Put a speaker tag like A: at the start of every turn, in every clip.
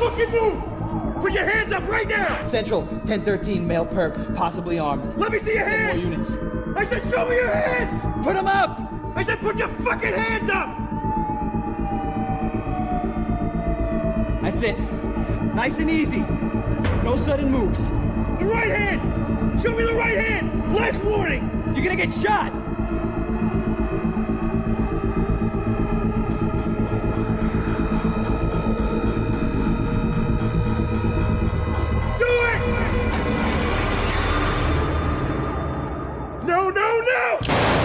A: fucking move! Put your hands up right now!
B: Central, 1013, male perp, possibly armed.
A: Let me see your hands!
B: More units.
A: I said show me your hands!
B: Put them up!
A: I said put your fucking hands up!
B: That's it. Nice and easy. No sudden moves.
A: The right hand! Show me the right hand! Last warning!
B: You're gonna get shot!
A: Do it! No, no, no!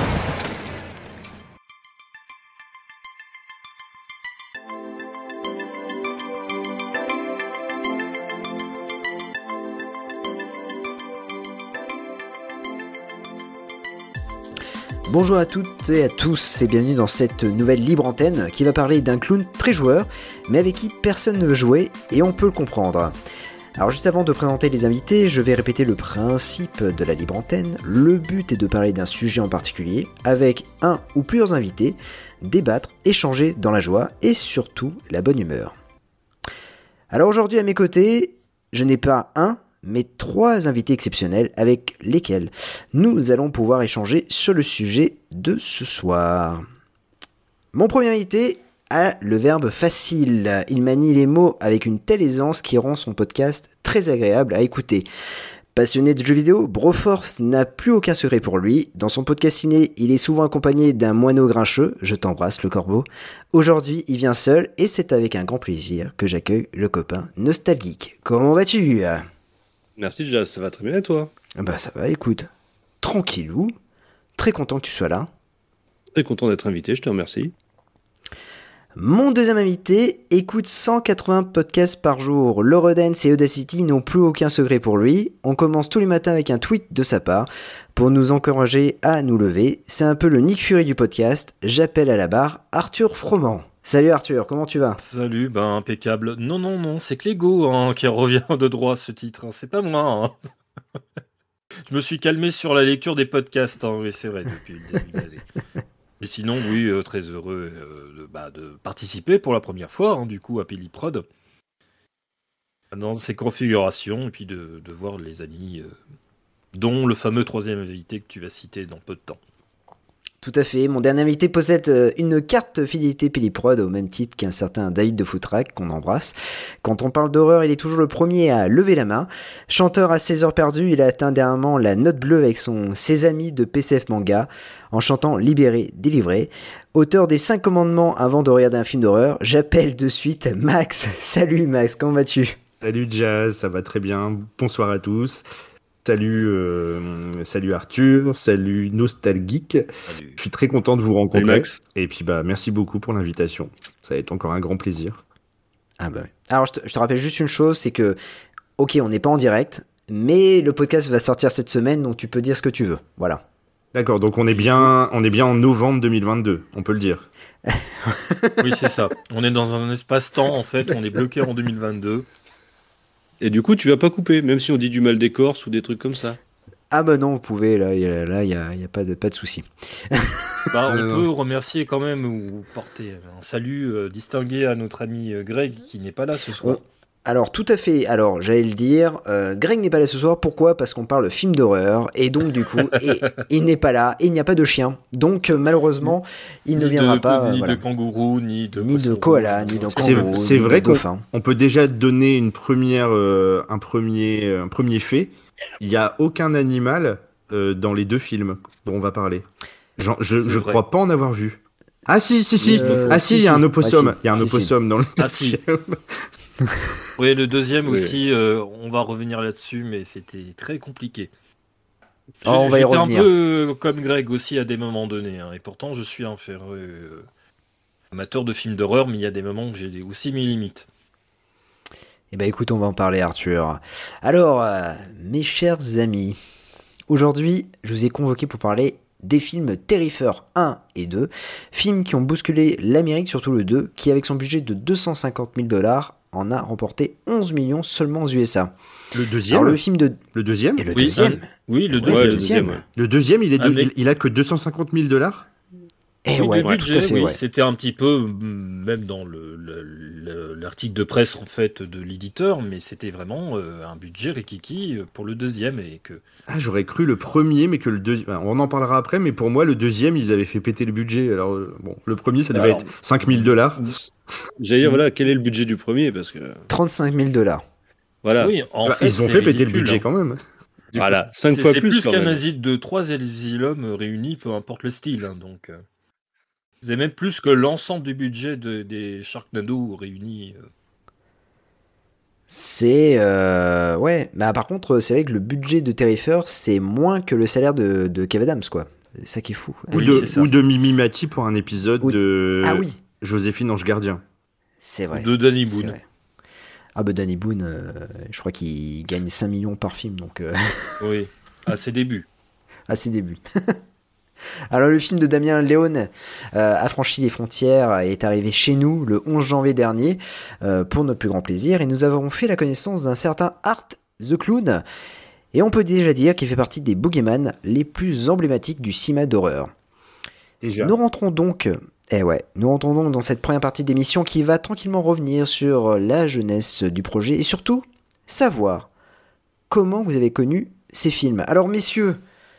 C: Bonjour à toutes et à tous et bienvenue dans cette nouvelle libre antenne qui va parler d'un clown très joueur mais avec qui personne ne veut jouer et on peut le comprendre. Alors juste avant de présenter les invités, je vais répéter le principe de la libre antenne. Le but est de parler d'un sujet en particulier avec un ou plusieurs invités, débattre, échanger dans la joie et surtout la bonne humeur. Alors aujourd'hui à mes côtés, je n'ai pas un mais 3 invités exceptionnels avec lesquels nous allons pouvoir échanger sur le sujet de ce soir. Mon premier invité a le verbe facile. Il manie les mots avec une telle aisance qui rend son podcast très agréable à écouter. Passionné de jeux vidéo, Broforce n'a plus aucun secret pour lui. Dans son podcast ciné, il est souvent accompagné d'un moineau grincheux. Je t'embrasse le corbeau. Aujourd'hui, il vient seul et c'est avec un grand plaisir que j'accueille le copain Nostalgeek. Comment vas-tu ?
D: Merci Jazz, ça va très bien et toi ?
C: Bah ça va, écoute, tranquillou, très content que tu sois là.
D: Très content d'être invité, je te remercie.
C: Mon deuxième invité écoute 180 podcasts par jour. Loredance et Audacity n'ont plus aucun secret pour lui. On commence tous les matins avec un tweet de sa part pour nous encourager à nous lever. C'est un peu le Nick Fury du podcast. J'appelle à la barre Arthur Froment. Salut Arthur, comment tu vas ?
E: Salut, impeccable. Non, c'est Clégo qui revient de droit ce titre, c'est pas moi. Je me suis calmé sur la lecture des podcasts, oui c'est vrai, depuis le début de l'année. Et sinon, oui, très heureux de participer pour la première fois, du coup, à Peliprod, dans ces configurations, et puis de voir les amis, dont le fameux troisième invité que tu vas citer dans peu de temps.
C: Tout à fait, mon dernier invité possède une carte fidélité Peliprod au même titre qu'un certain David de Footrack qu'on embrasse. Quand on parle d'horreur, il est toujours le premier à lever la main. Chanteur à 16 heures perdues, il a atteint dernièrement la note bleue avec ses amis de PCF Manga en chantant Libéré, délivré. Auteur des 5 commandements avant de regarder un film d'horreur, j'appelle de suite Max. Salut Max, comment vas-tu ?
F: Salut Jazz, ça va très bien, bonsoir à tous. Salut Arthur, salut Nostalgeek.
E: Salut.
F: Je suis très content de vous rencontrer.
D: Salut Max.
F: Et puis merci beaucoup pour l'invitation. Ça va être encore un grand plaisir.
C: Ah bah. Alors je te rappelle juste une chose, c'est que, ok, on n'est pas en direct, mais le podcast va sortir cette semaine, donc tu peux dire ce que tu veux. Voilà.
F: D'accord, donc on est bien en novembre 2022, on peut le dire.
E: Oui, c'est ça. On est dans un espace-temps, en fait, on est bloqué en 2022.
D: Et du coup, tu vas pas couper, même si on dit du mal des Corses ou des trucs comme ça.
C: Ah bah non, vous pouvez, là, il y a pas de souci.
E: On peut remercier quand même, ou porter un salut distingué à notre ami Greg, qui n'est pas là ce soir.
C: Alors tout à fait, alors j'allais le dire, Greg n'est pas là ce soir, pourquoi ? Parce qu'on parle de film d'horreur, et donc du coup, il n'est pas là, et il n'y a pas de chien, donc malheureusement, il ne viendra pas.
E: Ni de kangourou, ni de
C: koala, ni de kangourou.
F: C'est vrai qu'on peut déjà donner un premier fait, il n'y a aucun animal dans les 2 films dont on va parler. Je crois pas en avoir vu. Ah si, il y a un opossum, il y a un opossum dans le deuxième.
E: Oui, le deuxième aussi, on va revenir là-dessus, mais c'était très compliqué.
C: On va y revenir.
E: J'étais un peu comme Greg aussi à des moments donnés, et pourtant je suis un féru amateur de films d'horreur, mais il y a des moments où j'ai aussi mes limites.
C: Eh ben écoute, on va en parler Arthur. Alors, mes chers amis, aujourd'hui, je vous ai convoqué pour parler des films Terrifier 1 et 2, films qui ont bousculé l'Amérique, surtout le 2, qui avec son budget de 250 000 $, en a remporté 11 millions seulement aux USA.
F: Le deuxième.
C: Alors, le film de...
F: Le deuxième.
C: Et le deuxième.
E: Oui, le
C: Ouais,
E: deuxième.
F: Le deuxième, il a que 250 000 $.
C: Et
E: oui,
C: ouais,
E: le budget,
C: tout à fait,
E: oui,
C: ouais.
E: c'était un petit peu, même dans l'article de presse en fait de l'éditeur, mais c'était vraiment un budget rikiki pour le deuxième et que.
F: Ah, j'aurais cru le premier, mais que le deuxième. On en parlera après, mais pour moi, le deuxième, ils avaient fait péter le budget. Alors, bon, le premier, ça devait être $5,000.
D: J'allais dire, voilà, quel est le budget du premier parce que.
C: $35,000.
D: Voilà.
E: Oui, en fait,
F: ils ont
E: c'est
F: fait péter le
E: ridicule,
F: budget
E: hein.
F: quand même.
D: Voilà, 5 fois
E: C'est
D: plus quand
E: qu'un
D: même.
E: asile de 3 asylums réunis, peu importe le style. Hein, donc, c'est même plus que l'ensemble du budget des Sharknado réunis.
C: C'est ouais, bah par contre c'est vrai que le budget de Terrifier c'est moins que le salaire de Kev Adams quoi. C'est ça qui est fou.
E: Oui, c'est ça.
F: Ou de Mimi Mati pour un épisode
C: Oui.
F: de
C: Ah oui,
F: Joséphine Ange Gardien.
C: c'est vrai.
E: De Danny
C: C'est
E: Boone.
C: vrai. Ah bah Danny Boone, je crois qu'il gagne 5 millions par film donc
E: Oui, à ses débuts.
C: à ses débuts. Alors le film de Damien Leone a franchi les frontières et est arrivé chez nous le 11 janvier dernier pour notre plus grand plaisir et nous avons fait la connaissance d'un certain Art the Clown et on peut déjà dire qu'il fait partie des boogeyman les plus emblématiques du cinéma d'horreur.
F: Déjà.
C: Nous rentrons donc dans cette première partie d'émission qui va tranquillement revenir sur la jeunesse du projet et surtout savoir comment vous avez connu ces films. Alors messieurs,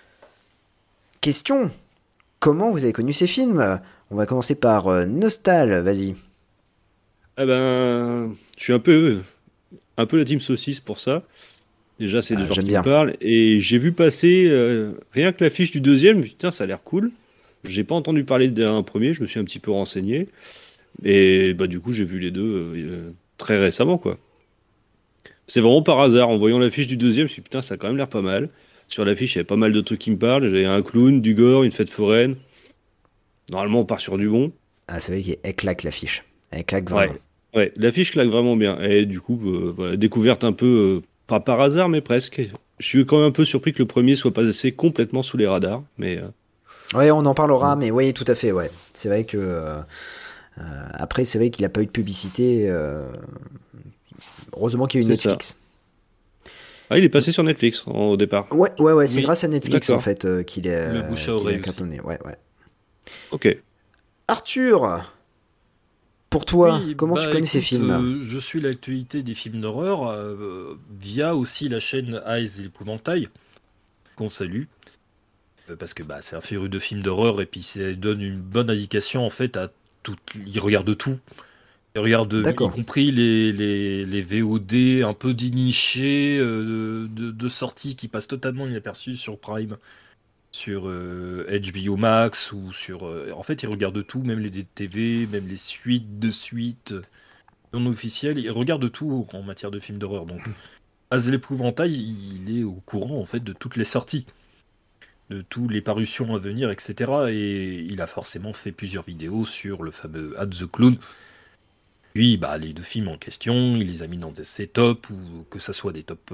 C: question, comment vous avez connu ces films ? On va commencer par Nostal, vas-y.
D: Eh ben, je suis un peu la team saucisse pour ça. Déjà, c'est des gens
C: j'aime
D: qui
C: bien.
D: me parlent. Et j'ai vu passer rien que l'affiche du deuxième. Putain, ça a l'air cool. J'ai pas entendu parler d'un premier. Je me suis un petit peu renseigné. Et bah, du coup, j'ai vu les deux très récemment, quoi. C'est vraiment par hasard. En voyant l'affiche du deuxième, je me suis dit, putain, ça a quand même l'air pas mal. Sur l'affiche, il y avait pas mal de trucs qui me parlent. J'avais un clown, du gore, une fête foraine. Normalement, on part sur du bon.
C: Ah, c'est vrai qu'elle claque l'affiche. Elle claque vraiment.
D: Ouais, l'affiche claque vraiment bien. Et du coup, voilà, découverte un peu, pas par hasard, mais presque. Je suis quand même un peu surpris que le premier soit passé complètement sous les radars. Mais
C: Ouais, on en parlera, mais oui, tout à fait, ouais. C'est vrai que... après, c'est vrai qu'il n'a pas eu de publicité. Heureusement qu'il y a eu
D: C'est
C: Netflix.
D: il est passé sur Netflix au départ.
C: Ouais, c'est
E: Oui,
C: grâce à Netflix,
D: d'accord.
C: en fait, qu'il est...
E: Le bouche à
C: qu'il a
E: oreille
C: cartonné. Ouais.
D: Ok.
C: Arthur, pour toi,
E: Oui,
C: comment tu connais ces
E: écoute,
C: films
E: je suis l'actualité des films d'horreur via aussi la chaîne Eyes et l'épouvantail, qu'on salue. Parce que c'est un féru de films d'horreur et puis ça donne une bonne indication en fait à tout. Il regarde tout. Il regarde
C: D'accord.
E: y compris les VOD un peu dénichés de sorties qui passent totalement inaperçues sur Prime, sur HBO Max ou sur. En fait, il regarde tout, même les DTV, même les suites non officielles. Il regarde tout en matière de films d'horreur. Donc, Az l'épouvantail, il est au courant en fait de toutes les sorties, de toutes les parutions à venir, etc. Et il a forcément fait plusieurs vidéos sur le fameux Art the Clown. Puis, les deux films en question, il les a mis dans ses tops, ou que ce soit des tops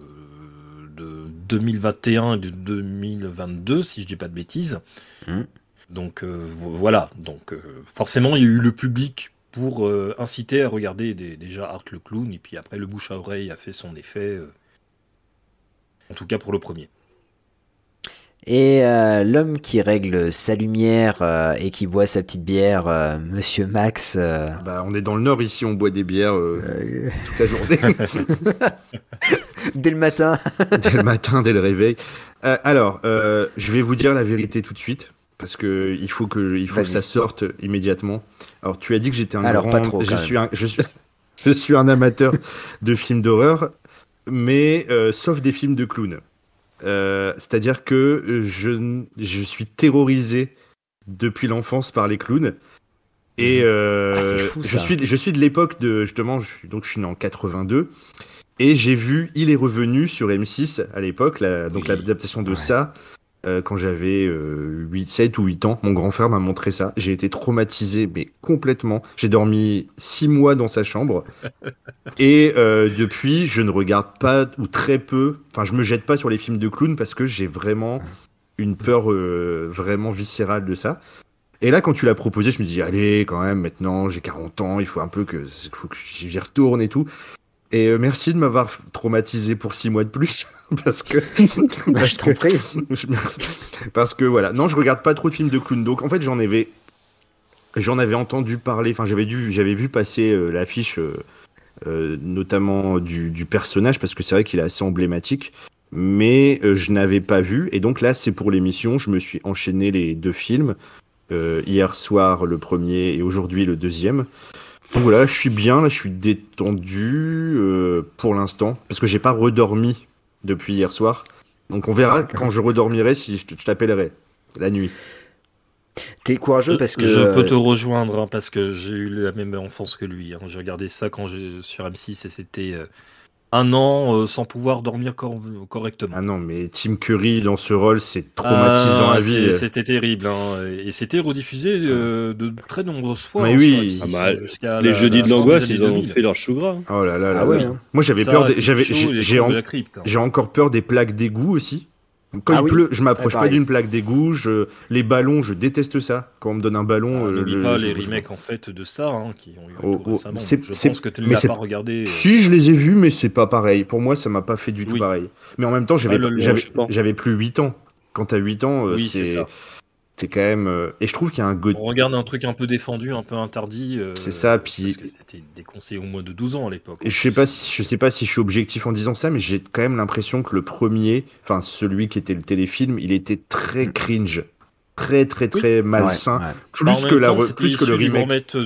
E: de 2021 et de 2022, si je dis pas de bêtises. Donc, voilà. Donc, forcément, il y a eu le public pour inciter à regarder déjà Art le Clown, et puis après, le bouche à oreille a fait son effet, en tout cas pour le premier.
C: Et l'homme qui règle sa lumière et qui boit sa petite bière, Monsieur Max.
F: On est dans le Nord ici, on boit des bières toute la journée.
C: Dès le matin.
F: Dès le matin, dès le réveil. Alors, je vais vous dire la vérité tout de suite, parce que il faut que ça sorte immédiatement. Alors, tu as dit que j'étais un grand...
C: Pas trop,
F: je suis un amateur de films d'horreur, mais sauf des films de clowns. C'est-à-dire que je suis terrorisé depuis l'enfance par les clowns. Et
C: c'est fou, ça.
F: je suis de l'époque de... Justement, je suis né en 82. Et j'ai vu Il est revenu sur M6 à l'époque, donc l'adaptation de ça, quand j'avais 7 ou 8 ans. Mon grand frère m'a montré ça. J'ai été traumatisé, mais complètement. J'ai dormi 6 mois dans sa chambre. Et depuis, je ne regarde pas, ou très peu, je me jette pas sur les films de clowns parce que j'ai vraiment une peur vraiment viscérale de ça. Et là, quand tu l'as proposé, je me dis, allez, quand même, maintenant, j'ai 40 ans, il faut un peu que j'y retourne et tout. Et merci de m'avoir traumatisé pour 6 mois de plus, parce que
C: Je t'en prie.
F: parce que voilà, non, je regarde pas trop de films de clowns, donc en fait j'en avais J'en avais entendu parler, enfin j'avais vu passer l'affiche, notamment du personnage, parce que c'est vrai qu'il est assez emblématique, mais je n'avais pas vu, et donc là c'est pour l'émission, je me suis enchaîné les 2 films, hier soir le premier et aujourd'hui le deuxième. Donc voilà, je suis bien, là je suis détendu pour l'instant, parce que j'ai pas redormi depuis hier soir, donc on verra quand je redormirai si je t'appellerai la nuit.
C: T'es courageux parce que...
E: Je peux te rejoindre, hein, parce que j'ai eu la même enfance que lui. Hein. J'ai regardé ça sur M6 et c'était 1 an sans pouvoir dormir correctement.
F: Ah non, mais Tim Curry dans ce rôle, c'est traumatisant à vie.
E: C'était terrible. Hein. Et c'était rediffusé de très nombreuses fois.
F: Mais
E: hein,
F: oui,
E: sur M6, jusqu'à
D: les jeudis de l'angoisse,
E: des
D: ils en ont
E: 2000.
D: fait leur chou gras.
F: Oh là là là.
C: Ah ouais,
F: oui.
C: hein.
F: Moi j'avais
E: Ça,
F: peur,
E: les shows, les
F: j'ai
E: contes de la crypte, hein.
F: j'ai encore peur des plaques d'égout aussi. Quand il pleut, je m'approche pas d'une plaque d'égout. Les ballons, je déteste ça. Quand on me donne un ballon,
E: n'oublie pas les remakes en fait de ça, hein, qui ont eu un tour récemment. Je pense que tu ne
F: mais
E: l'as pas regardé.
F: Si, je les ai vus, mais c'est pas pareil. Pour moi, ça m'a pas fait du tout pareil. Mais en même temps, j'avais plus 8 ans. Quand t'as 8 ans, c'est quand même. Et je trouve qu'il y a un
E: On regarde un truc un peu défendu, un peu interdit.
F: C'est ça, puis.
E: Parce que c'était déconseillé au moins de 12 ans à l'époque.
F: Et je sais pas si je suis objectif en disant ça, mais j'ai quand même l'impression que le premier, enfin celui qui était le téléfilm, il était très cringe. Très malsain. Ouais. Plus que le remake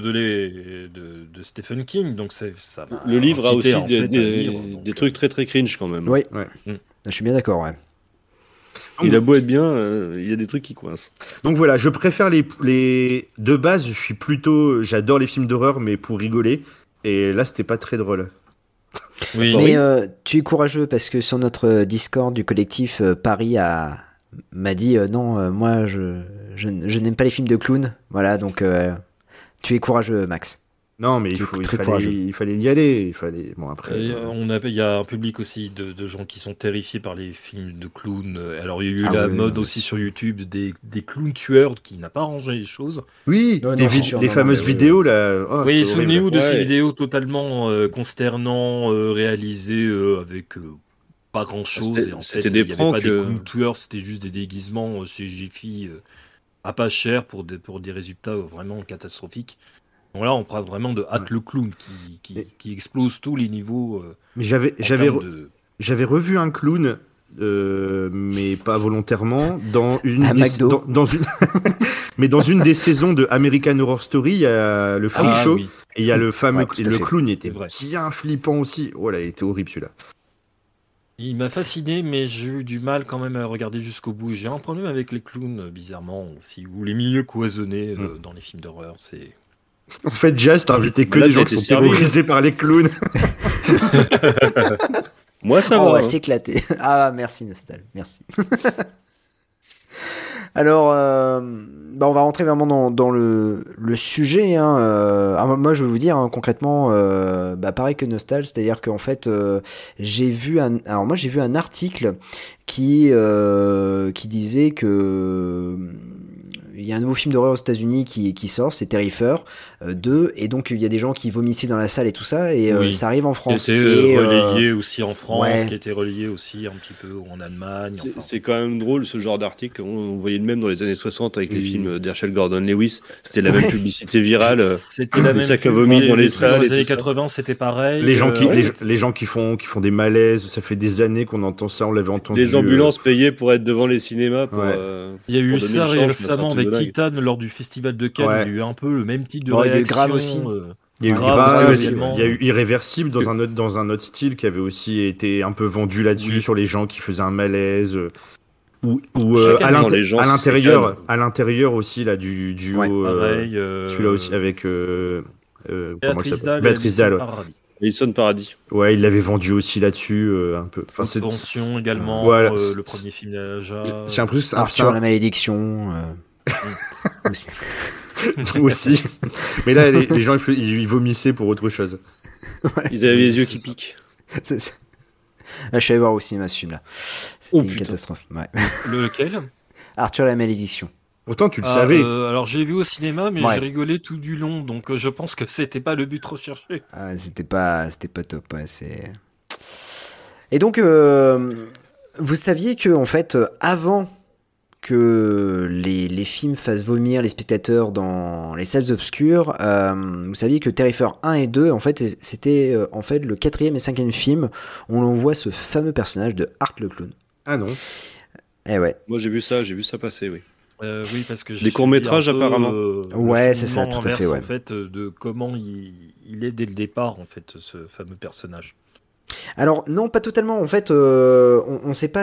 E: de Stephen King, donc ça.
D: Le livre a aussi des trucs très cringe quand même.
C: Oui. Je suis bien d'accord, ouais.
D: Il a beau être bien, il y a des trucs qui coincent.
F: Donc voilà, je préfère les de base, j'adore les films d'horreur, mais pour rigoler. Et là, c'était pas très drôle.
C: Oui. Mais tu es courageux parce que sur notre Discord du collectif, Paris m'a dit non, moi je n'aime pas les films de clowns. Voilà, donc tu es courageux, Max.
F: Non, mais il fallait y aller. Bon, après.
E: Il y a un public aussi de gens qui sont terrifiés par les films de clowns. Alors, il y a eu la mode aussi sur YouTube des clowns tueurs qui n'a pas arrangé les choses.
F: Oui, les fameuses vidéos là.
E: Oh, oui, souvenez-vous de ces vidéos totalement consternants, réalisées avec pas grand-chose.
D: C'était,
E: et en
D: c'était
E: fait,
D: des
E: il n'y avait pas
D: pranks.
E: des clowns tueurs, c'était juste des déguisements CGI à pas cher pour des résultats vraiment catastrophiques. Donc là, on parle vraiment de Hack le clown qui explose tous les niveaux.
F: Mais j'avais revu un clown, mais pas volontairement, dans une mais dans une des saisons de American Horror Story, il y a le Freak Show, et il y a le fameux le clown, il était bien flippant aussi. Oh là, il était horrible celui-là.
E: Il m'a fasciné, mais j'ai eu du mal quand même à regarder jusqu'au bout. J'ai un problème avec les clowns, bizarrement aussi, ou les milieux cloisonnés dans les films d'horreur. C'est
F: en fait, Jazz, t'as invité que des gens qui sont terrorisés par les clowns.
D: Moi, ça va.
C: On va s'éclater. Ah, merci Nostal, merci. Alors, on va rentrer vraiment dans le sujet. Alors moi, je vais vous dire concrètement, pareil que Nostal, c'est-à-dire qu'en fait, j'ai vu un article qui disait que il y a un nouveau film d'horreur aux États-Unis qui sort, c'est Terrifier 2, et donc il y a des gens qui vomissaient dans la salle et tout ça, et ça arrive en France.
E: Qui était relayé aussi en France, qui était relayé aussi un petit peu en Allemagne.
D: C'est quand même drôle ce genre d'article. On voyait le même dans les années 60 avec les films d'Herschel Gordon Lewis. C'était la même publicité virale.
E: C'était la même.
D: Sacs à vomi dans les salles.
E: Dans les années 80, c'était pareil.
F: Les gens qui font des malaises, ça fait des années qu'on entend ça, on l'avait entendu.
D: Les ambulances payées pour être devant les cinémas.
E: Il y a eu ça récemment avec Titan lors du festival de Cannes. Il y a eu un peu le même type de réaction.
C: Grave aussi.
F: Il y a eu Grave, il y a eu Irréversible dans un autre style qui avait aussi été un peu vendu là-dessus sur les gens qui faisaient un malaise ou à l'intérieur aussi là du duo celui-là aussi avec Béatrice Dalle.
D: Alison Paradis.
F: Ouais, il l'avait vendu aussi là-dessus un peu.
E: Enfin, Pension également. Voilà, le premier film d'Aja.
F: C'est un peu
C: Arthur la malédiction.
F: aussi. Mais là, les gens ils vomissaient pour autre chose.
D: Ils avaient les yeux qui piquent.
C: Je suis allé voir aussi ce film-là. C'était une catastrophe. Ouais.
E: Lequel ?
C: Arthur la malédiction.
F: Pourtant, tu le savais.
E: Alors, j'ai vu au cinéma, mais j'ai rigolé tout du long, donc je pense que c'était pas le but recherché.
C: C'était pas top. Ouais, Et donc, vous saviez que en fait, avant que les films fassent vomir les spectateurs dans les salles obscures, vous saviez que Terrifier 1 et 2, en fait, c'était en fait le 4e et 5e film où l'on voit ce fameux personnage de Art le clown.
F: Ah non.
C: Eh ouais.
D: Moi j'ai vu ça passer, oui.
E: Oui, parce que
D: des courts-métrages apparemment.
C: Ouais, c'est ça, tout à fait. Ouais.
E: En fait, de comment il est dès le départ, en fait, ce fameux personnage.
C: Alors non, pas totalement. En fait, on ne sait pas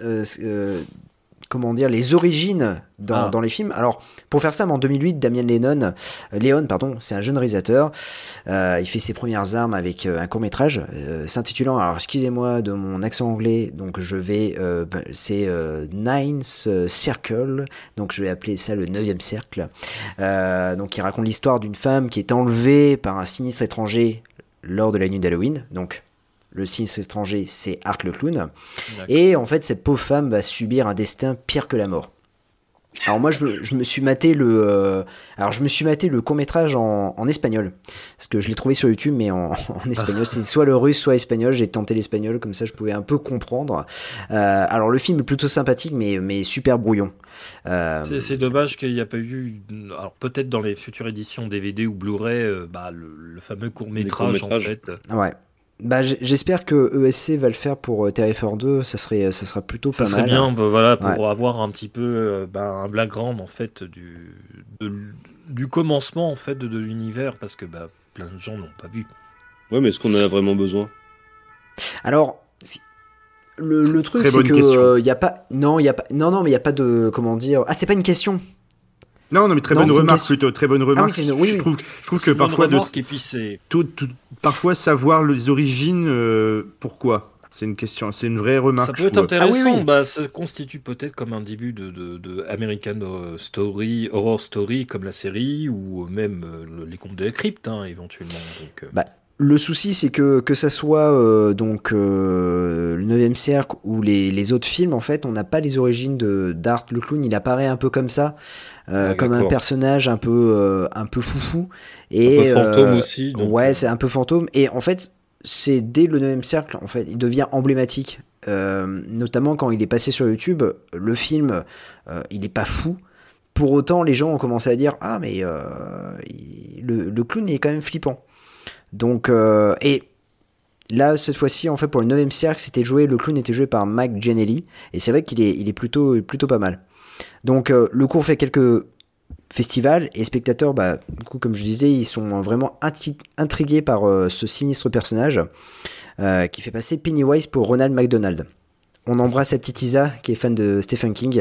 C: comment dire les origines dans les films. Alors pour faire ça, en 2008, Damien Léon, c'est un jeune réalisateur. Il fait ses premières armes avec un court métrage s'intitulant. Alors excusez-moi de mon accent anglais, donc je vais c'est Ninth Circle, donc je vais appeler ça le 9e cercle. Donc il raconte l'histoire d'une femme qui est enlevée par un sinistre étranger lors de la nuit d'Halloween. Donc le sinistre étranger, c'est Art le clown. D'accord. Et en fait, cette pauvre femme va subir un destin pire que la mort. Alors moi, je me suis maté le court-métrage en espagnol. Parce que je l'ai trouvé sur YouTube, mais en espagnol. C'est soit le russe, soit espagnol. J'ai tenté l'espagnol, comme ça je pouvais un peu comprendre. Alors le film est plutôt sympathique, mais super brouillon.
E: C'est dommage qu'il n'y a pas eu... Alors peut-être dans les futures éditions DVD ou Blu-ray, le fameux court-métrage, en fait.
C: Ouais. J'espère que ESC va le faire pour Terrifier 2, ça sera plutôt pas mal.
E: Ça serait bien, pour avoir un petit peu un background en fait du commencement en fait de l'univers, parce que plein de gens l'ont pas vu.
D: Ouais, mais est-ce qu'on en a vraiment besoin ?
C: Alors, le truc c'est que il y a pas mais il y a pas de comment dire. Ah, c'est pas une question.
F: Non, mais très bonne remarque plutôt, très bonne remarque.
C: Ah oui,
F: je trouve que parfois parfois savoir les origines, pourquoi. C'est une question, c'est une vraie remarque.
E: Ça peut être intéressant. Ça constitue peut-être comme un début de American Horror Story, comme la série, ou même les contes de la crypte, éventuellement. Donc,
C: le souci, c'est que ça soit le 9e cercle ou les autres films, en fait, on n'a pas les origines d'Art le clown. Il apparaît un peu comme ça. Comme un personnage un peu foufou et
E: un peu fantôme aussi. Donc...
C: Ouais, c'est un peu fantôme, et en fait c'est dès le 9e cercle en fait il devient emblématique, notamment quand il est passé sur YouTube. Le film il est pas fou, pour autant les gens ont commencé à dire mais le clown est quand même flippant. Donc et là cette fois-ci en fait pour le 9e cercle le clown était joué par Mike Giannelli, et c'est vrai qu'il est plutôt pas mal. Donc le cours fait quelques festivals, et spectateurs, du coup, comme je disais, ils sont vraiment intrigués par ce sinistre personnage qui fait passer Pennywise pour Ronald McDonald. On embrasse sa petite Isa qui est fan de Stephen King.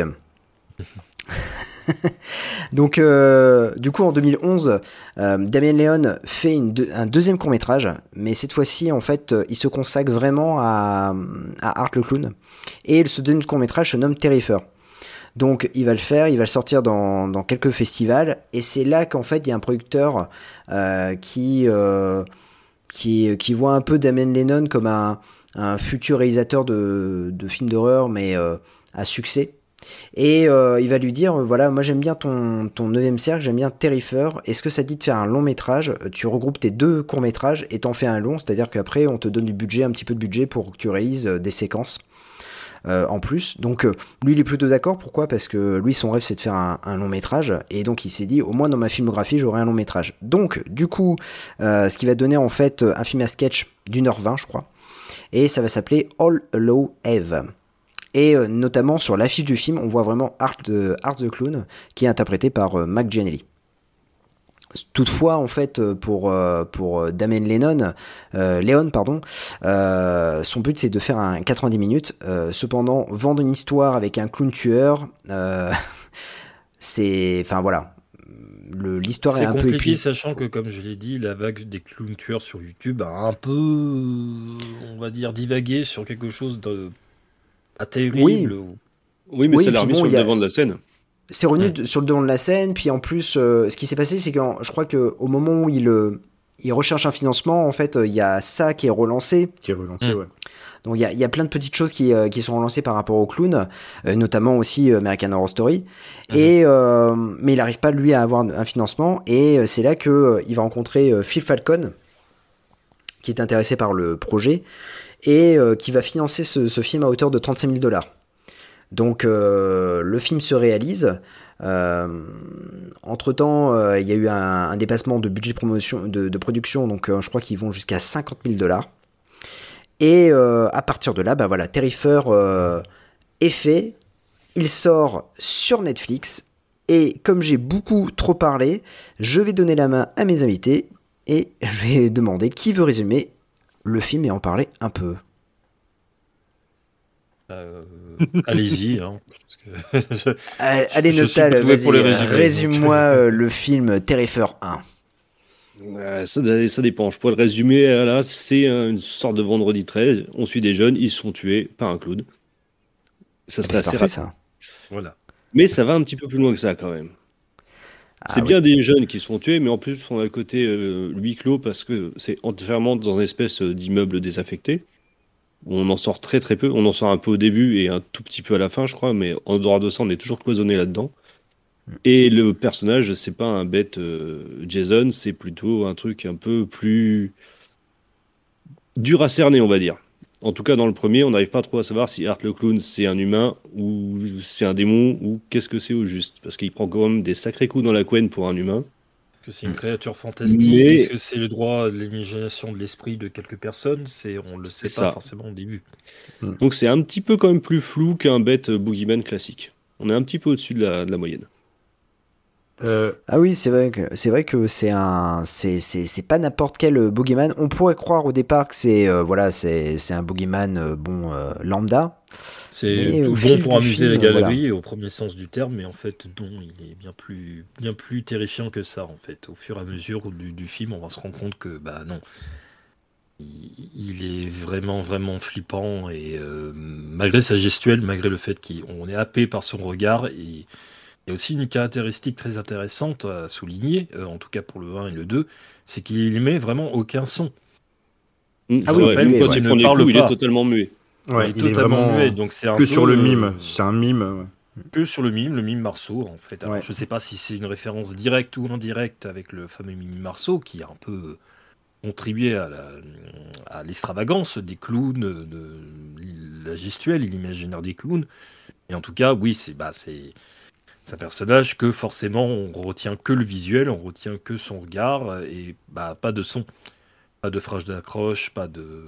C: Donc du coup en 2011 Damien Léon fait un deuxième court-métrage, mais cette fois-ci en fait il se consacre vraiment à Art le clown, et ce deuxième court-métrage se nomme Terrifier. Donc il va le sortir dans quelques festivals, et c'est là qu'en fait il y a un producteur qui voit un peu Damien Léon comme un futur réalisateur de films d'horreur, mais à succès. Et il va lui dire, voilà, moi j'aime bien ton 9e cercle, j'aime bien Terrifier, est-ce que ça te dit de faire un long métrage ? Tu regroupes tes 2 courts métrages et t'en fais un long, c'est-à-dire qu'après on te donne un petit peu de budget pour que tu réalises des séquences. En plus, donc lui il est plutôt d'accord. Pourquoi ? Parce que lui son rêve c'est de faire un long métrage, et donc il s'est dit au moins dans ma filmographie j'aurai un long métrage. Donc du coup ce qui va donner en fait un film à sketch d'1h20 je crois, et ça va s'appeler All Hallow Eve, et notamment sur l'affiche du film on voit vraiment Art the Clown qui est interprété par Mike Giannelli. Toutefois, en fait, pour Damien Léon, son but c'est de faire un 90 minutes. Cependant, vendre une histoire avec un clown tueur, l'histoire est un peu épuisée.
E: Sachant que, comme je l'ai dit, la vague des clowns tueurs sur YouTube a un peu, on va dire, divagué sur quelque chose de pas terrible.
D: Oui, mais ça l'a remis sur le devant de la scène.
C: C'est revenu sur le devant de la scène, puis en plus, ce qui s'est passé, c'est que je crois qu'au moment où il recherche un financement, en fait, il y a ça qui est relancé.
F: Ouais.
C: Donc il y a plein de petites choses qui sont relancées par rapport au clown, notamment aussi American Horror Story. Et mais il n'arrive pas lui à avoir un financement, et c'est là que il va rencontrer Phil Falcon, qui est intéressé par le projet, et qui va financer ce film à hauteur de $35,000. Donc le film se réalise. Entre-temps, il y a eu un dépassement de budget de production, donc je crois qu'ils vont jusqu'à 50 000 $. Et à partir de là, voilà, Terrifier est fait. Il sort sur Netflix. Et comme j'ai beaucoup trop parlé, je vais donner la main à mes invités et je vais demander qui veut résumer le film et en parler un peu.
E: Allez-y. Hein, parce que
C: allez, Nostal, vas-y, résume-moi le film Terrifier 1.
D: Ça dépend. Je pourrais le résumer. Là, c'est une sorte de vendredi 13. On suit des jeunes, ils se font tuer par un clown. Ça serait assez
C: parfait, ça.
E: Voilà.
D: Mais ça va un petit peu plus loin que ça, quand même. C'est bien des jeunes qui se font tuer, mais en plus, on a le côté huis clos parce que c'est entièrement dans une espèce d'immeuble désaffecté. On en sort très très peu. On en sort un peu au début et un tout petit peu à la fin, je crois, mais en dehors de ça, on est toujours cloisonné là-dedans. Et le personnage, c'est pas un bête Jason, c'est plutôt un truc un peu plus dur à cerner, on va dire. En tout cas, dans le premier, on n'arrive pas trop à savoir si Art le clown, c'est un humain ou c'est un démon ou qu'est-ce que c'est au juste. Parce qu'il prend quand même des sacrés coups dans la couenne pour un humain.
E: Que c'est une créature fantastique, est-ce que c'est le droit de l'imagination de l'esprit de quelques personnes, on le sait pas forcément au début.
D: Donc c'est un petit peu quand même plus flou qu'un bête boogeyman classique. On est un petit peu au-dessus de la moyenne.
C: Ah oui, c'est vrai que c'est pas n'importe quel boogeyman. On pourrait croire au départ que c'est un boogeyman lambda.
E: C'est tout bon pour amuser la galerie au premier sens du terme, mais en fait non, il est bien plus terrifiant que ça en fait. Au fur et à mesure du film, on va se rendre compte que non, il est vraiment vraiment flippant et malgré sa gestuelle, malgré le fait qu'on est happé par son regard, il y a aussi une caractéristique très intéressante à souligner, en tout cas pour le 1 et le 2, c'est qu'il met vraiment aucun son.
D: Ah oui, quand il ne parle pas, il est totalement muet.
E: Ouais, il est totalement muet, donc c'est un
F: que sur le mime, c'est un mime. Ouais.
E: Que sur le mime Marceau en fait. Alors, je ne sais pas si c'est une référence directe ou indirecte avec le fameux mime Marceau qui a un peu contribué à l'extravagance des clowns, de la gestuelle, l'imaginaire des clowns. Et en tout cas, oui, c'est un personnage que forcément on retient que le visuel, on retient que son regard et pas de son, pas de phrase d'accroche, pas de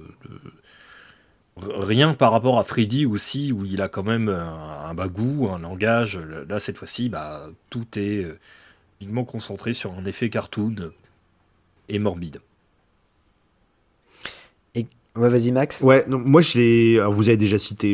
E: rien par rapport à Freddy aussi où il a quand même un bagou, un langage. Là cette fois-ci, tout est uniquement concentré sur un effet cartoon et morbide.
C: Ouais, vas-y Max.
F: Ouais, non, moi alors, vous avez déjà cité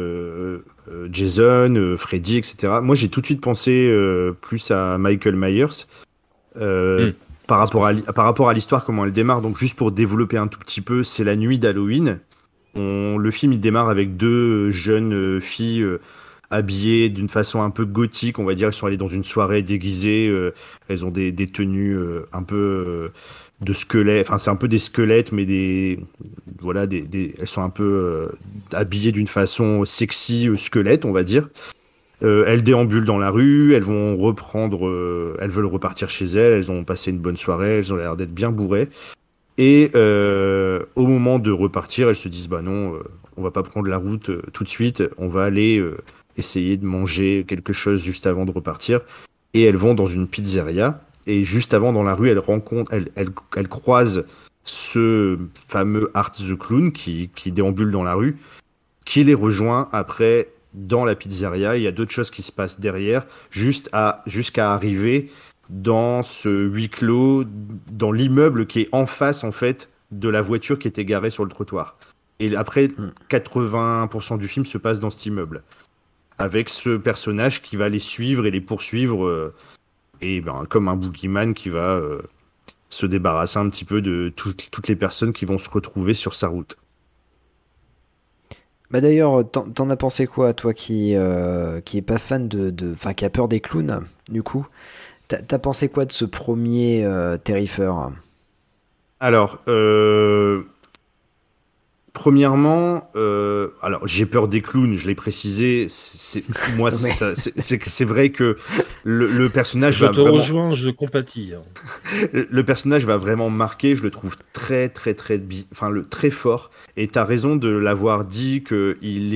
F: Jason, Freddy, etc. Moi j'ai tout de suite pensé plus à Michael Myers par rapport à l'histoire, comment elle démarre. Donc juste pour développer un tout petit peu, c'est la nuit d'Halloween. Le film il démarre avec deux jeunes filles habillées d'une façon un peu gothique, on va dire. Elles sont allées dans une soirée déguisées, elles ont des tenues un peu de squelettes, enfin c'est un peu des squelettes, mais elles sont un peu habillées d'une façon sexy, squelette, on va dire. Elles déambulent dans la rue, elles veulent repartir chez elles, elles ont passé une bonne soirée, elles ont l'air d'être bien bourrées. Et au moment de repartir, elles se disent non, on va pas prendre la route tout de suite, on va aller essayer de manger quelque chose juste avant de repartir. Et elles vont dans une pizzeria. Et juste avant, dans la rue, elles croisent ce fameux Art the Clown qui déambule dans la rue, qui les rejoint après dans la pizzeria. Il y a d'autres choses qui se passent derrière, jusqu'à arriver dans ce huis clos, dans l'immeuble qui est en face, en fait, de la voiture qui était garée sur le trottoir. Et après, 80% du film se passe dans cet immeuble, avec ce personnage qui va les suivre et les poursuivre, comme un boogeyman qui va se débarrasser un petit peu de toutes les personnes qui vont se retrouver sur sa route.
C: D'ailleurs, t'en as pensé quoi, toi qui est pas fan qui a peur des clowns, du coup? T'as pensé quoi de ce premier Terrifier?
F: Alors, premièrement, alors j'ai peur des clowns, je l'ai précisé. C'est vrai que le personnage.
E: Je te rejoins, je compatis.
F: Le personnage va vraiment marquer. Je le trouve très très très très fort. Et t'as raison de l'avoir dit qu'il est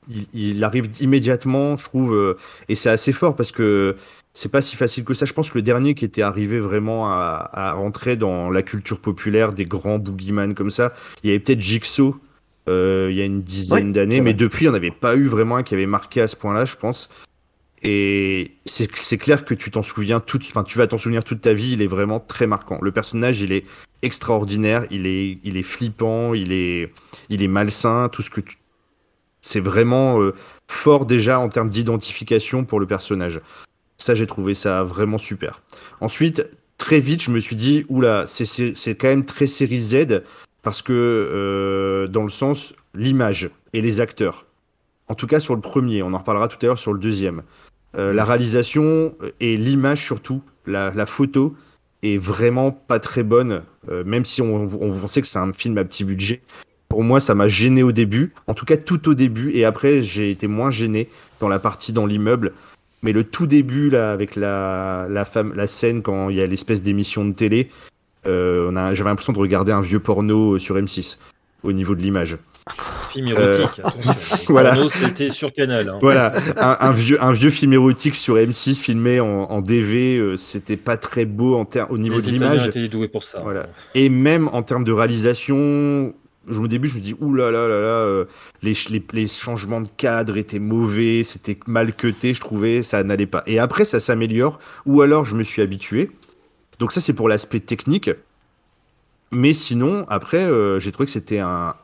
F: il arrive immédiatement, je trouve, et c'est assez fort parce que c'est pas si facile que ça. Je pense que le dernier qui était arrivé vraiment à rentrer dans la culture populaire des grands boogeyman comme ça, il y avait peut-être Jigsaw il y a une dizaine d'années, mais depuis, on n'avait pas eu vraiment un qui avait marqué à ce point-là, je pense. Et c'est clair que tu t'en souviens tu vas t'en souvenir toute ta vie. Il est vraiment très marquant. Le personnage, il est extraordinaire. Il est flippant. Il est malsain. C'est vraiment fort déjà en termes d'identification pour le personnage. Ça, j'ai trouvé ça vraiment super. Ensuite, très vite, je me suis dit, oula, c'est quand même très série Z parce que dans le sens l'image et les acteurs. En tout cas sur le premier. On en reparlera tout à l'heure sur le deuxième. La réalisation et l'image surtout, la photo est vraiment pas très bonne, même si on sait que c'est un film à petit budget. Pour moi, ça m'a gêné au début, en tout cas tout au début, et après j'ai été moins gêné dans la partie dans l'immeuble. Mais le tout début là, avec la scène quand il y a l'espèce d'émission de télé, j'avais l'impression de regarder un vieux porno sur M6 au niveau de l'image.
E: Film érotique, attention.
F: Voilà.
E: Porno, c'était sur Canal. Hein.
F: Voilà, un vieux film érotique sur M6 filmé en DV, c'était pas très beau au niveau de l'image.
E: Les Italiens étaient doués pour ça.
F: Voilà. Et même en termes de réalisation, au début je me dis ouh là là là là, les changements de cadre étaient mauvais, c'était mal cuté, je trouvais, ça n'allait pas. Et après ça s'améliore, ou alors je me suis habitué. Donc ça c'est pour l'aspect technique. Mais sinon, après, j'ai trouvé que c'était un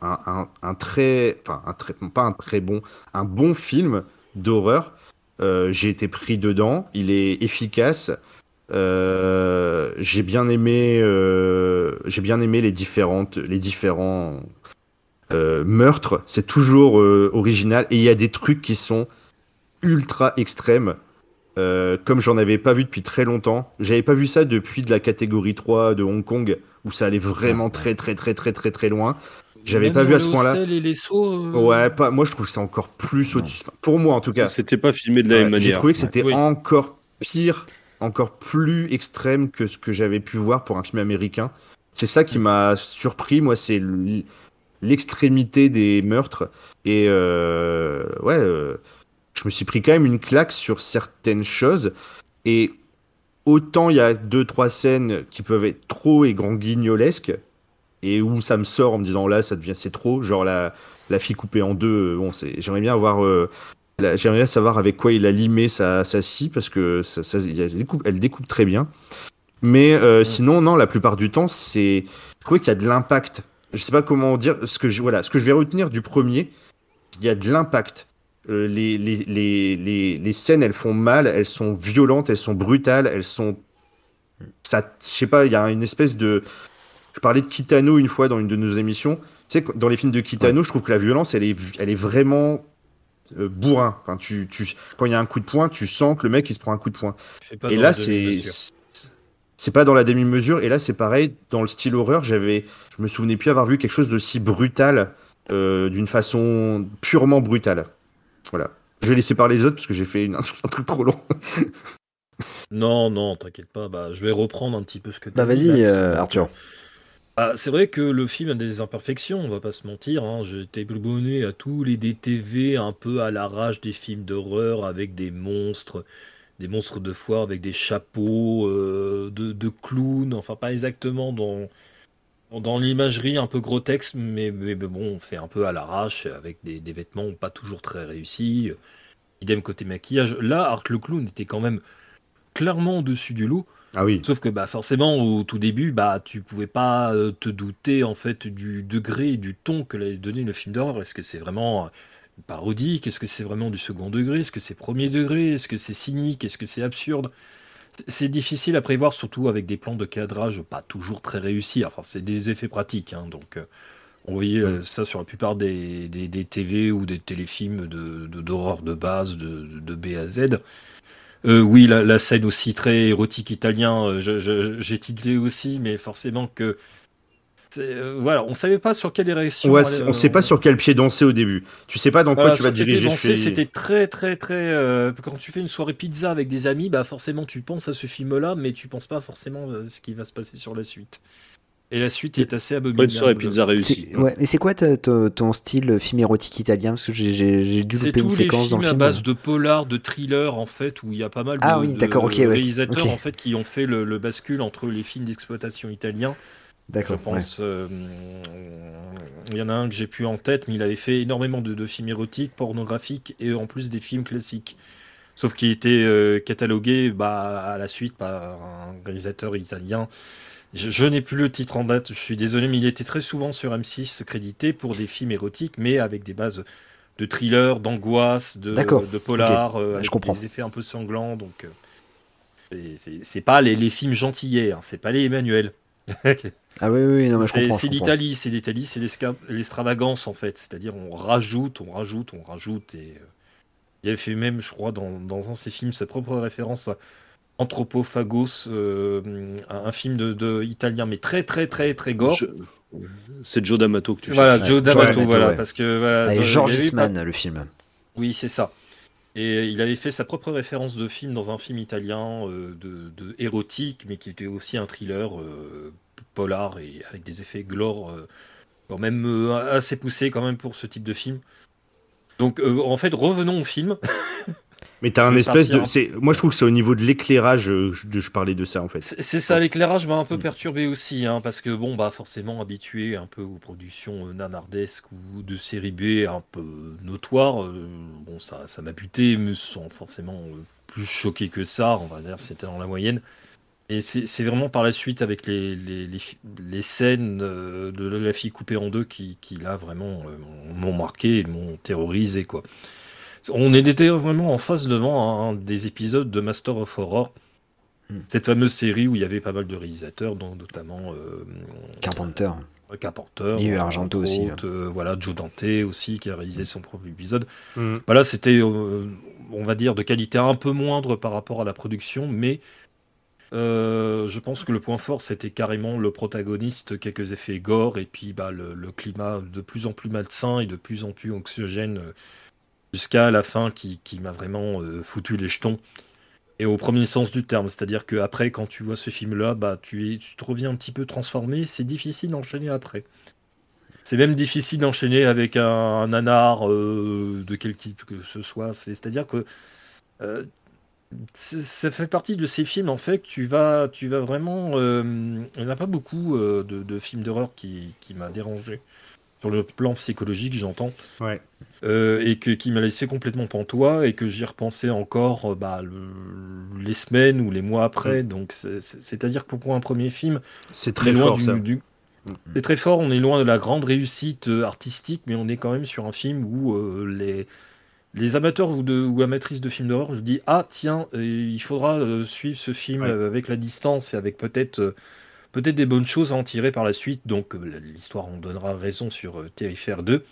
F: bon film d'horreur. J'ai été pris dedans. Il est efficace. J'ai bien aimé les différents meurtres. C'est toujours original. Et il y a des trucs qui sont ultra extrêmes. Comme j'en avais pas vu depuis très longtemps. J'avais pas vu ça depuis de la catégorie 3 de Hong Kong, où ça allait vraiment très très très très très très loin. J'avais
E: même
F: pas vu à ce point-là.
E: Et les sauts,
F: Ouais, moi je trouve que c'est encore plus au-dessus. Enfin, pour moi en tout cas.
D: C'était pas filmé de la même manière.
F: J'ai trouvé que c'était encore pire, encore plus extrême que ce que j'avais pu voir pour un film américain. C'est ça qui m'a surpris, moi, c'est l'extrémité des meurtres. Et je me suis pris quand même une claque sur certaines choses. Et autant il y a 2-3 scènes qui peuvent être trop et grand guignolesques, et où ça me sort en me disant là, c'est trop. Genre la fille coupée en deux, j'aimerais bien savoir avec quoi il a limé sa scie, parce que elle découpe très bien. Mais sinon, non, la plupart du temps, je trouvais qu'il y a de l'impact. Je sais pas comment dire, ce que je vais retenir du premier, il y a de l'impact. Les scènes, elles font mal, elles sont violentes, elles sont brutales, elles sont... Ça, je sais pas, il y a une espèce de... Je parlais de Kitano une fois dans une de nos émissions. Tu sais, dans les films de Kitano, je trouve que la violence, elle est vraiment bourrin. Enfin, quand il y a un coup de poing, tu sens que le mec, il se prend un coup de poing. Et là, c'est pas dans la demi-mesure. Et là, c'est pareil, dans le style horreur, je me souvenais plus avoir vu quelque chose d'aussi brutal, d'une façon purement brutale. Voilà. Je vais laisser parler les autres parce que j'ai fait un truc trop long.
E: Non, t'inquiète pas. Je vais reprendre un petit peu ce que tu as
C: dit. Vas-y, Arthur.
E: C'est vrai que le film a des imperfections, on va pas se mentir. Hein. J'étais abonné à tous les DTV un peu à l'arrache des films d'horreur avec des monstres de foire avec des chapeaux de clowns. Enfin, pas exactement dans l'imagerie un peu grotesque, mais bon, on fait un peu à l'arrache avec des vêtements pas toujours très réussis. Idem côté maquillage. Là, Art le clown était quand même clairement au-dessus du lot.
F: Ah oui.
E: Sauf que forcément au tout début tu pouvais pas te douter en fait du degré et du ton que allait donner le film d'horreur. Est-ce que c'est vraiment parodique? Est-ce que c'est vraiment du second degré? Est-ce que c'est premier degré? Est-ce que c'est cynique? Est-ce que c'est absurde? C'est difficile à prévoir, surtout avec des plans de cadrage pas toujours très réussis. Enfin, c'est des effets pratiques, hein, donc on voyait ça sur la plupart des TV ou des téléfilms d'horreur de base, de B à Z. Oui, la scène aussi très érotique italien, j'ai titré aussi, mais forcément que... voilà, on savait pas sur quelle réaction...
F: Ouais, on sait pas sur quel pied danser au début. Tu sais pas dans quoi tu vas te diriger.
E: C'était très, très, très... quand tu fais une soirée pizza avec des amis, forcément tu penses à ce film-là, mais tu penses pas forcément à ce qui va se passer sur la suite. Et la suite est assez abominable.
D: Sur Pizza réussi.
C: Ouais, mais c'est quoi ton style film érotique italien? Parce que j'ai dû louper une séquence dans le film.
E: C'est tous les films à base de polar, de thriller, en fait, où il y a pas mal de réalisateurs en fait, qui ont fait le bascule entre les films d'exploitation italiens.
C: D'accord,
E: je pense. Il y en a un que j'ai plus en tête, mais il avait fait énormément de films érotiques, pornographiques, et en plus des films classiques. Sauf qu'il était catalogué à la suite par un réalisateur italien. Je n'ai plus le titre en date, je suis désolé, mais il était très souvent sur M6 crédité pour des films érotiques, mais avec des bases de thriller, d'angoisse, de polar, avec des effets un peu sanglants. Donc, c'est pas les films gentillets, c'est pas les Emmanuel.
C: Ah oui, non, mais je comprends.
E: C'est l'Italie, c'est l'extravagance en fait. C'est-à-dire on rajoute. Et il avait fait même, je crois, dans un de ses films, sa propre référence à Anthropophagos, un film de italien, mais très très très très gore.
D: C'est Joe D'Amato que tu cherches.
E: Voilà, Joe D'Amato, voilà, parce que
C: avec George Eastman, le film.
E: Oui, c'est ça. Et il avait fait sa propre référence de film dans un film italien de érotique, mais qui était aussi un thriller polar et avec des effets gore quand même assez poussés quand même pour ce type de film. Donc en fait, revenons au film.
F: Mais t'as un espèce de... Moi, je trouve que c'est au niveau de l'éclairage, je parlais de ça, en fait.
E: C'est ça, l'éclairage m'a un peu perturbé aussi, parce que, forcément, habitué un peu aux productions nanardesques ou de série B un peu notoires, ça m'a buté, mais sans forcément plus choqué que ça, on va dire, c'était dans la moyenne. Et c'est vraiment par la suite, avec les scènes de la fille coupée en deux qui là, vraiment, m'ont marqué et m'ont terrorisé, quoi. On était vraiment en face devant un des épisodes de Master of Horror, cette fameuse série où il y avait pas mal de réalisateurs, dont notamment
C: Carpenter.
E: Il
C: y a eu Argento aussi.
E: Voilà, Joe Dante aussi qui a réalisé son propre épisode. Là, c'était, on va dire, de qualité un peu moindre par rapport à la production, mais je pense que le point fort, c'était carrément le protagoniste, quelques effets gore, et puis le climat de plus en plus malsain et de plus en plus anxiogène. Jusqu'à la fin qui m'a vraiment foutu les jetons. Et au premier sens du terme, c'est-à-dire qu'après, quand tu vois ce film-là, tu te reviens un petit peu transformé, c'est difficile d'enchaîner après. C'est même difficile d'enchaîner avec un nanar de quel type que ce soit. C'est-à-dire que ça fait partie de ces films, en fait, que tu vas vraiment... il n'y en a pas beaucoup de films d'horreur qui m'a dérangé. Sur le plan psychologique, j'entends.
F: Ouais.
E: Et qui m'a laissé complètement pantois et que j'y repensais encore les semaines ou les mois après. Donc, c'est-à-dire que pour un premier film,
F: c'est très fort, ça.
E: C'est très fort, on est loin de la grande réussite artistique, mais on est quand même sur un film où les amateurs ou amatrices de films d'horreur, je dis, tiens, il faudra suivre ce film avec la distance et avec peut-être des bonnes choses à en tirer par la suite. Donc l'histoire en donnera raison sur Terrifier 2.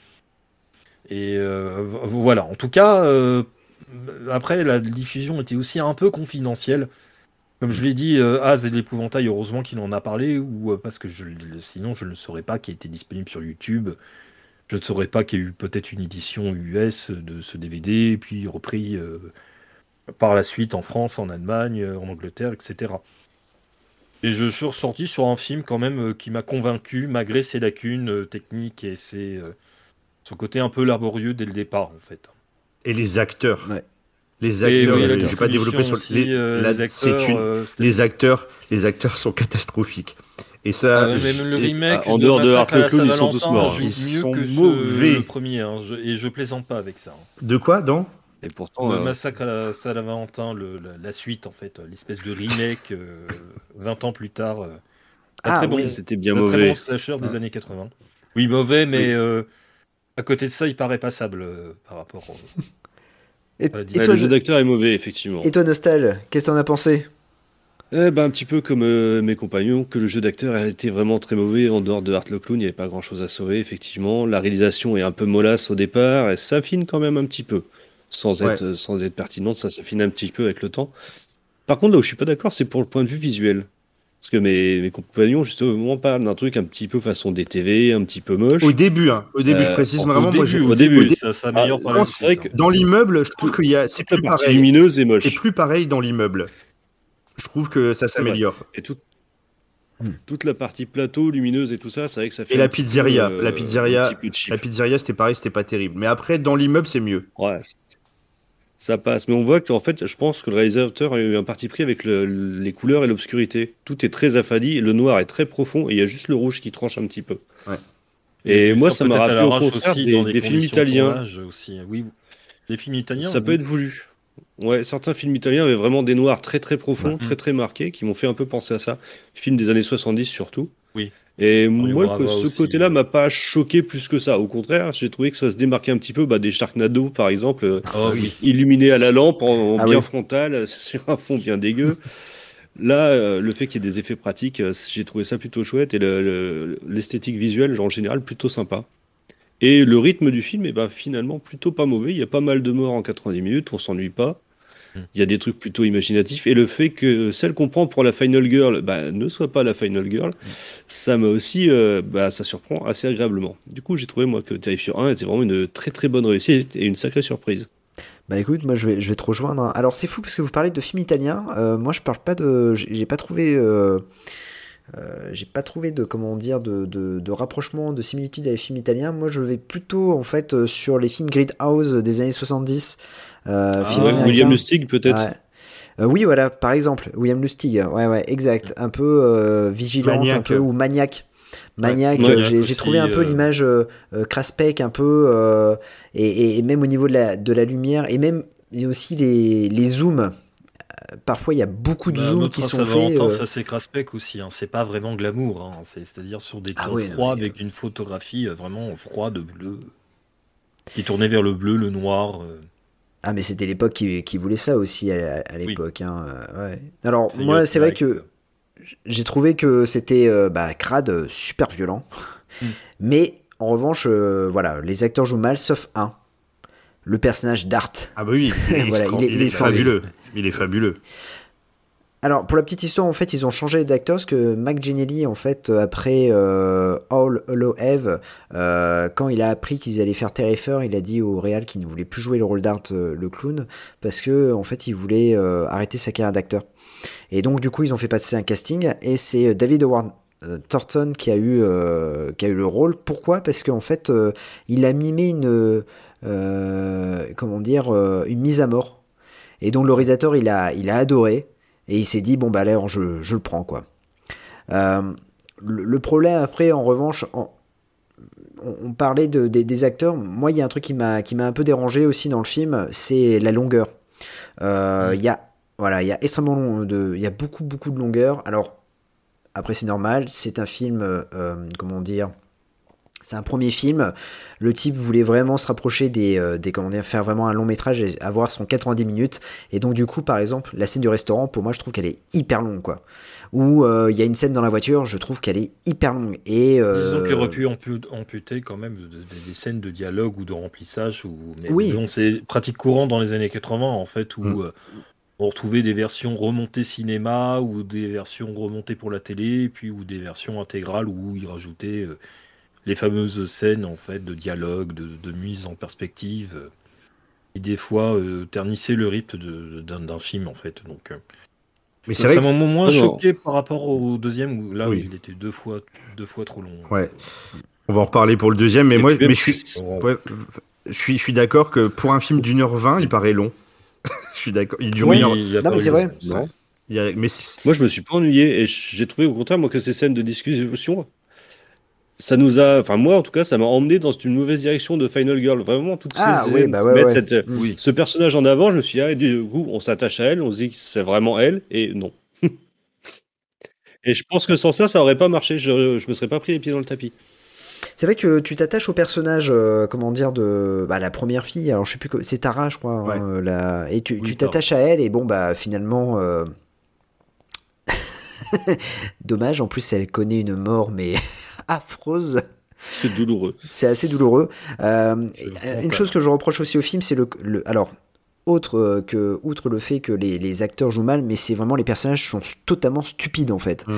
E: Et voilà, en tout cas, après la diffusion était aussi un peu confidentielle. Comme je l'ai dit, Az et l'épouvantail, heureusement qu'il en a parlé, parce que sinon je ne saurais pas qu'il était disponible sur YouTube. Je ne saurais pas qu'il y a eu peut-être une édition US de ce DVD, puis repris par la suite en France, en Allemagne, en Angleterre, etc. Et je suis ressorti sur un film quand même qui m'a convaincu, malgré ses lacunes techniques et son côté un peu laborieux dès le départ, en fait.
F: Et les acteurs.
C: Ouais.
F: Les acteurs,
E: je
F: ne vais pas développer sur
E: aussi,
F: les acteurs sont catastrophiques. Et ça,
E: même le remake
D: en dehors de Art Clown, ils sont tous morts.
E: Ils sont
F: mauvais.
E: Le premier, et je plaisante pas avec ça.
F: De quoi, donc?
D: Et pourtant,
E: le Massacre à la Saint-Valentin, la suite, en fait, l'espèce de remake 20 ans plus tard. Très bon,
D: c'était bien
E: mauvais.
D: Très
E: bon slasher des années 80. Oui, mauvais, mais à côté de ça, il paraît passable par rapport
C: et
E: toi,
D: le jeu d'acteur est mauvais, effectivement.
C: Et toi, Nostal, qu'est-ce que t'en as pensé?
D: Un petit peu comme mes compagnons, que le jeu d'acteur a été vraiment très mauvais. En dehors de Art Clown, il n'y avait pas grand-chose à sauver, effectivement. La réalisation est un peu mollasse au départ, et ça affine quand même un petit peu. Sans être pertinente, ça s'affine un petit peu avec le temps. Par contre, là où je suis pas d'accord, c'est pour le point de vue visuel. Parce que mes compagnons, justement, parlent d'un truc un petit peu façon DTV, un petit peu moche.
F: Au début, je précise vraiment.
D: Au début,
E: ça s'améliore par la
F: suite. C'est vrai que dans l'immeuble, je trouve qu'il y a.
D: C'est plus pareil. Lumineuse et moche.
F: C'est plus pareil dans l'immeuble. Je trouve que ça s'améliore.
D: Et tout. toute la partie plateau, lumineuse et tout ça, c'est vrai que ça fait.
F: Et la pizzeria, la pizzeria, c'était pareil, c'était pas terrible. Mais après, dans l'immeuble, c'est mieux.
D: Ouais, ça passe. Mais on voit qu'en fait, je pense que le réalisateur a eu un parti pris avec les couleurs et l'obscurité. Tout est très affadi, le noir est très profond et il y a juste le rouge qui tranche un petit peu.
F: Ouais.
D: Et moi, ça m'a rappelé au contraire des films italiens.
E: Aussi. Oui, les films italiens.
D: Ça peut être voulu. Ouais, certains films italiens avaient vraiment des noirs très très profonds, très très marqués, qui m'ont fait un peu penser à ça. Films des années 70 surtout.
E: Oui.
D: Et moi, ce côté-là m'a pas choqué plus que ça. Au contraire, j'ai trouvé que ça se démarquait un petit peu des Sharknado, par exemple, illuminés à la lampe, en bien frontal, sur un fond bien dégueu. Là, le fait qu'il y ait des effets pratiques, j'ai trouvé ça plutôt chouette, et l'esthétique visuelle, en général, plutôt sympa. Et le rythme du film, finalement, plutôt pas mauvais. Il y a pas mal de morts en 90 minutes, on s'ennuie pas. Il y a des trucs plutôt imaginatifs. Et le fait que celle qu'on prend pour la Final Girl ne soit pas la Final Girl, ça m'a aussi ça surprend assez agréablement. Du coup, j'ai trouvé moi que Terrifier 1 était vraiment une très très bonne réussite et une sacrée surprise.
C: Bah écoute, moi je vais te rejoindre. Alors c'est fou parce que vous parlez de films italiens. Moi je parle pas de. J'ai pas trouvé de comment dire de rapprochement, de similitude avec les films italiens. Moi je vais plutôt en fait sur les films Grindhouse des années 70.
D: William Lustig peut-être.
C: Ouais. Oui, voilà, par exemple, William Lustig, ouais, exact, un peu vigilante, Maniac. Un peu, ou maniaque. Maniaque, j'ai trouvé un peu l'image Craspec, un peu, et même au niveau de la lumière, et même il y a aussi les zooms. Parfois, il y a beaucoup de zooms qui sont faits.
E: Ça, c'est Craspec aussi. Hein. C'est pas vraiment glamour. Hein. C'est-à-dire sur des tons froids avec une photographie vraiment froide, bleu, qui tournait vers le bleu, le noir.
C: Ah, mais c'était l'époque qui voulait ça aussi à l'époque. Oui. Hein, ouais. Alors, moi, c'est vrai que j'ai trouvé que c'était crade, super violent. Mais en revanche, les acteurs jouent mal, sauf un. Le personnage d'Art.
F: Ah bah oui, il est fabuleux. Il est fabuleux.
C: Alors, pour la petite histoire, en fait, ils ont changé d'acteur parce que Mac Ginelli, en fait, après All Hallow Eve, quand il a appris qu'ils allaient faire Terrifier, il a dit au réal qu'il ne voulait plus jouer le rôle d'Art, le clown, parce que en fait, il voulait arrêter sa carrière d'acteur. Et donc, du coup, ils ont fait passer un casting, et c'est David Howard Thornton qui a eu le rôle. Pourquoi ? Parce qu'en fait, il a mimé une mise à mort. Et donc, le réalisateur, il a adoré. Et il s'est dit, là, je le prends, quoi. Le problème, après, en revanche, on parlait des acteurs. Moi, il y a un truc qui m'a un peu dérangé aussi dans le film, c'est la longueur. Il y a extrêmement il y a beaucoup, beaucoup de longueur. Alors, après, c'est normal. C'est un film, c'est un premier film. Le type voulait vraiment se rapprocher faire vraiment un long métrage et avoir son 90 minutes. Et donc, du coup, par exemple, la scène du restaurant, pour moi, je trouve qu'elle est hyper longue, quoi. Ou il y a une scène dans la voiture, je trouve qu'elle est hyper longue. Et,
E: disons qu'il aurait pu amputer quand même des scènes de dialogue ou de remplissage. C'est pratique courante dans les années 80, en fait, où on retrouvait des versions remontées cinéma ou des versions remontées pour la télé, ou des versions intégrales où ils rajoutaient les fameuses scènes en fait de dialogue, de mise en perspective, qui des fois ternissaient le rythme d'un film en fait. Donc,
F: mais
E: c'est vrai ça m'a moins choqué par rapport au deuxième où là où il était deux fois trop long.
F: Ouais. On va en reparler pour le deuxième, mais je suis d'accord que pour un film d'1h20, il paraît long. Je suis d'accord. Il dure 1h.
C: Non mais c'est vrai.
D: Moi je me suis pas ennuyé et j'ai trouvé au contraire que ces scènes de discussion. Ça nous a, moi en tout cas, ça m'a emmené dans une mauvaise direction de Final Girl. Vraiment, toutes ces scènes, mettre ce personnage en avant, je me suis dit, du coup, on s'attache à elle, on se dit que c'est vraiment elle, et non. Et je pense que sans ça, ça aurait pas marché. Je me serais pas pris les pieds dans le tapis.
C: C'est vrai que tu t'attaches au personnage, de la première fille. Alors je sais plus, c'est Tara, je crois. Ouais. Et tu t'attaches à elle, et finalement. Dommage, en plus elle connaît une mort mais affreuse.
D: C'est douloureux.
C: C'est assez douloureux. Une chose que je reproche aussi au film, c'est alors outre le fait que les acteurs jouent mal, mais c'est vraiment les personnages sont totalement stupides en fait.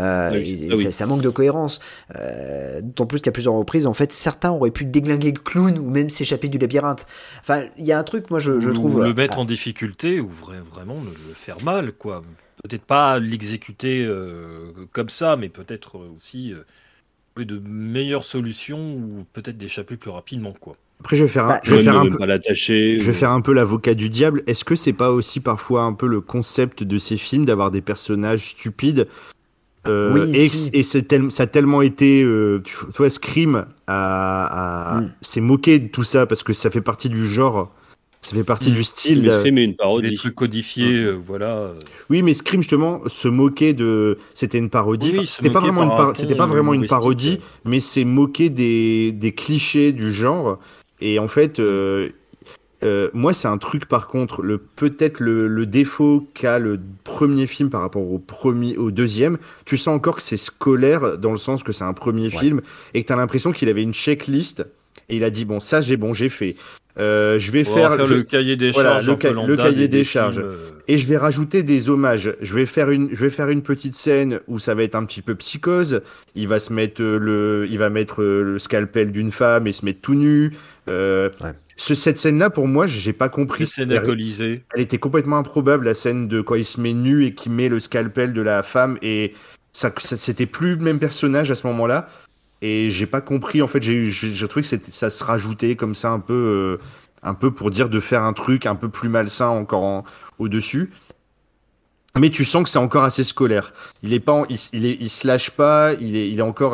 C: Ça manque de cohérence. D'autant plus qu'à plusieurs reprises, en fait, certains auraient pu déglinguer le clown ou même s'échapper du labyrinthe. Enfin, il y a un truc, moi, je trouve...
E: le mettre en difficulté ou vraiment le faire mal, quoi. Peut-être pas l'exécuter comme ça, mais peut-être aussi de meilleures solutions ou peut-être d'échapper plus rapidement, quoi.
F: Après, je vais faire un peu l'avocat du diable. Est-ce que c'est pas aussi parfois un peu le concept de ces films d'avoir des personnages stupides et ça a tellement été, tu vois, Scream s'est moqué de tout ça parce que ça fait partie du genre, ça fait partie du style.
D: Mais Scream est une parodie.
E: Des trucs codifiés, voilà.
F: Oui, mais Scream justement se moquait de. C'était une parodie.
E: Oui,
F: c'était pas vraiment une parodie, mais c'est moquer des clichés du genre. Et en fait, moi, c'est un truc par contre, peut-être le défaut qu'a le premier film par rapport au deuxième. Tu sens encore que c'est scolaire dans le sens que c'est un premier film et que t'as l'impression qu'il avait une checklist et il a dit bon, ça j'ai fait. Je vais faire
E: le cahier des charges,
F: le cahier des charges, et je vais rajouter des hommages. Je vais faire une petite scène où ça va être un petit peu psychose. Il va mettre le scalpel d'une femme et se mettre tout nu. Cette scène-là, pour moi, j'ai pas compris.
E: Les scènes alcoolisées.
F: Elle était complètement improbable, la scène de quand il se met nu et qu'il met le scalpel de la femme, et ça c'était plus le même personnage à ce moment-là. Et j'ai pas compris, en fait, j'ai trouvé que ça se rajoutait comme ça un peu pour dire de faire un truc un peu plus malsain encore au-dessus. Mais tu sens que c'est encore assez scolaire. Il se lâche pas, il est encore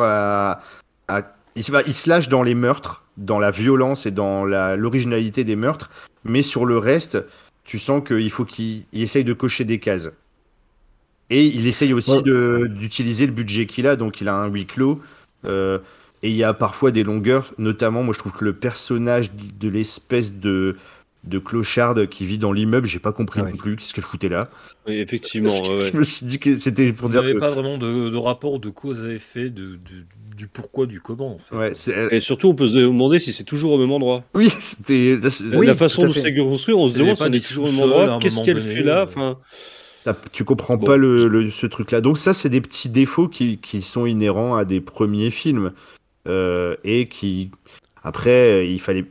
F: il se lâche dans les meurtres, dans la violence et dans l'originalité des meurtres, mais sur le reste, tu sens qu'il faut qu'il essaye de cocher des cases. Et il essaye aussi d'utiliser le budget qu'il a, donc il a un huis clos. Et il y a parfois des longueurs, notamment moi je trouve que le personnage de l'espèce de clocharde qui vit dans l'immeuble, j'ai pas compris non plus qu'est-ce qu'elle foutait là.
D: Oui, effectivement.
F: Je me suis dit que c'était pour dire
E: qu'il n'y avait pas vraiment de rapport de cause à effet du pourquoi, du comment. En fait.
D: Et surtout, on peut se demander si c'est toujours au même endroit.
F: Oui,
D: la façon dont c'est construit, on se demande si on est toujours au même endroit. Qu'est-ce qu'elle fait là, enfin.
F: Tu comprends pas ce truc-là. Donc ça, c'est des petits défauts qui sont inhérents à des premiers films. Et qui, après,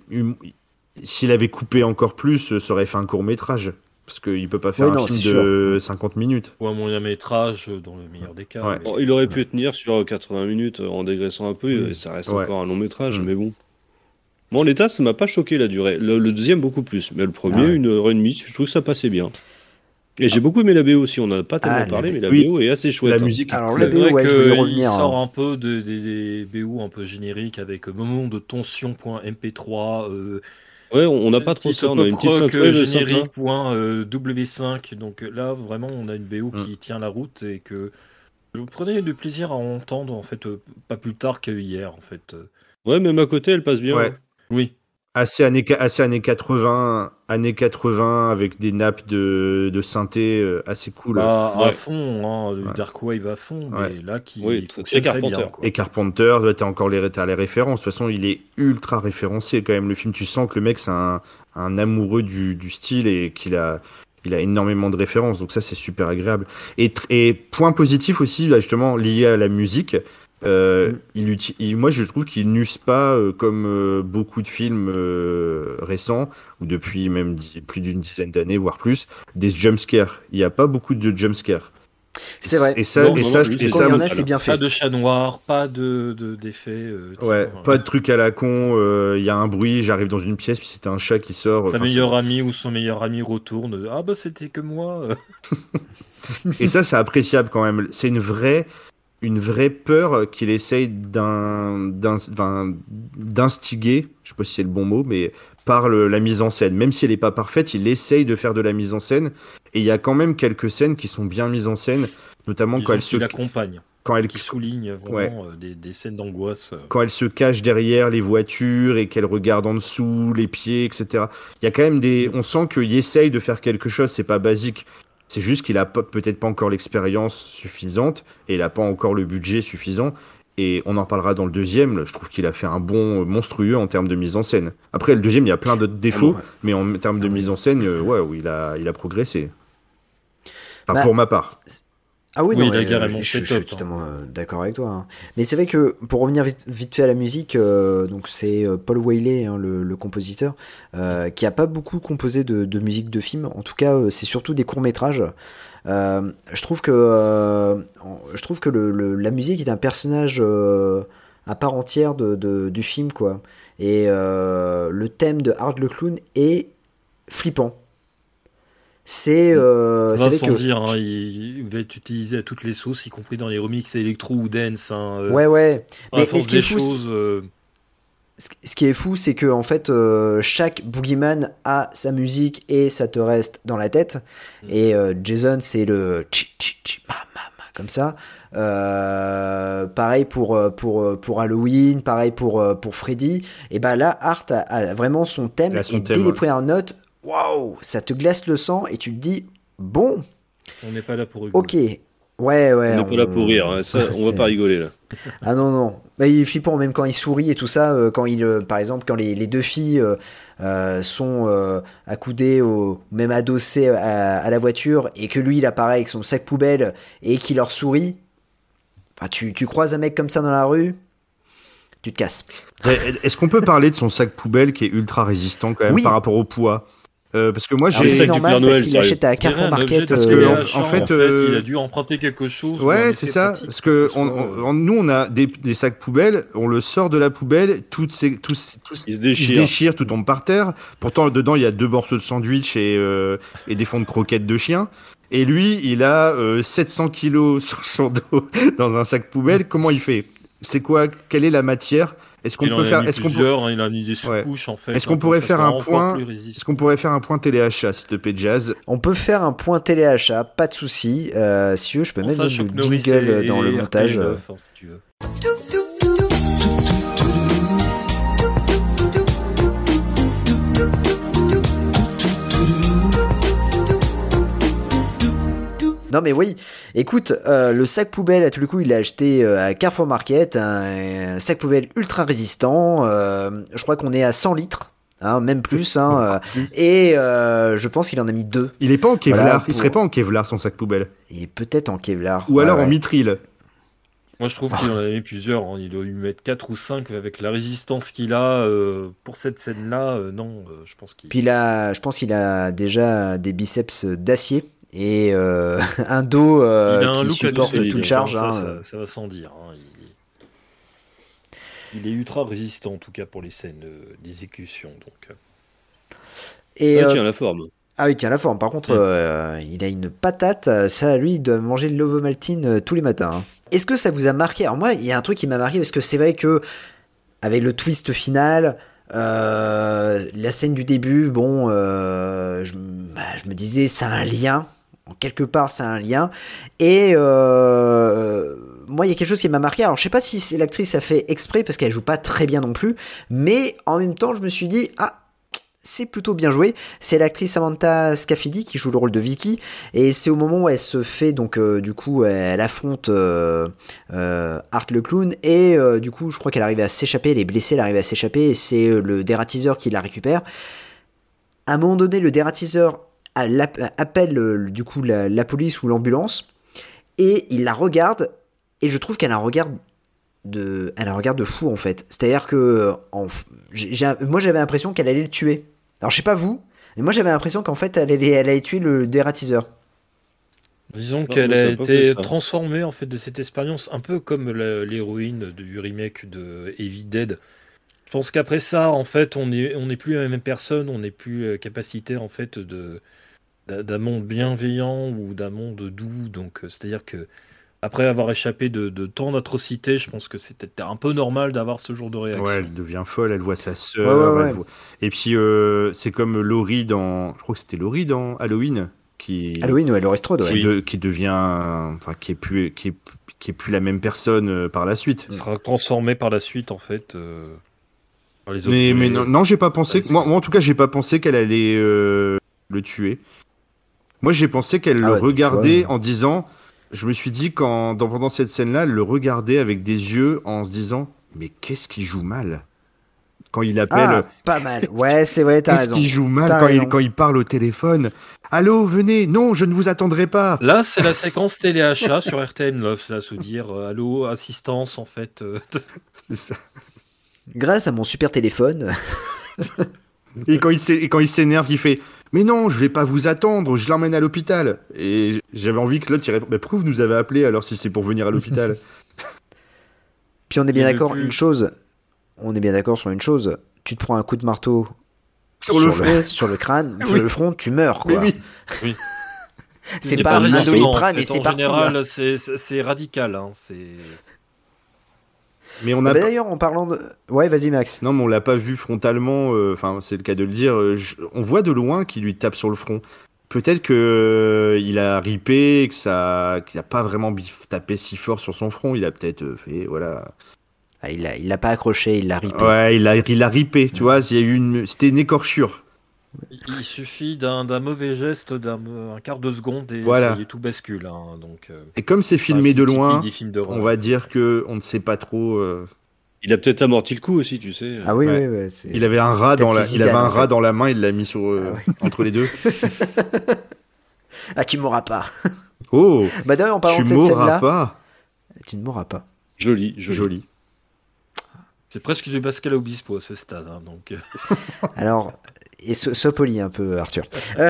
F: s'il avait coupé encore plus, ça aurait fait un court-métrage. Parce qu'il peut pas faire un film de 50 minutes.
E: Ou un moyen-métrage, dans le meilleur des cas.
F: Ouais.
D: Mais... il aurait pu tenir sur 80 minutes en dégraissant un peu, et ça reste encore un long-métrage, mais bon. Moi, en l'état, ça m'a pas choqué la durée. Le deuxième, beaucoup plus. Mais le premier, 1h30, je trouve que ça passait bien. Et j'ai beaucoup aimé la BO aussi, on n'en a pas tellement parlé, mais la BO est assez chouette.
F: La musique,
C: alors
E: la
C: BO, je vais y revenir.
E: Il sort un peu des BO un peu génériques avec moment de tension.mp3.
D: On n'a pas trop ça, on a une petite synthèse
E: générique.w5. Donc là, vraiment, on a une BO qui tient la route et que je prenais du plaisir à entendre, en fait, pas plus tard qu'hier, en fait.
D: Ouais, même à côté, elle passe bien.
F: Ouais.
E: Oui.
F: Assez années 80 avec des nappes de synthé assez cool.
E: À fond, Dark Wave à fond, mais là qui fonctionne très bien.
F: Et Carpenter, t'as encore les références. De toute façon, il est ultra référencé quand même. Le film, tu sens que le mec, c'est un amoureux du style et qu'il a énormément de références. Donc ça, c'est super agréable. Et point positif aussi, là, justement, lié à la musique. Moi je trouve qu'il n'use pas comme beaucoup de films récents ou depuis même plus d'une dizaine d'années voire plus des jumpscares. Il n'y a pas beaucoup de jumpscares.
C: C'est vrai.
F: Et ça,
C: c'est bien fait.
E: Pas de chat noir, pas d'effet.
F: Pas de truc à la con. Il y a un bruit, j'arrive dans une pièce puis c'était un chat qui sort.
E: Sa meilleure amie ou son meilleur ami retourne. Ah bah c'était que moi.
F: Et ça c'est appréciable quand même. C'est une vraie peur qu'il essaye d'instiguer, je sais pas si c'est le bon mot, mais par la mise en scène. Même si elle n'est pas parfaite, il essaye de faire de la mise en scène. Et il y a quand même quelques scènes qui sont bien mises en scène, notamment quand elle se
E: l'accompagne. Qui souligne vraiment des scènes d'angoisse.
F: Quand elle se cache derrière les voitures et qu'elle regarde en dessous, les pieds, etc. Il y a quand même on sent qu'il essaye de faire quelque chose, c'est pas basique. C'est juste qu'il a peut-être pas encore l'expérience suffisante et il a pas encore le budget suffisant. Et on en parlera dans le deuxième. Je trouve qu'il a fait un bond monstrueux en termes de mise en scène. Après, le deuxième, il y a plein d'autres défauts, mais en termes de mise en scène, il a progressé. Enfin, pour ma part.
C: Ah oui,
E: oui,
C: non,
E: je
C: suis totalement d'accord avec toi. Hein. Mais c'est vrai que pour revenir vite fait à la musique, donc c'est Paul Weiley, hein, le compositeur, qui a pas beaucoup composé de musique de film. En tout cas, c'est surtout des courts-métrages. Je trouve que la musique est un personnage à part entière du film, quoi. Et le thème de Art le Clown est flippant. C'est
E: sans dire, hein, il va être utilisé à toutes les sauces, y compris dans les remixes électro ou dance. Hein,
C: ouais. Mais
E: ce qui est fou,
C: ce qui est fou, c'est que en fait, chaque boogeyman a sa musique et ça te reste dans la tête. Et Jason, c'est le comme ça. Pareil pour Halloween, pareil pour Freddy. Et ben là, Art a vraiment son thème. Dès les premières notes, waouh, ça te glace le sang et tu te dis bon.
E: On n'est pas là pour rigoler.
C: Ok. Ouais.
D: On n'est pas là pour rire, hein. Ça, on va pas rigoler là.
C: Ah non. Bah, il est flippant, même quand il sourit et tout ça. Quand par exemple, quand les deux filles sont accoudées même adossées à la voiture et que lui il apparaît avec son sac poubelle et qu'il leur sourit. Bah, tu croises un mec comme ça dans la rue, tu te casses.
F: Est-ce qu'on peut parler de son sac poubelle qui est ultra résistant quand même par rapport au poids? Parce que moi
C: c'est normal parce qu'il achète à Carrefour Market.
E: Parce que en fait, il a dû emprunter quelque chose.
F: Ouais, c'est ça. Pratique, parce que nous, on a des sacs poubelles, on le sort de la poubelle, tous ils se déchirent, tout tombe par terre. Pourtant, dedans, il y a 2 morceaux de sandwich et des fonds de croquettes de chien. Et lui, il a 700 kilos sur son dos dans un sac poubelle. Comment il fait? C'est quoi? Quelle est la matière? Est-ce qu'on peut faire?
E: Il a mis des sous-couches en fait.
F: Est-ce qu'on pourrait faire un point? Est-ce qu'on pourrait faire un point téléachat, s'il te plaît, Jazz?
C: On peut faire un point téléachat, pas de souci. Si tu veux, je peux même mettre le jingle dans le montage.
E: Si tu veux.
C: Non mais oui, écoute, le sac poubelle, à tout le coup, il l'a acheté à Carrefour Market, un sac poubelle ultra résistant, je crois qu'on est à 100 litres, hein, même plus, hein, et je pense qu'il en a mis 2.
F: Il est pas en Kevlar, il serait pas en Kevlar son sac poubelle.
C: Il est peut-être en Kevlar.
F: Ou alors en mitril.
E: Moi je trouve qu'il en a mis plusieurs, hein. Il doit lui mettre 4 ou 5 avec la résistance qu'il a pour cette scène-là, non, je pense qu'il...
C: Puis là, je pense qu'il a déjà des biceps d'acier. Et un dos qui supporte toute charge.
E: Ça va sans dire. Hein. Il est ultra résistant, en tout cas, pour les scènes d'exécution. Donc.
C: Et,
D: il tient la forme.
C: Ah, il tient la forme. Par contre, il a une patate. Ça, lui, il doit manger de l'Ovomaltine tous les matins. Hein. Est-ce que ça vous a marqué? Alors moi, il y a un truc qui m'a marqué, parce que c'est vrai que avec le twist final... la scène du début, bon, je me disais, c'est un lien. Quelque part, c'est un lien. Et moi, il y a quelque chose qui m'a marqué. Alors, je sais pas si l'actrice a fait exprès parce qu'elle joue pas très bien non plus. Mais en même temps, je me suis dit, c'est plutôt bien joué. C'est l'actrice Samantha Scafidi qui joue le rôle de Vicky. Et c'est au moment où elle se fait, donc, du coup, elle affronte Art le Clown. Et du coup, je crois qu'elle arrive à s'échapper. Elle est blessée, elle arrive à s'échapper. Et c'est le dératiseur qui la récupère. À un moment donné, le dératiseur appelle du coup la police ou l'ambulance et il la regarde et je trouve qu'elle a un regard de fou en fait. C'est-à-dire que moi j'avais l'impression qu'elle allait le tuer. Alors je sais pas vous, mais moi j'avais l'impression qu'en fait elle allait tuer le dératiseur.
E: Disons qu'elle a été transformée en fait de cette expérience, un peu comme l'héroïne du remake de Evil Dead. Je pense qu'après ça, en fait, on n'est plus la même personne, on n'est plus capacité en fait d'un monde bienveillant ou d'un monde doux. Donc, c'est-à-dire que après avoir échappé de tant d'atrocités, je pense que c'était un peu normal d'avoir ce genre de réaction.
F: Ouais, elle devient folle, elle voit sa sœur.
C: Ouais.
F: Et puis, c'est comme Laurie je crois que c'était Laurie dans Halloween.
C: Halloween, ouais, Laurie Strode,
F: qui devient... Enfin, qui est plus la même personne par la suite.
E: Elle sera transformée par la suite, en fait... par les autres
F: mais non, j'ai pas pensé... Moi, en tout cas, j'ai pas pensé qu'elle allait le tuer. Moi, j'ai pensé qu'elle le regardait en disant... je me suis dit pendant cette scène-là, le regarder avec des yeux en se disant mais qu'est-ce qu'il joue mal quand il appelle.
C: Pas mal. Ouais, c'est vrai, t'as raison.
F: Qu'est-ce qu'il joue mal quand il parle au téléphone. Allô, venez. Non, je ne vous attendrai pas.
E: Là, c'est la séquence téléachat sur RTN Love, là, se dire allô, assistance, en fait.
F: C'est ça.
C: Grâce à mon super téléphone.
F: Et quand il s'énerve, il fait mais non, je vais pas vous attendre, je l'emmène à l'hôpital. Et j'avais envie que l'autre il réponde mais pourquoi vous nous avez appelé alors si c'est pour venir à l'hôpital?
C: Puis on est bien d'accord sur une chose. Tu te prends un coup de marteau sur le crâne, sur le front, tu meurs, quoi.
F: Oui.
C: C'est pas un Doliprane et c'est parti.
E: En général, c'est radical. Hein,
F: Mais on a
C: d'ailleurs, en parlant de... Ouais, vas-y, Max.
F: Non, mais on l'a pas vu frontalement, enfin, c'est le cas de le dire. On voit de loin qu'il lui tape sur le front. Peut-être qu'il a ripé, qu'il a pas vraiment tapé si fort sur son front. Il a peut-être fait, voilà...
C: Ah, il l'a pas accroché, il l'a ripé.
F: Ouais, il a ripé, tu vois, c'était une écorchure.
E: Il suffit d'un mauvais geste, un quart de seconde et
F: voilà.
E: Ça y est, tout bascule. Hein, donc,
F: et comme c'est filmé de loin, on va dire qu'on ne sait pas trop...
D: Il a peut-être amorti le coup aussi, tu sais.
C: Ah oui,
F: ouais.
C: oui.
F: Il avait un rat dans la main, il l'a mis entre les deux.
C: Ah, tu mourras pas.
F: Oh,
C: bah d'ailleurs, en parlant de cette scène-là... Tu ne mourras pas.
D: Joli.
E: C'est presque du Pascal Obispo à ce stade. Hein, donc...
C: Alors, et sois poli un peu, Arthur.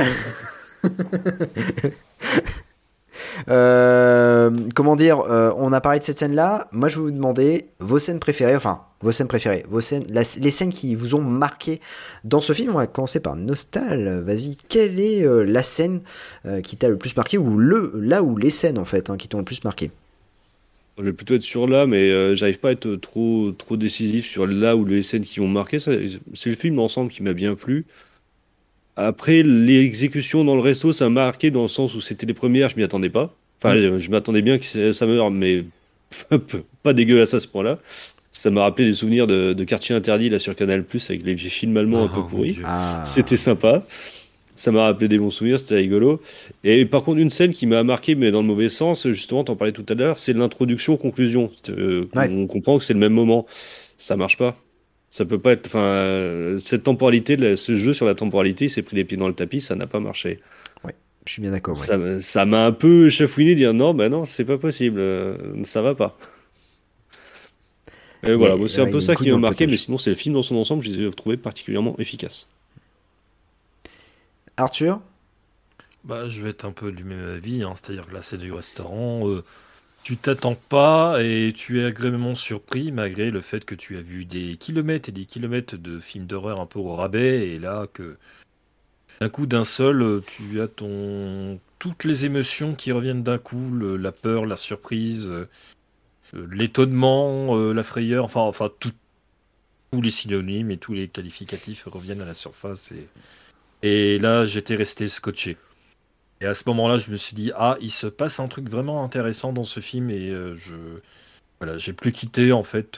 C: Comment dire, on a parlé de cette scène-là. Moi, je vais vous demander vos scènes préférées. Les scènes qui vous ont marqué dans ce film. On va commencer par Nostal. Vas-y, quelle est la scène qui t'a le plus marqué ou là où les scènes en fait qui t'ont le plus marqué?
D: Je vais plutôt être sur là, mais j'arrive pas à être trop décisif sur là où les scènes qui m'ont marqué. C'est le film ensemble qui m'a bien plu. Après, l'exécution dans le resto, ça m'a marqué dans le sens où c'était les premières, je m'y attendais pas. Enfin, je m'attendais bien que ça meure, mais pas dégueulasse à ce point-là. Ça m'a rappelé des souvenirs de Quartier Interdit là sur Canal+, avec les vieux films allemands un peu pourris. C'était sympa. Ça m'a rappelé des bons souvenirs, c'était rigolo. Et par contre, une scène qui m'a marqué, mais dans le mauvais sens, justement, t'en parlais tout à l'heure, c'est l'introduction-conclusion. On comprend que c'est le même moment. Ça marche pas. Ça peut pas être. Enfin, cette temporalité, ce jeu sur la temporalité, il s'est pris les pieds dans le tapis, ça n'a pas marché.
C: Ouais, je suis bien d'accord. Ouais.
D: Ça m'a un peu chafouiné de dire non, c'est pas possible, ça va pas. Et voilà, c'est un peu ça qui m'a marqué, mais sinon, c'est le film dans son ensemble, je les ai trouvés particulièrement efficaces.
C: Arthur ?
E: Je vais être un peu du même avis, hein, c'est-à-dire que là, c'est du restaurant. Tu t'attends pas et tu es agréablement surpris malgré le fait que tu as vu des kilomètres et des kilomètres de films d'horreur un peu au rabais et là que d'un coup d'un seul tu as toutes les émotions qui reviennent d'un coup, la peur, la surprise, l'étonnement, la frayeur, enfin tous les synonymes et tous les qualificatifs reviennent à la surface et là j'étais resté scotché. Et à ce moment-là, je me suis dit, il se passe un truc vraiment intéressant dans ce film et j'ai plus quitté en fait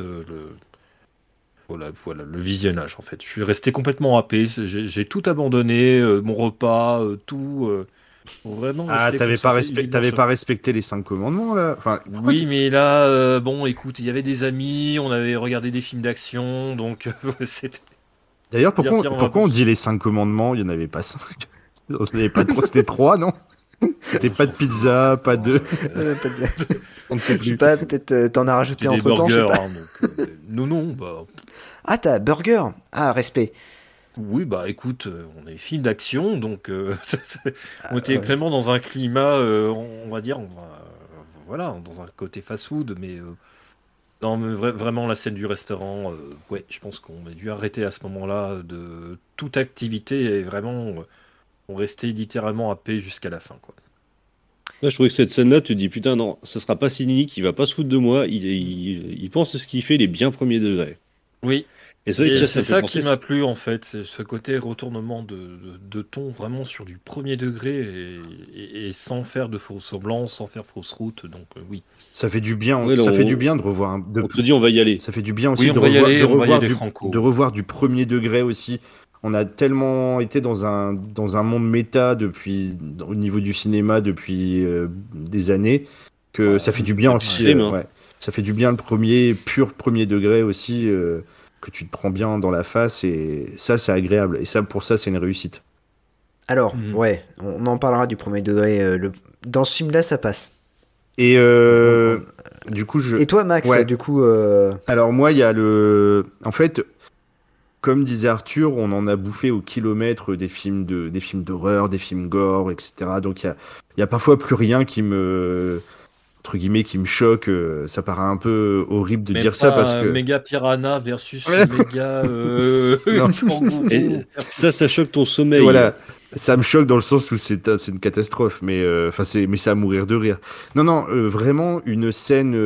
E: le visionnage en fait. Je suis resté complètement happé, j'ai tout abandonné, mon repas, tout. Vraiment.
F: T'avais pas respecté les 5 commandements là. Enfin,
E: oui, mais là, écoute, il y avait des amis, on avait regardé des films d'action, donc c'était.
F: D'ailleurs, pourquoi on dit les 5 commandements? Il n'y en avait pas 5. C'était 3, non? C'était pas de pizza, pas de...
C: On ne sait plus. Pas, peut-être t'en as rajouté entre temps, je sais pas.
E: Non.
C: Ah, t'as burger. Ah, respect.
E: Oui, écoute, on est film d'action, donc on était vraiment dans un climat, on va dire, dans un côté fast-food, mais vraiment la scène du restaurant, je pense qu'on a dû arrêter à ce moment-là de toute activité et vraiment... on restait littéralement happé jusqu'à la fin, quoi.
D: Là, je trouvais que cette scène-là, tu te dis, putain, non, ça sera pas cynique, il va pas se foutre de moi, il pense ce qu'il fait, les bien premiers degrés.
E: Oui.
D: Et c'est
E: ça qui m'a plu, en fait, c'est ce côté retournement de ton vraiment sur du premier degré et sans faire de faux semblants, sans faire fausse route, donc oui.
F: Ça fait du bien, fait du bien de revoir...
D: On te dit, on va y aller.
F: Ça fait du bien aussi de revoir du premier degré aussi. On a tellement été dans un monde méta au niveau du cinéma depuis des années que ça fait du bien aussi.
D: Extrême,
F: Ça fait du bien le pur premier degré aussi, que tu te prends bien dans la face, et ça, c'est agréable. Et ça, pour ça, c'est une réussite.
C: Alors, on en parlera du premier degré. Dans ce film-là, ça passe.
F: Et du coup,
C: Et toi, Max, du coup...
F: Alors moi, il y a En fait, comme disait Arthur, on en a bouffé au kilomètre des films d'horreur, des films gore, etc. Donc il y a parfois plus rien qui me... entre guillemets, qui me choque. Ça paraît un peu horrible de dire ça parce que...
E: Méga Piranha versus Méga...
D: Et ça choque ton sommeil.
F: Voilà. Ça me choque dans le sens où c'est une catastrophe, mais c'est à mourir de rire. Non, vraiment une scène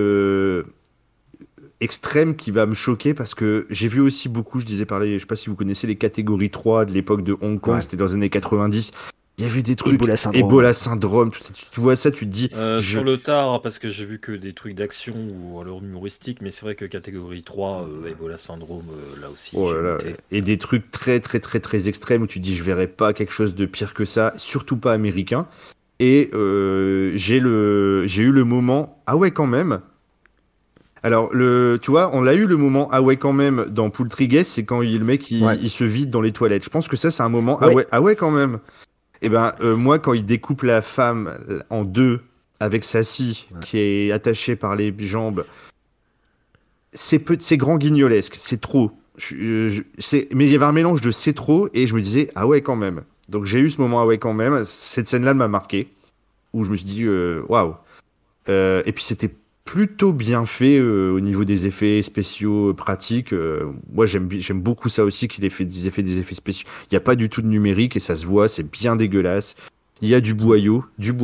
F: extrême qui va me choquer parce que j'ai vu aussi beaucoup, je sais pas si vous connaissez les catégories 3 de l'époque de Hong Kong, c'était dans les années 90. Il y avait des trucs, Ebola syndrome, tout ça. Tu vois ça, tu te dis...
E: Sur le tard, parce que j'ai vu que des trucs d'action ou alors humoristique, mais c'est vrai que catégorie 3, Ebola syndrome, là aussi,
F: et des trucs très très très très extrêmes où tu te dis je verrai pas quelque chose de pire que ça, surtout pas américain. Et j'ai eu le moment, ah ouais quand même. Alors, tu vois, on l'a eu le moment, ah ouais quand même, dans Poltergeist, c'est quand le mec il se vide dans les toilettes. Je pense que ça c'est un moment, ah ouais quand même. Et ben moi, quand il découpe la femme en deux avec sa scie qui est attachée par les jambes, c'est grand guignolesque, c'est trop. Mais il y avait un mélange de c'est trop et je me disais ah ouais quand même. Donc j'ai eu ce moment ah ouais quand même. Cette scène-là m'a marqué, où je me suis dit waouh. Et puis c'était plutôt bien fait au niveau des effets spéciaux pratiques. Moi j'aime beaucoup ça aussi, qu'il ait fait des effets spéciaux. Il n'y a pas du tout de numérique et ça se voit, c'est bien dégueulasse. Il y a du boyau.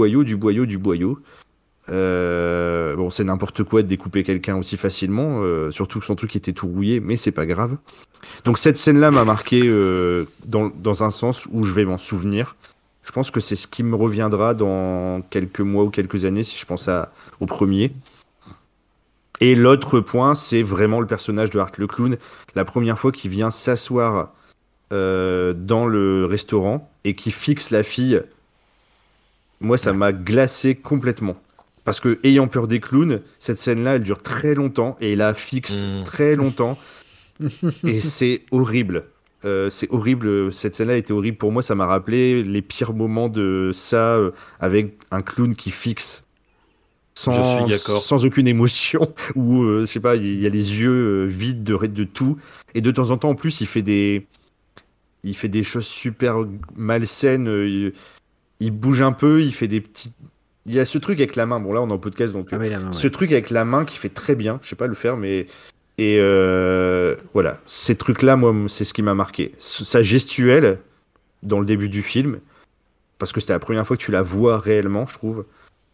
F: Bon, c'est n'importe quoi de découper quelqu'un aussi facilement, surtout que son truc était tout rouillé, mais c'est pas grave. Donc cette scène-là m'a marqué dans un sens où je vais m'en souvenir. Je pense que c'est ce qui me reviendra dans quelques mois ou quelques années si je pense au premier. Et l'autre point, c'est vraiment le personnage de Art le Clown. La première fois qu'il vient s'asseoir dans le restaurant et qu'il fixe la fille, moi, ça m'a glacé complètement. Parce que, ayant peur des clowns, cette scène-là, elle dure très longtemps et il la fixe très longtemps. Et c'est horrible. C'est horrible. Cette scène-là était horrible. Pour moi, ça m'a rappelé les pires moments de ça avec un clown qui fixe. Sans aucune émotion, où je sais pas, il y a les yeux vides de tout, et de temps en temps en plus il fait des choses super malsaines, il bouge un peu, il fait des petits, il y a ce truc avec la main, bon là on est en podcast donc ce truc avec la main qui fait très bien, je sais pas le faire mais voilà, ces trucs là moi c'est ce qui m'a marqué, sa gestuelle dans le début du film, parce que c'était la première fois que tu la vois réellement je trouve.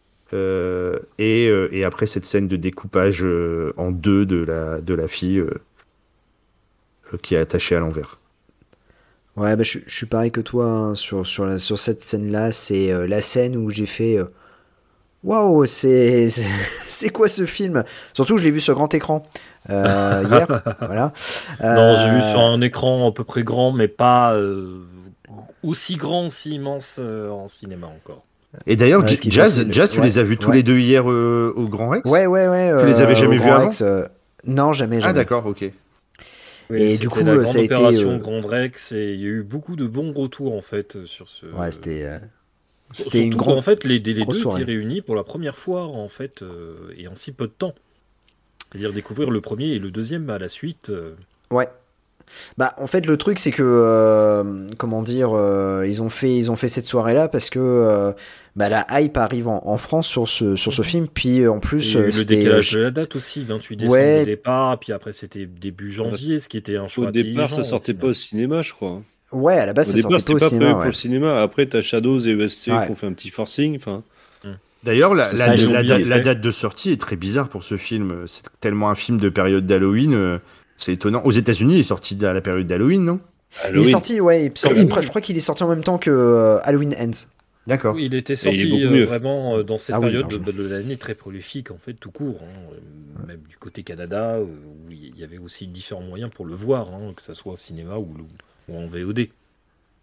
F: Et après cette scène de découpage en deux de la fille qui est attachée à l'envers.
C: Ouais, bah, je suis pareil que toi hein, sur cette scène-là. C'est la scène où j'ai fait waouh, c'est quoi ce film? Surtout que je l'ai vu sur grand écran hier. Voilà.
E: Non, j'ai vu sur un écran à peu près grand, mais pas aussi grand, aussi immense en cinéma encore.
F: Et d'ailleurs, Jazz, tu les as vus tous les deux hier au Grand Rex?
C: Ouais.
F: Tu les avais jamais vus avant?
C: Non, jamais.
F: Ah d'accord, ok.
E: Oui, et du coup, la grande opération Grand Rex, et il y a eu beaucoup de bons retours en fait sur ce.
C: Ouais, c'était
E: une grande. En fait, les deux étaient réunis pour la première fois en fait, et en si peu de temps. C'est-à-dire découvrir le premier et le deuxième à la suite.
C: Ouais. Bah en fait le truc c'est que comment dire ils ont fait cette soirée là parce que la hype arrive en France sur ce film, puis en plus
E: le décalage de la date aussi, 28 décembre au départ, puis après c'était début janvier, ce qui était un choix.
D: Au départ ça sortait pas au cinéma je crois.
C: Ouais, à la base ça sortait pas au cinéma.
D: Pour le cinéma. Après t'as Shadows et ESC qui ont fait un petit forcing, enfin.
F: D'ailleurs, la date de sortie est très bizarre pour ce film. C'est tellement un film de période d'Halloween. C'est étonnant. Aux États-Unis, il est sorti à la période d'Halloween, non?
C: Il est sorti, ouais. Je crois qu'il est sorti en même temps que Halloween Ends.
F: D'accord.
E: Oui, il était sorti vraiment dans cette période de l'année très prolifique, en fait, tout court. Hein. Même du côté Canada, où il y avait aussi différents moyens pour le voir, hein, que ça soit au cinéma ou en VOD.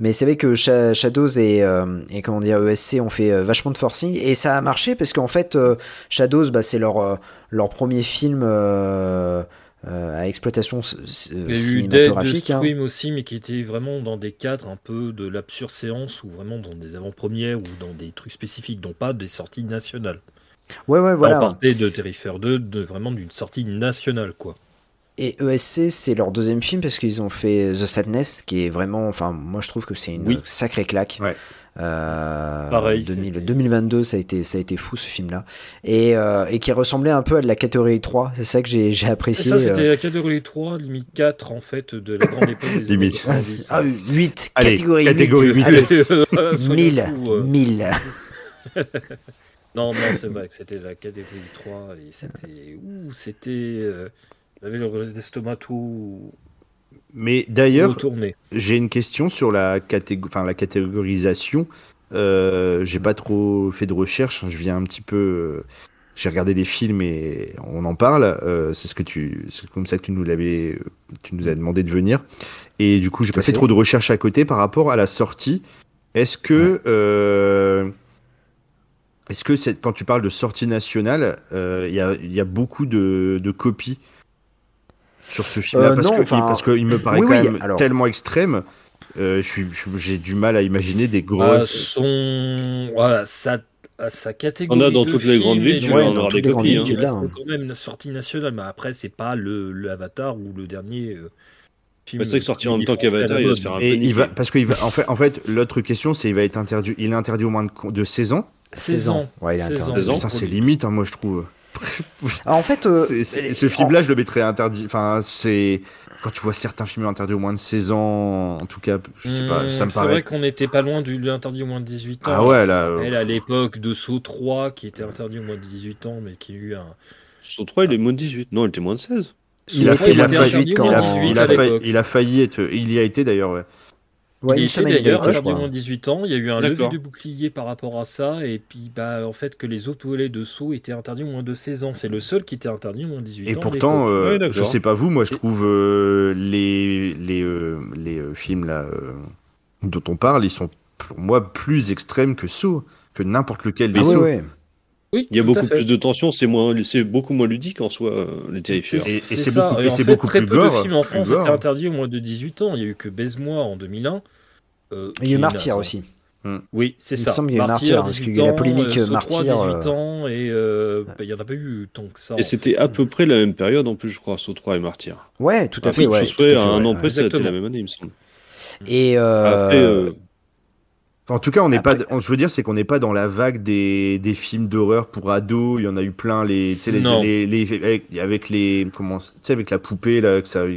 C: Mais c'est vrai que Shadows et comment dire, ESC ont fait vachement de forcing et ça a marché parce qu'en fait, Shadows, c'est leur premier film à exploitation cinématographique.
E: Il y a eu Dead Stream aussi, mais qui était vraiment dans des cadres un peu de l'absurde séance ou vraiment dans des avant-premières ou dans des trucs spécifiques, dont pas des sorties nationales.
C: Ouais, voilà.
E: On partait de Terrifier 2, vraiment d'une sortie nationale, quoi.
C: Et ESC, c'est leur deuxième film parce qu'ils ont fait The Sadness, qui est vraiment, enfin, moi je trouve que c'est une sacrée claque.
F: Ouais.
E: Pareil.
C: 2022, ça a été fou ce film-là, et qui ressemblait un peu à de la catégorie 3. C'est ça que j'ai apprécié.
E: Et ça, c'était la catégorie 3, limite 4 en fait de la grande époque des années 90.
C: 8,
F: allez,
C: catégorie
F: 8.
C: Allez, 1000.
E: Non, c'est vrai que c'était la catégorie 3 et c'était j'avais l'estomac tout.
F: Mais d'ailleurs, j'ai une question sur la catégorisation. J'ai pas trop fait de recherche. Je viens un petit peu. J'ai regardé des films et on en parle. C'est comme ça que tu nous as demandé de venir. Et du coup, j'ai pas fait trop de recherche à côté par rapport à la sortie. Est-ce que quand tu parles de sortie nationale, il y a beaucoup de copies sur ce film-là parce qu'il me paraît quand même tellement extrême. J'ai du mal à imaginer des grosses.
E: Sa catégorie.
D: On a dans toutes les grandes villes, tu vas en avoir des copies.
E: C'est quand même une sortie nationale, mais après, c'est pas le Avatar ou le dernier film.
D: C'est vrai que sortir en même temps qu'Avatar, il va se faire un peu niquer.
F: Parce qu'il va, en fait, l'autre question, c'est il va être interdit. Il est interdit au moins de 16 ans.
C: 16 ans. Ouais, il est interdit.
F: Putain, c'est limite, moi, je trouve.
C: En fait,
F: ce film-là, je le mettrais interdit. Enfin, c'est quand tu vois certains films interdits au moins de 16 ans, en tout cas, je sais pas, ça me paraît.
E: C'est vrai qu'on n'était pas loin du interdit au moins de 18 ans.
F: Ah ouais, là.
E: Elle, à l'époque de Saw 3, qui était interdit au moins de 18 ans, mais qui a eu un.
D: Saw 3, il est moins de 18. Non, il était moins de 16.
F: Il a failli être. Il y a été d'ailleurs, ouais.
C: Ouais,
E: il était d'ailleurs interdit au moins de 18 ans. Il y a eu un levier de bouclier par rapport à ça. Et puis, en fait, que les autres volets de Saw étaient interdits au moins de 16 ans. C'est le seul qui était interdit au moins de 18 ans.
F: Et pourtant, je sais pas vous, moi, je trouve les films là dont on parle, ils sont pour moi plus extrêmes que Saw, que n'importe lequel des Saw.
C: Ouais.
E: Oui,
D: il y a beaucoup plus de tension, c'est beaucoup moins ludique en soi, les Terrifiers.
F: Et c'est beaucoup
E: très
F: plus
E: peu
F: gore.
E: de films en France étaient interdits au moins de 18 ans. Il y a eu que Baise-moi en 2001.
C: Il y a eu Martyr aussi.
E: Oui, c'est ça.
C: Il me semble qu'il y a eu Martyr, parce qu'il y a la polémique Martyr.
E: 18 ans, et il n'y en a pas eu tant que ça.
D: Et c'était à peu près la même période en plus, je crois, Saw 3 et Martyr.
C: Ouais, tout à fait.
D: Je serais à un an près, c'était la même année, il me semble.
C: Et
F: en tout cas, je veux dire, c'est qu'on n'est pas dans la vague des films d'horreur pour ados. Il y en a eu plein, avec la poupée là,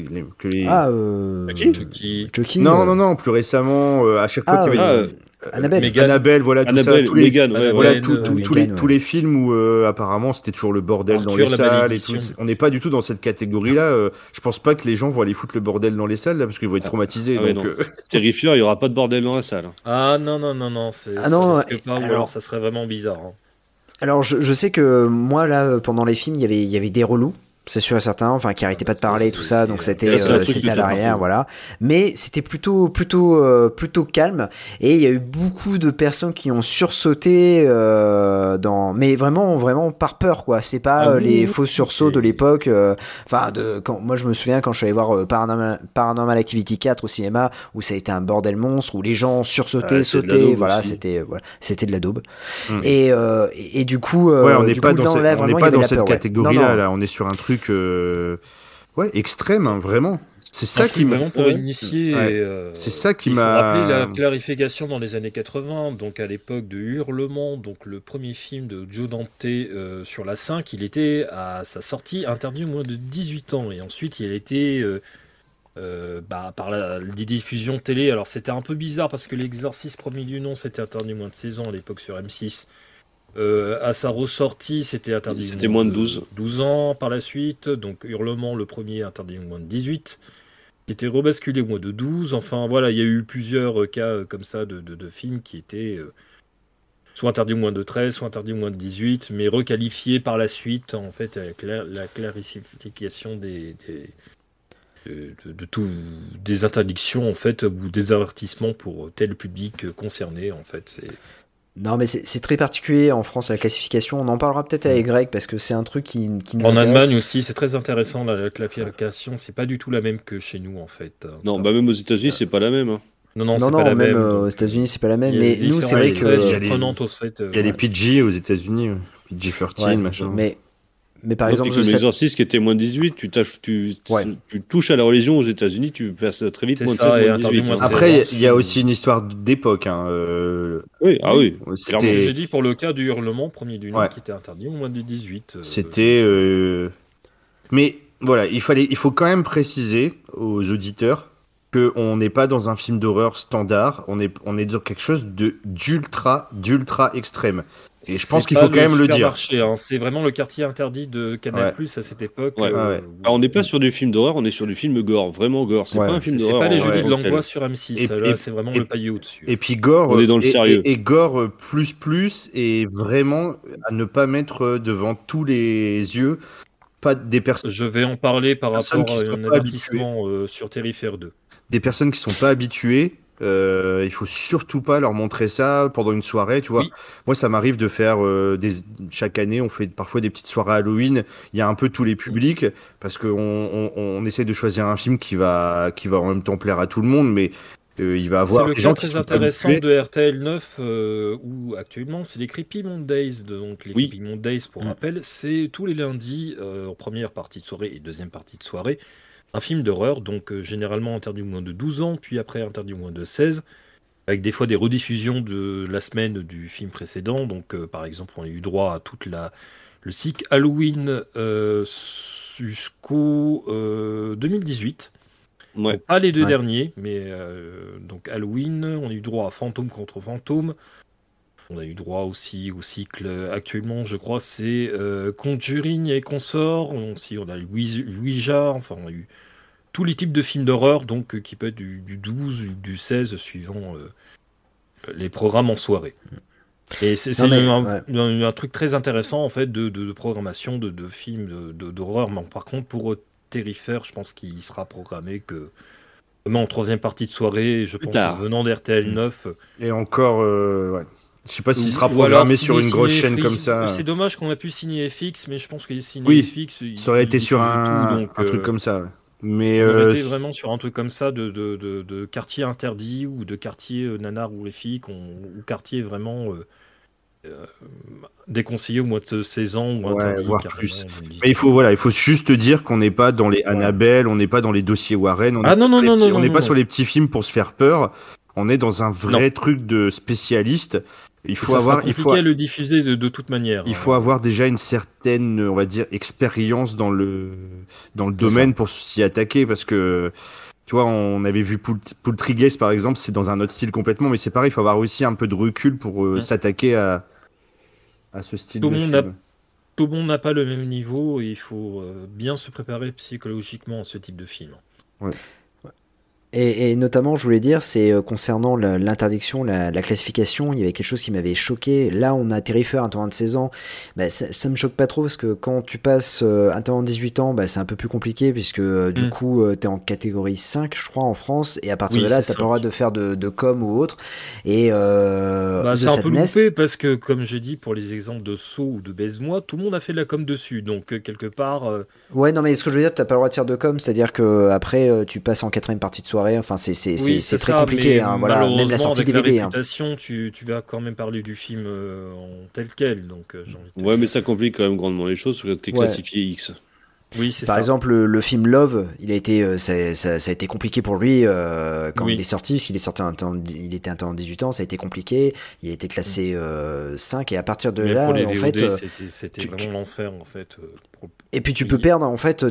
E: Chucky.
F: Non, plus récemment, à chaque fois qu'il y avait
C: Annabelle,
F: voilà, tout ça, tous les films où apparemment c'était toujours le bordel dans les salles et tout. On n'est pas du tout dans cette catégorie-là. Je pense pas que les gens vont aller foutre le bordel dans les salles là, parce qu'ils vont être traumatisés.
D: Terrifier, il y aura pas de bordel dans la salle.
E: Ah non, alors ça serait vraiment bizarre.
C: Alors je sais que moi là, pendant les films, il y avait des relous. C'est sûr et certain, enfin qui arrêtaient pas de parler tout ça, donc c'était à l'arrière, voilà. Mais c'était plutôt calme, et il y a eu beaucoup de personnes qui ont sursauté mais vraiment par peur, quoi. C'est pas les faux sursauts de l'époque. Moi je me souviens quand je suis allé voir Paranormal Activity 4 au cinéma, où ça a été un bordel monstre, où les gens sursautaient, sautaient, voilà, c'était de la daube. Et du coup,
F: on n'est pas dans cette catégorie-là, là, on est sur un truc extrême, hein, vraiment. C'est ça qui m'a
E: vraiment pour initier.
F: C'est ça qui
E: m'a.
F: Il
E: faut rappeler la clarification dans les années 80, donc à l'époque de Hurlement, donc le premier film de Joe Dante sur la 5, il était à sa sortie interdit au moins de 18 ans, et ensuite il a été par la diffusion télé. Alors c'était un peu bizarre parce que l'Exorciste premier du nom c'était interdit au moins de 16 ans à l'époque sur M6. À sa ressortie, c'était interdit.
D: C'était moins de 12.
E: 12 ans par la suite. Donc Hurlement, le premier, interdit au moins de 18. Qui était rebasculé au moins de 12. Enfin voilà, il y a eu plusieurs cas comme ça de films qui étaient soit interdits au moins de 13, soit interdits au moins de 18, mais requalifiés par la suite, en fait, avec la clarification tout, des interdictions en fait ou des avertissements pour tel public concerné en fait. C'est...
C: Non, mais c'est très particulier en France la classification. On en parlera peut-être avec Greg parce que c'est un truc qui nous
E: En
C: intéresse.
E: Allemagne aussi, c'est très intéressant la classification. C'est pas du tout la même que chez nous en fait.
D: Non, bah même aux États-Unis, c'est pas la même. Hein.
E: Non, c'est pas la
C: même
E: même.
C: aux États-Unis, c'est pas la même. Mais nous, c'est vrai que
F: il y a les PG aux États-Unis, PG-13, machin.
C: Mais par exemple,
D: l'exorciste qui était moins de 18, tu touches à la religion aux États-Unis, tu passes très vite moins de 16, moins de 18.
F: Après, il y a aussi une histoire d'époque. Hein,
D: oui.
E: J'ai dit pour le cas du hurlement, premier du nom, qui était interdit au moins de 18.
F: C'était. Mais voilà, il faut quand même préciser aux auditeurs qu'on n'est pas dans un film d'horreur standard, on est dans quelque chose d'ultra extrême. Et je pense qu'il faut quand même le dire.
E: Hein. C'est vraiment le quartier interdit de Canal+ à cette époque.
D: Alors, on n'est pas sur du film d'horreur, on est sur du film gore, vraiment gore. C'est pas un film d'horreur.
E: C'est pas les Jeudis de l'angoisse sur M6. Là, c'est vraiment le palier au-dessus.
F: Et puis gore,
D: on est dans le sérieux.
F: Et gore plus, et vraiment à ne pas mettre devant tous les yeux pas des personnes.
E: Je vais en parler par rapport à un avertissement sur Terrifier 2.
F: Des personnes qui sont pas habituées. Il faut surtout pas leur montrer ça pendant une soirée, tu vois. Oui. Moi, ça m'arrive de faire chaque année, on fait parfois des petites soirées Halloween. Il y a un peu tous les publics parce qu'on essaie de choisir un film qui va en même temps plaire à tout le monde, mais il va avoir des gens qui sont
E: intéressant de RTL 9 où actuellement c'est les Creepy Mondays. Donc les Creepy Mondays, pour rappel, c'est tous les lundis en première partie de soirée et deuxième partie de soirée. Un film d'horreur, donc généralement interdit au moins de 12 ans, puis après interdit au moins de 16, avec des fois des rediffusions de la semaine du film précédent. Donc par exemple, on a eu droit à toute le cycle Halloween jusqu'au 2018.
D: Ouais.
E: Donc, pas les deux derniers, mais donc Halloween, on a eu droit à Fantôme contre Fantôme. On a eu droit aussi au cycle actuellement, je crois, c'est Conjuring et Consorts. On a eu Ouija, enfin on a eu tous les types de films d'horreur, donc qui peut être du 12 ou du 16 suivant les programmes en soirée. Et c'est un truc très intéressant en fait de programmation de films d'horreur. Mais par contre pour Terrifier, je pense qu'il sera programmé que en troisième partie de soirée, je pense venant d'RTL 9.
F: Et encore, je sais pas s'il sera programmé sur une grosse chaîne comme ça.
E: C'est dommage qu'on a pu signer FX, mais je pense que signer FX,
F: ça aurait été sur un truc comme ça. Ouais. Mais
E: on était vraiment sur un truc comme ça de quartier interdit ou de quartier nanar horrifique ou quartier vraiment déconseillé au moins de 16 ans ou interdit,
F: voire plus. Mais il faut juste dire qu'on n'est pas dans les Annabelle, on n'est pas dans les dossiers Warren, on n'est pas sur les petits films pour se faire peur. On est dans un vrai truc de spécialiste. Il faut
E: à le diffuser de toute manière.
F: Il faut avoir déjà une certaine, on va dire, expérience dans le domaine pour s'y attaquer, parce que tu vois, on avait vu Poltergeist par exemple, c'est dans un autre style complètement, mais c'est pareil, il faut avoir aussi un peu de recul pour s'attaquer à ce style de film.
E: Tout le monde n'a pas le même niveau, et il faut bien se préparer psychologiquement à ce type de film.
F: Ouais.
C: Et notamment, je voulais dire, c'est concernant l'interdiction, la classification, il y avait quelque chose qui m'avait choqué. Là, on a Terrifier interdit de 16 ans. Bah, ça me choque pas trop parce que quand tu passes interdit de 18 ans, bah, c'est un peu plus compliqué puisque du coup, tu es en catégorie 5, je crois, en France. Et à partir de là, tu n'as pas le droit de faire de com ou autre. Et
E: c'est un peu loupé parce que, comme j'ai dit, pour les exemples de Saw ou de Baise-moi, tout le monde a fait de la com dessus. Donc, quelque part.
C: Ouais, non, mais ce que je veux dire, tu n'as pas le droit de faire de com, c'est-à-dire qu'après, tu passes en quatrième partie de soirée. Enfin, c'est très compliqué. Hein, voilà, même la sortie
E: avec
C: DVD.
E: La réputation, tu vas quand même parler du film en tel quel. Donc,
D: mais ça complique quand même grandement les choses parce que tu es classifié X.
E: Oui, c'est
C: Par exemple, le film Love, il a été, ça a été compliqué pour lui quand il est sorti, parce qu'il est sorti il était interdit 18 ans, ça a été compliqué. Il a été classé 5 et à partir de là,
E: pour les
C: en
E: VOD,
C: fait,
E: c'était vraiment l'enfer en fait.
C: Et puis tu peux perdre en fait,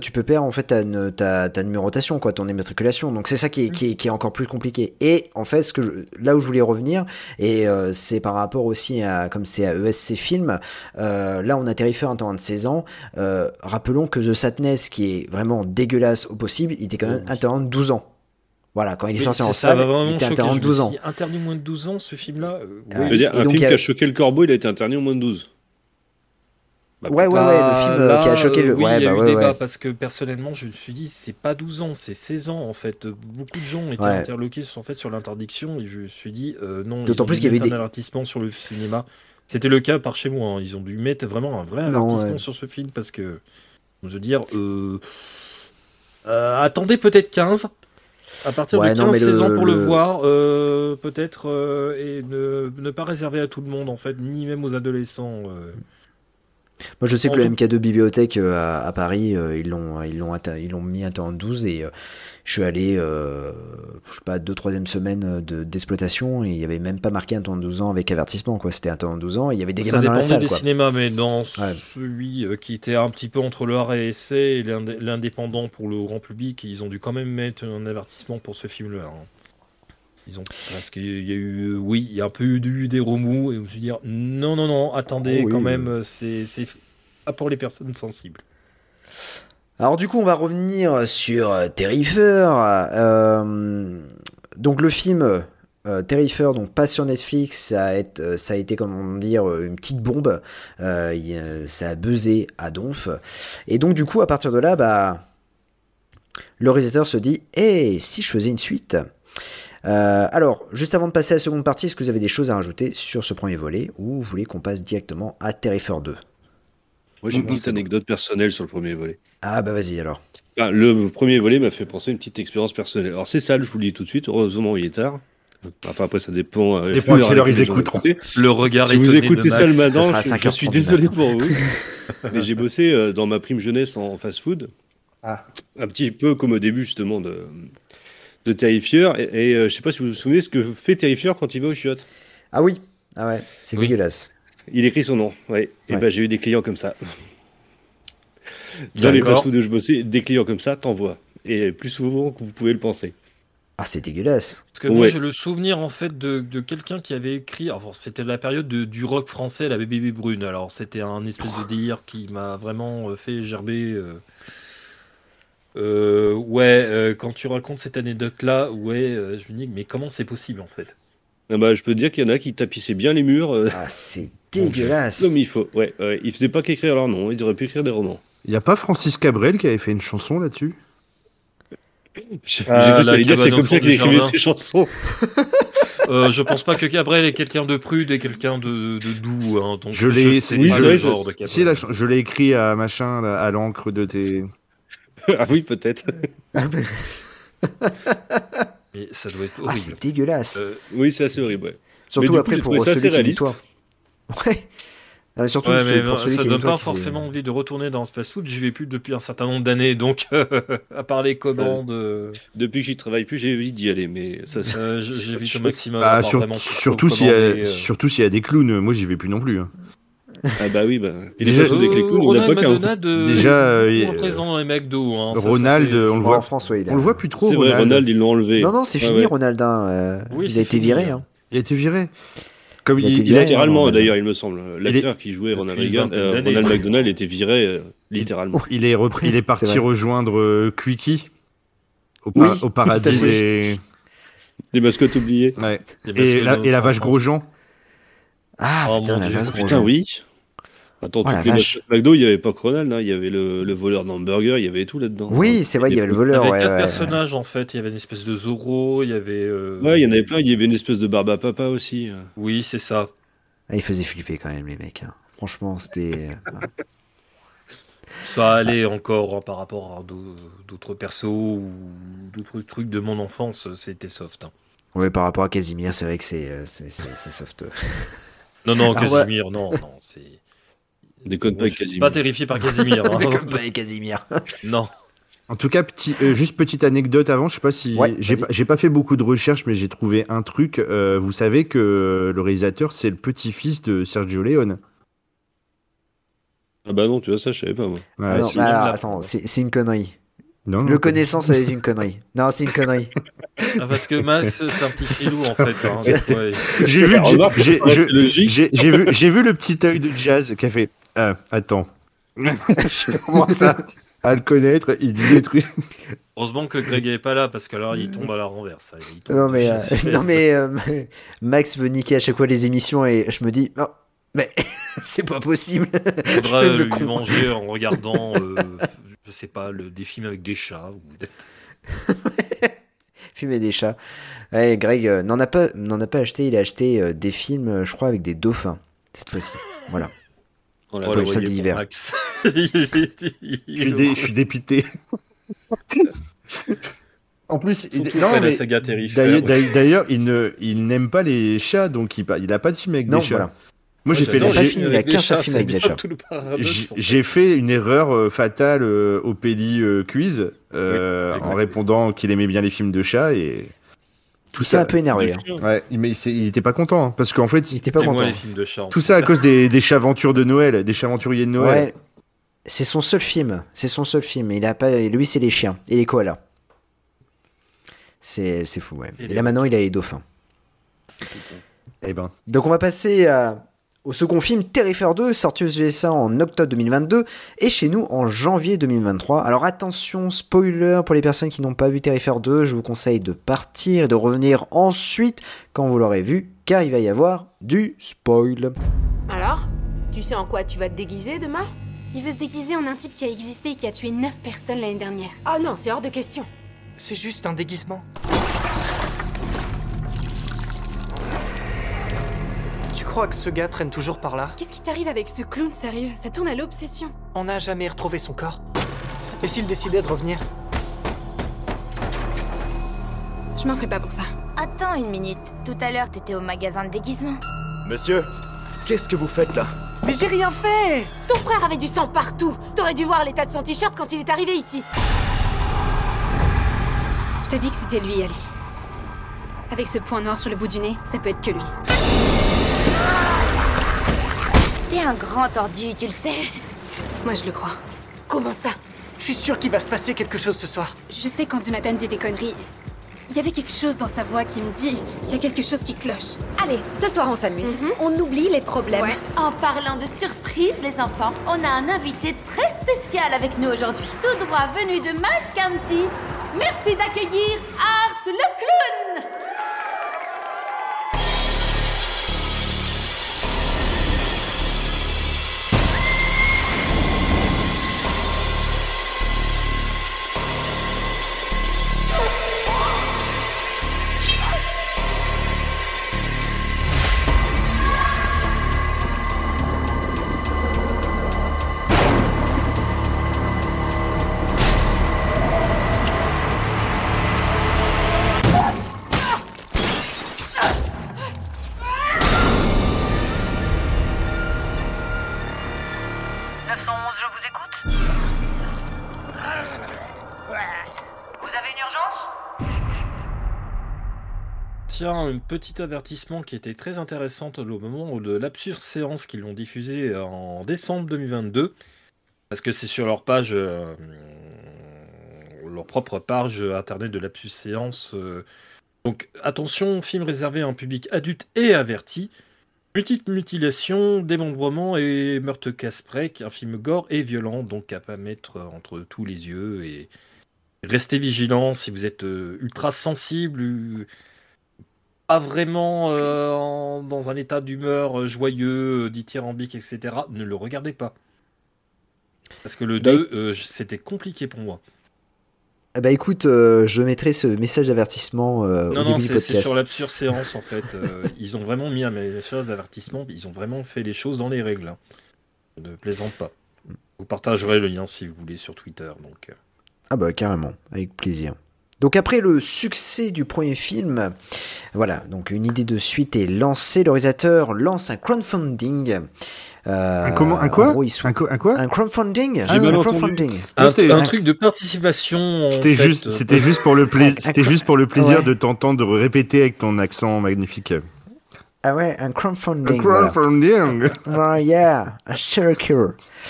C: ta numérotation, quoi, ton immatriculation. Donc c'est ça qui est encore plus compliqué. Et en fait, là où je voulais revenir, et c'est par rapport aussi à, comme c'est à ESC Film, là on a Terrifier interdit de 16 ans. Rappelons que The Sadness, qui est vraiment dégueulasse au possible, il était quand même interdit de 12 ans. Voilà, quand il est sorti en salle, il était interdit de 12 ans.
E: Interdit moins de 12 ans, ce film-là
D: un film qui a choqué le corbeau, il a été interdit au moins de 12.
C: Ouais, le film qui a choqué le.
E: Oui, il y a eu débat
C: ouais.
E: parce que personnellement, je me suis dit, c'est pas 12 ans, c'est 16 ans en fait. Beaucoup de gens étaient interloqués sur l'interdiction et je me suis dit, non,
C: d'autant plus qu'il y avait
E: un avertissement sur le cinéma. C'était le cas par chez moi. Hein. Ils ont dû mettre vraiment un vrai avertissement sur ce film parce que, je veux dire, attendez peut-être 15. À partir de 15-16 ans pour le voir, peut-être, et ne pas réserver à tout le monde en fait, ni même aux adolescents.
C: Moi, je sais que le MK2 Bibliothèque à Paris, ils l'ont mis un temps en 12 et je suis allé, je sais pas, 2-3e semaine d'exploitation et il y avait même pas marqué un temps de 12 ans avec avertissement, quoi. C'était un temps de 12 ans et il y avait des gamins dans la salle.
E: Ça dépendait des cinémas, mais dans celui qui était un petit peu entre le art et l'essai et l'indépendant pour le grand public, ils ont dû quand même mettre un avertissement pour ce film-là. Hein. Parce qu'il y a eu, il y a un peu eu des remous et je me suis dit non, attendez quand même, c'est pas pour les personnes sensibles.
C: Alors du coup, on va revenir sur Terrifier. Donc le film Terrifier, donc pas sur Netflix, ça a été comment dire une petite bombe. Ça a buzzé à donf. Et donc du coup, à partir de là, le réalisateur se dit, si je faisais une suite. Alors, juste avant de passer à la seconde partie, est-ce que vous avez des choses à rajouter sur ce premier volet ou vous voulez qu'on passe directement à Terrifier 2 ?
D: Moi, j'ai une petite anecdote personnelle sur le premier volet.
C: Ah bah vas-y alors.
D: Le premier volet m'a fait penser à une petite expérience personnelle. Alors c'est sale, je vous le dis tout de suite, heureusement il est tard. Enfin après ça dépend
F: à quelle heure ils écouteront.
E: Le regard
D: si vous écoutez ça le matin, je suis désolé pour vous. Mais j'ai bossé dans ma prime jeunesse en fast-food. Un petit peu comme au début justement de Terrifier. Et je sais pas si vous vous souvenez ce que fait Terrifier quand il va au chiottes.
C: Ah oui, c'est dégueulasse.
D: Il écrit son nom, Et j'ai eu des clients comme ça. Dans les fast-food où je bossais, des clients comme ça, t'envoies. Et plus souvent que vous pouvez le penser.
C: Ah, c'est dégueulasse.
E: Parce que moi, j'ai le souvenir, en fait, de quelqu'un qui avait écrit... Enfin, c'était la période du rock français, la Bébé Brune. Alors, c'était un espèce de délire qui m'a vraiment fait gerber... quand tu racontes cette anecdote-là, je me dis, mais comment c'est possible, en fait ?
D: Je peux te dire qu'il y en a qui tapissaient bien les murs.
C: Ah, c'est dégueulasse.
D: Comme il faut. Ils faisaient pas qu'écrire leur nom, ils auraient pu écrire des romans.
F: Il n'y a pas Francis Cabrel qui avait fait une chanson là-dessus ?
D: J'ai cru que t'allais dire que c'est comme ça qu'il écrivait ses chansons.
E: Je pense pas que Cabrel est quelqu'un de prude et quelqu'un de doux. Hein, donc
F: je l'ai écrit à machin, là, à l'encre de tes...
D: Ah oui, peut-être.
E: Mais ça doit être horrible.
C: Ah, c'est dégueulasse.
D: Oui, c'est assez horrible,
C: Surtout
D: mais
C: après,
D: coup,
C: pour celui qui est toi. Surtout pour celui
E: ça
C: qui
E: donne pas forcément envie de retourner dans ce fast-food. J'y vais plus depuis un certain nombre d'années, donc à part les commandes.
D: Depuis que j'y travaille plus, j'ai envie d'y aller, mais ça.
E: J'évite au maximum.
F: Surtout s'il y a des clowns, moi j'y vais plus non plus. Hein.
D: Ah bah oui, Et les fast-food avec les clowns, on n'a pas qu'un.
F: Déjà,
E: présent dans les McDo. Hein,
F: Ronald, on le voit
C: en France,
F: on le voit plus trop.
D: C'est vrai, Ronald, ils l'ont enlevé.
C: Non, c'est fini, Ronald. Il a été viré.
F: Il a été viré. Comme
D: littéralement, d'ailleurs, il me semble. L'acteur qui jouait Ronald McDonald était viré littéralement.
F: Il est parti rejoindre Quickie au paradis
D: des mascottes oubliées.
F: Ouais. Et la vache Grosjean.
C: Ah, putain, la vache Grosjean.
D: Oui. Attends, toutes les mascottes McDo, il n'y avait pas que Ronald, il y avait le voleur d'hamburger, il y avait tout là-dedans.
C: Oui, c'est vrai, il y avait le voleur.
E: Il y avait 4 personnages en fait, il y avait une espèce de Zorro, il y avait.
D: Ouais, il y en avait plein, il y avait une espèce de barbe à papa aussi.
E: Oui, c'est ça.
C: Ah, ils faisaient flipper quand même, les mecs. Hein. Franchement, c'était.
E: Ça allait encore par rapport à d'autres persos ou d'autres trucs de mon enfance, c'était soft. Hein.
C: Oui, par rapport à Casimir, c'est vrai que c'est soft.
E: Non, Casimir, non, c'est.
D: Déconne pas avec Casimir.
E: Pas terrifié par Casimir. Hein.
C: Déconne pas avec Casimir.
E: Non.
F: En tout cas, juste petite anecdote avant, je sais pas si j'ai pas fait beaucoup de recherches, mais j'ai trouvé un truc. Vous savez que le réalisateur, c'est le petit-fils de Sergio Leone.
D: Ah bah non, tu vois ça, je savais pas moi.
C: Ouais, attends, c'est une connerie. Non, le connaissant, ça va être une connerie. Non, c'est une connerie.
E: Parce que Max, c'est un petit filou en fait. Hein. Ouais.
F: J'ai vu le petit œil de Jazz qui a fait. Attends. Je commence à le connaître, il dit des trucs.
E: Heureusement que Greg n'est pas là parce que alors il tombe à la renverse.
C: Non mais Max veut niquer à chaque fois les émissions et je me dis Mais c'est pas possible.
E: Il faudra lui manger en regardant, je sais pas, des films avec des chats.
C: Filmer des chats. Ouais, Greg n'en a pas acheté, il a acheté des films, je crois, avec des dauphins, cette fois-ci. Voilà.
D: Oh
C: pour les soldes d'hiver.
F: Je suis dépité. En plus, d'ailleurs, il n'aime pas les chats, donc il n'a pas de film avec des chats. Voilà. Moi,
C: il n'y a qu'un seul film avec des chats.
F: J'ai fait une erreur fatale au Pédi Quiz en répondant qu'il aimait bien les films de chats et
C: tout ça un peu énervé.
F: Ouais, mais il était pas content parce qu'en fait,
C: il était pas content.
E: Les films de chats,
F: tout ça à cause des chaventures de Noël, des chaventuriers de Noël.
C: Ouais, c'est son seul film. Il a pas, lui, c'est les chiens et les koalas. C'est fou, ouais. Et là maintenant, il a les dauphins.
F: Eh ben.
C: Donc on va passer au second film, Terrifier 2, sorti aux USA en octobre 2022 et chez nous en janvier 2023. Alors attention, spoiler pour les personnes qui n'ont pas vu Terrifier 2, je vous conseille de partir et de revenir ensuite quand vous l'aurez vu, car il va y avoir du spoil.
G: Alors, tu sais en quoi tu vas te déguiser demain ?
H: Il veut se déguiser en un type qui a existé et qui a tué 9 personnes l'année dernière.
G: Ah non, c'est hors de question.
B: C'est juste un déguisement. Tu crois que ce gars traîne toujours par là ?
H: Qu'est-ce qui t'arrive avec ce clown sérieux ? Ça tourne à l'obsession.
B: On n'a jamais retrouvé son corps. Et s'il décidait de revenir ?
H: Je m'en ferai pas pour ça.
I: Attends une minute. Tout à l'heure, t'étais au magasin de déguisement.
J: Monsieur, qu'est-ce que vous faites là ?
B: Mais j'ai rien fait !
G: Ton frère avait du sang partout. T'aurais dû voir l'état de son t-shirt quand il est arrivé ici.
H: Je te dis que c'était lui, Ali. Avec ce point noir sur le bout du nez, ça peut être que lui.
I: T'es un grand tordu, tu le sais.
H: Moi, je le crois.
G: Comment ça ?
B: Je suis sûr qu'il va se passer quelque chose ce soir.
H: Je sais quand Jonathan dit des conneries. Il y avait quelque chose dans sa voix qui me dit qu'il y a quelque chose qui cloche.
G: Allez, ce soir on s'amuse. On oublie les problèmes.
I: Ouais. En parlant de surprise, les enfants, on a un invité très spécial avec nous aujourd'hui. Tout droit venu de Miles County. Merci d'accueillir Art le clown.
E: Tiens, un petit avertissement qui était très intéressant au moment de l'absurde séance qu'ils l'ont diffusée en décembre 2022, parce que c'est sur leur page, leur propre page internet de l'absurde séance. Donc attention, film réservé à un public adulte et averti, multiples mutilations, démembrement et meurtre casse-prec, un film gore et violent, donc à pas mettre entre tous les yeux, et restez vigilants si vous êtes ultra sensible, pas vraiment dans un état d'humeur joyeux, dithyrambique, etc., ne le regardez pas. Parce que le 2, c'était compliqué pour moi.
C: Bah écoute, je mettrai ce message d'avertissement au début du podcast.
E: Non, c'est sur l'absurde séance en fait. Ils ont vraiment mis un message d'avertissement, ils ont vraiment fait les choses dans les règles. Hein. Ne plaisante pas. Vous partagerez le lien si vous voulez sur Twitter. Donc.
C: Ah bah carrément, avec plaisir. Donc après le succès du premier film, voilà, donc une idée de suite est lancée. Le réalisateur lance un crowdfunding.
F: Un quoi ? Un
C: crowdfunding.
E: Un truc de participation.
F: C'était juste pour le plaisir de t'entendre répéter avec ton accent magnifique.
C: Ah ouais, un crowdfunding.
F: Voilà.
C: Yeah, a Syracuse.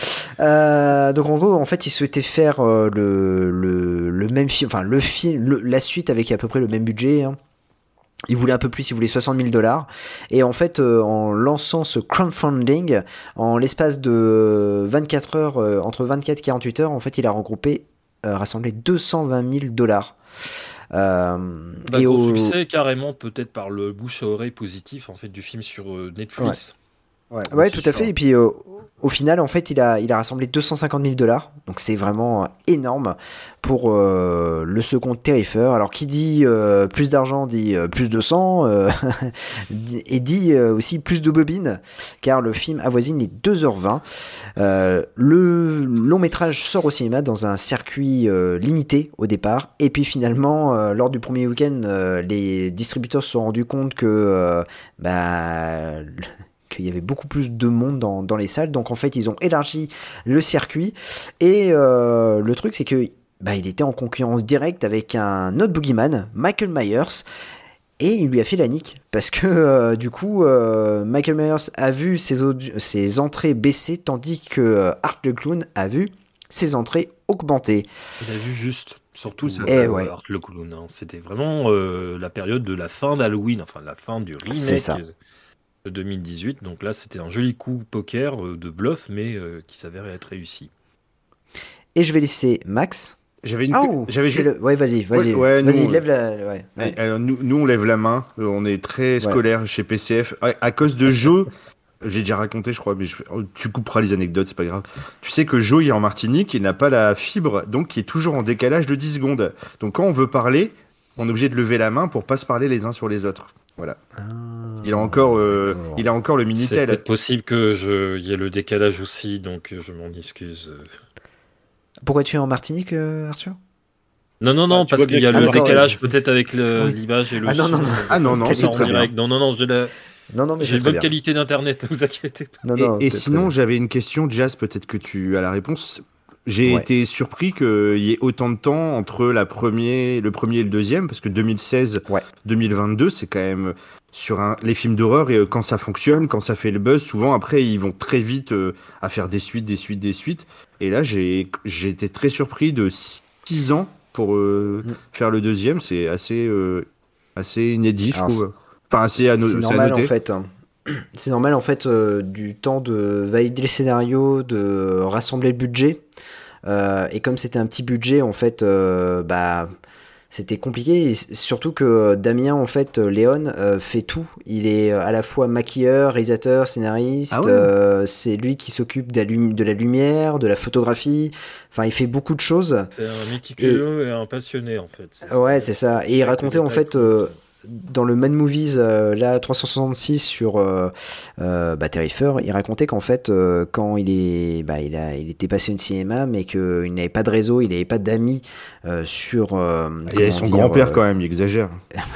C: Donc en gros, en fait, ils souhaitaient faire le même film, enfin le film, la suite avec à peu près le même budget. Hein. Ils voulaient un peu plus, ils voulaient $60,000. Et en fait, en lançant ce crowdfunding, en l'espace de 24 heures, entre 24 et 48 heures, en fait, il a rassemblé $220,000.
E: Gros succès carrément peut-être par le bouche à oreille positif en fait du film sur Netflix.
C: Ouais, tout à fait. Et puis au final, en fait, il a rassemblé $250 000. Donc c'est vraiment énorme pour le second Terrifier. Alors qui dit plus d'argent dit plus de sang et dit aussi plus de bobines, car le film avoisine les 2h20. Le long métrage sort au cinéma dans un circuit limité au départ, et puis finalement lors du premier week-end les distributeurs se sont rendus compte que qu'il y avait beaucoup plus de monde dans les salles, donc en fait ils ont élargi le circuit, et le truc c'est que il était en concurrence directe avec un autre boogeyman, Michael Myers, et il lui a fait la nique, parce que du coup Michael Myers a vu ses entrées baisser, tandis que Art le Clown a vu ses entrées augmenter.
E: Il a vu juste, surtout
C: Art
E: le Clown, hein. C'était vraiment la période de la fin d'Halloween, enfin la fin du remake de 2018, donc là c'était un joli coup poker de bluff, mais qui s'avérait être réussi.
C: Et je vais laisser Max.
F: Ouais,
C: vas-y, lève la.
F: Alors, nous, on lève la main. On est très scolaire chez PCF. À cause de Joe, j'ai déjà raconté, je crois, mais tu couperas les anecdotes, c'est pas grave. Tu sais que Joe, il est en Martinique, il n'a pas la fibre, donc il est toujours en décalage de 10 secondes. Donc quand on veut parler, on est obligé de lever la main pour pas se parler les uns sur les autres. Voilà. Il a encore le Minitel.
E: C'est peut-être possible que y ait le décalage aussi, donc je m'en excuse.
C: Pourquoi tu es en Martinique, Arthur ?
E: Non, parce qu'il y a le décalage peut-être avec l'image et le son.
F: Non, c'est
E: en direct.
C: Non, mais
E: j'ai une bonne qualité d'internet, vous inquiétez pas.
F: Et sinon, j'avais une question, Jazz, peut-être que tu as la réponse. J'ai été surpris qu'il y ait autant de temps entre le premier et le deuxième, parce que 2016-2022, c'est quand même sur les films d'horreur, et quand ça fonctionne, quand ça fait le buzz, souvent après ils vont très vite à faire des suites. Et là, j'ai été très surpris de 6 ans pour faire le deuxième. C'est assez inédit, je trouve. Enfin, c'est
C: normal en fait. C'est normal en fait du temps de valider le scénario, de rassembler le budget. Et comme c'était un petit budget, en fait, c'était compliqué. Et surtout que Damien, en fait, Léon fait tout. Il est à la fois maquilleur, réalisateur, scénariste. C'est lui qui s'occupe de la lumière, de la photographie. Enfin, il fait beaucoup de choses.
E: C'est un méticuleux et un passionné, en fait.
C: C'est ça. Et il racontait en fait. Dans le Mad Movies, là 366 sur Terrifier, il racontait qu'en fait, quand il était passé au cinéma, mais qu'il n'avait pas de réseau, il n'avait pas d'amis sur.
F: Il avait son grand-père quand même, il exagère.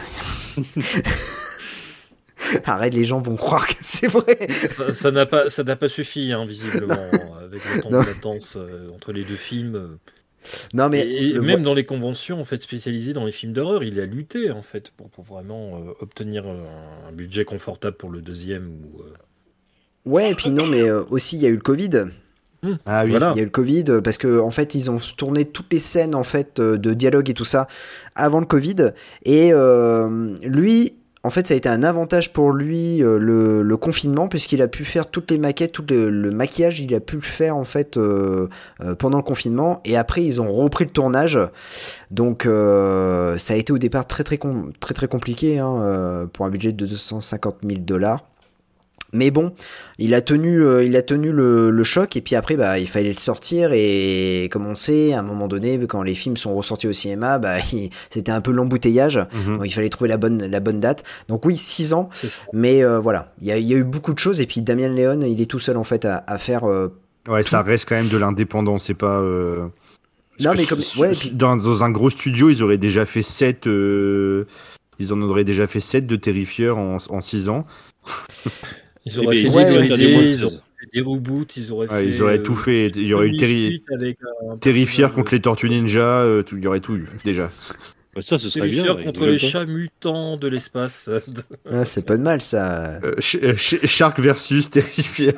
C: Arrête, les gens vont croire que c'est vrai.
E: Ça n'a pas suffi, hein, visiblement, avec le temps de latence entre les deux films.
C: Non, mais
E: même dans les conventions en fait spécialisées dans les films d'horreur, il a lutté en fait pour vraiment obtenir un budget confortable pour le deuxième.
C: Ouais, et puis non, mais aussi il y a eu le Covid.
F: Ah oui,
C: voilà. Il y a eu le Covid parce que en fait ils ont tourné toutes les scènes en fait de dialogue et tout ça avant le Covid, et lui. En fait, ça a été un avantage pour lui, le confinement, puisqu'il a pu faire toutes les maquettes, tout le maquillage, il a pu le faire en fait pendant le confinement. Et après, ils ont repris le tournage. Donc, ça a été au départ très compliqué pour un budget de $250 000. Mais bon, il a tenu le choc, et puis après il fallait le sortir, et comme on sait, à un moment donné, quand les films sont ressortis au cinéma, c'était un peu l'embouteillage. Donc, il fallait trouver la bonne date. Donc oui, 6 ans, mais voilà, il y a eu beaucoup de choses, et puis Damien Léon, il est tout seul en fait à faire
F: ça reste quand même de l'indépendant, c'est pas
C: non, mais comme
F: dans un gros studio, ils auraient déjà fait 7 ils en auraient déjà fait 7 de Terrifier en 6 ans.
E: Ils auraient fait des reboots, ils auraient
F: tout fait. Il y aurait eu Terrifier contre les Tortues Ninja, il y aurait tout eu déjà.
D: Ça, ce serait bien.
E: Terrifier contre les chats mutants de l'espace.
C: C'est pas de mal ça.
F: Shark versus Terrifier.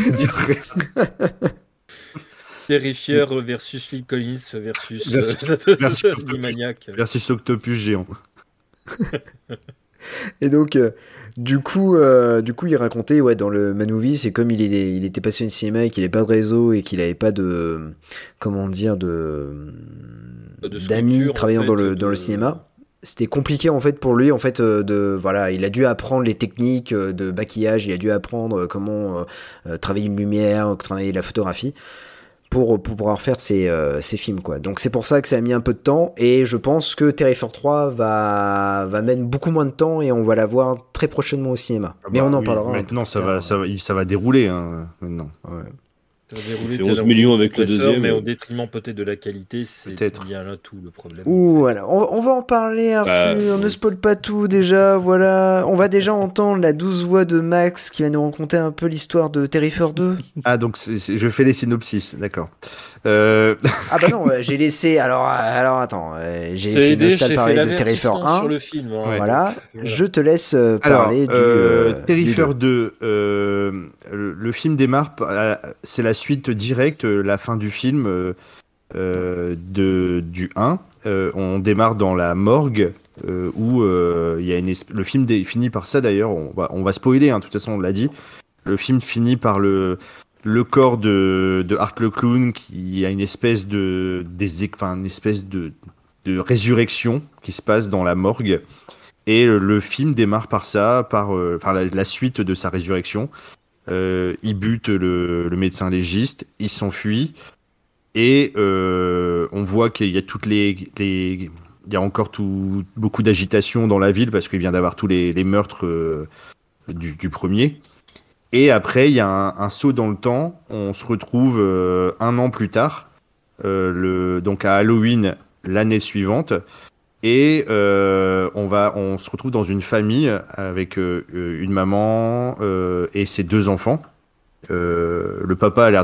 E: Terrifier versus Phil Collins versus Maniac
F: versus Octopus géant.
C: Et donc, du coup, il racontait, dans le Mad Movie, c'est comme il était passionné de cinéma et qu'il n'avait pas de réseau et qu'il n'avait pas d'amis travaillant dans le cinéma. c'était compliqué en fait pour lui en fait voilà, il a dû apprendre les techniques de maquillage, il a dû apprendre comment travailler une lumière, travailler la photographie pour pouvoir faire ses films quoi. Donc c'est pour ça que ça a mis un peu de temps et je pense que Terrifier 3 va mettre beaucoup moins de temps et on va la voir très prochainement au cinéma. Mais on en parlera.
F: Maintenant ça va dérouler hein, maintenant.
E: Ouais. Il
D: fait 11 millions avec le deuxième.
E: Mais au détriment peut-être de la qualité, c'est bien là tout le problème.
C: Voilà. On va en parler, Arthur. Ne spoil pas tout déjà. Voilà. On va déjà entendre la douce voix de Max qui va nous raconter un peu l'histoire de Terrifier 2.
F: Ah, donc je fais les synopsis, d'accord.
C: Ah bah non, j'ai laissé. Alors attends. J'ai laissé Nostal parler de Terrifier 1.
E: Sur le film, hein.
C: Voilà. Je te laisse parler du
F: Terrifier 2. Le film démarre, c'est la suite directe, la fin du film du 1. On démarre dans la morgue où il y a le film finit par ça d'ailleurs. On va spoiler, hein, de toute façon on l'a dit. Le film finit par le corps de Art le Clown qui a une espèce de résurrection qui se passe dans la morgue. Et le film démarre par ça, par la suite de sa résurrection. Il bute le médecin légiste, il s'enfuit et on voit qu'il y a il y a encore beaucoup d'agitation dans la ville parce qu'il vient d'avoir tous les meurtres du premier. Et après il y a un saut dans le temps, on se retrouve 1 an plus tard, donc à Halloween l'année suivante. Et on se retrouve dans une famille avec une maman et ses 2 enfants. Le papa a l'air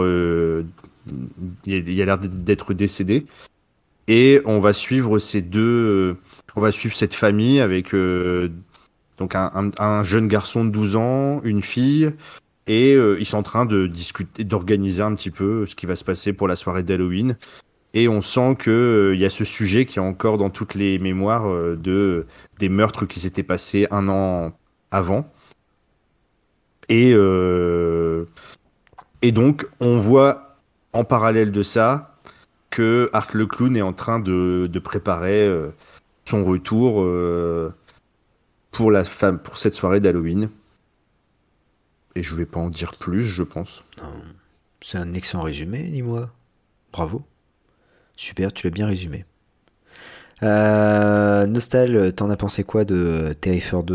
F: il a l'air d'être décédé. Et on va suivre cette famille avec donc un jeune garçon de 12 ans, une fille, et ils sont en train de discuter, d'organiser un petit peu ce qui va se passer pour la soirée d'Halloween. Et on sent qu'il y a ce sujet qui est encore dans toutes les mémoires des meurtres qui s'étaient passés 1 an avant. Et donc, on voit en parallèle de ça que Art le Clown est en train de préparer son retour pour cette soirée d'Halloween. Et je vais pas en dire plus, je pense.
C: Non. C'est un excellent résumé, dis-moi. Bravo. Super, tu l'as bien résumé. Nostal, t'en as pensé quoi de Terrifier 2 ?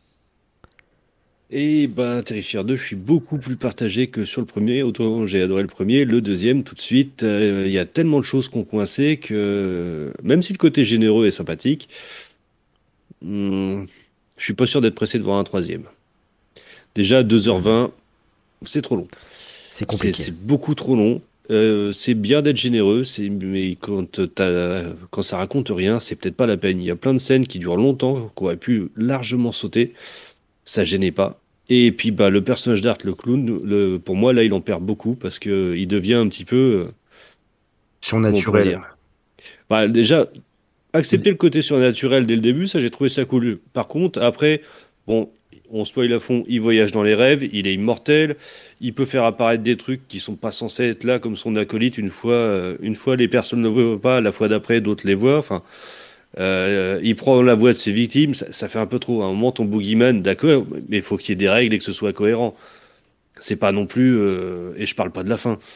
D: Et ben Terrifier 2, je suis beaucoup plus partagé que sur le premier. Autant j'ai adoré le premier, le deuxième, tout de suite, il y a tellement de choses qu'on coincé que même si le côté généreux est sympathique, je suis pas sûr d'être pressé de voir un troisième. Déjà 2h20, c'est trop long.
C: C'est compliqué.
D: C'est beaucoup trop long. C'est bien d'être généreux, mais quand ça raconte rien, c'est peut-être pas la peine. Il y a plein de scènes qui durent longtemps, qu'on aurait pu largement sauter. Ça gênait pas. Et puis le personnage d'Art le Clown, pour moi là il en perd beaucoup parce que il devient un petit peu
F: surnaturel.
D: Déjà accepter le côté surnaturel dès le début, ça j'ai trouvé ça cool. Par contre après, on spoil à fond, il voyage dans les rêves, il est immortel, il peut faire apparaître des trucs qui sont pas censés être là, comme son acolyte, une fois les personnes ne le voient pas, la fois d'après d'autres les voient, enfin, il prend la voix de ses victimes, ça fait un peu trop. À un moment, ton boogeyman, d'accord, mais il faut qu'il y ait des règles et que ce soit cohérent. C'est pas non plus, et je parle pas de la fin.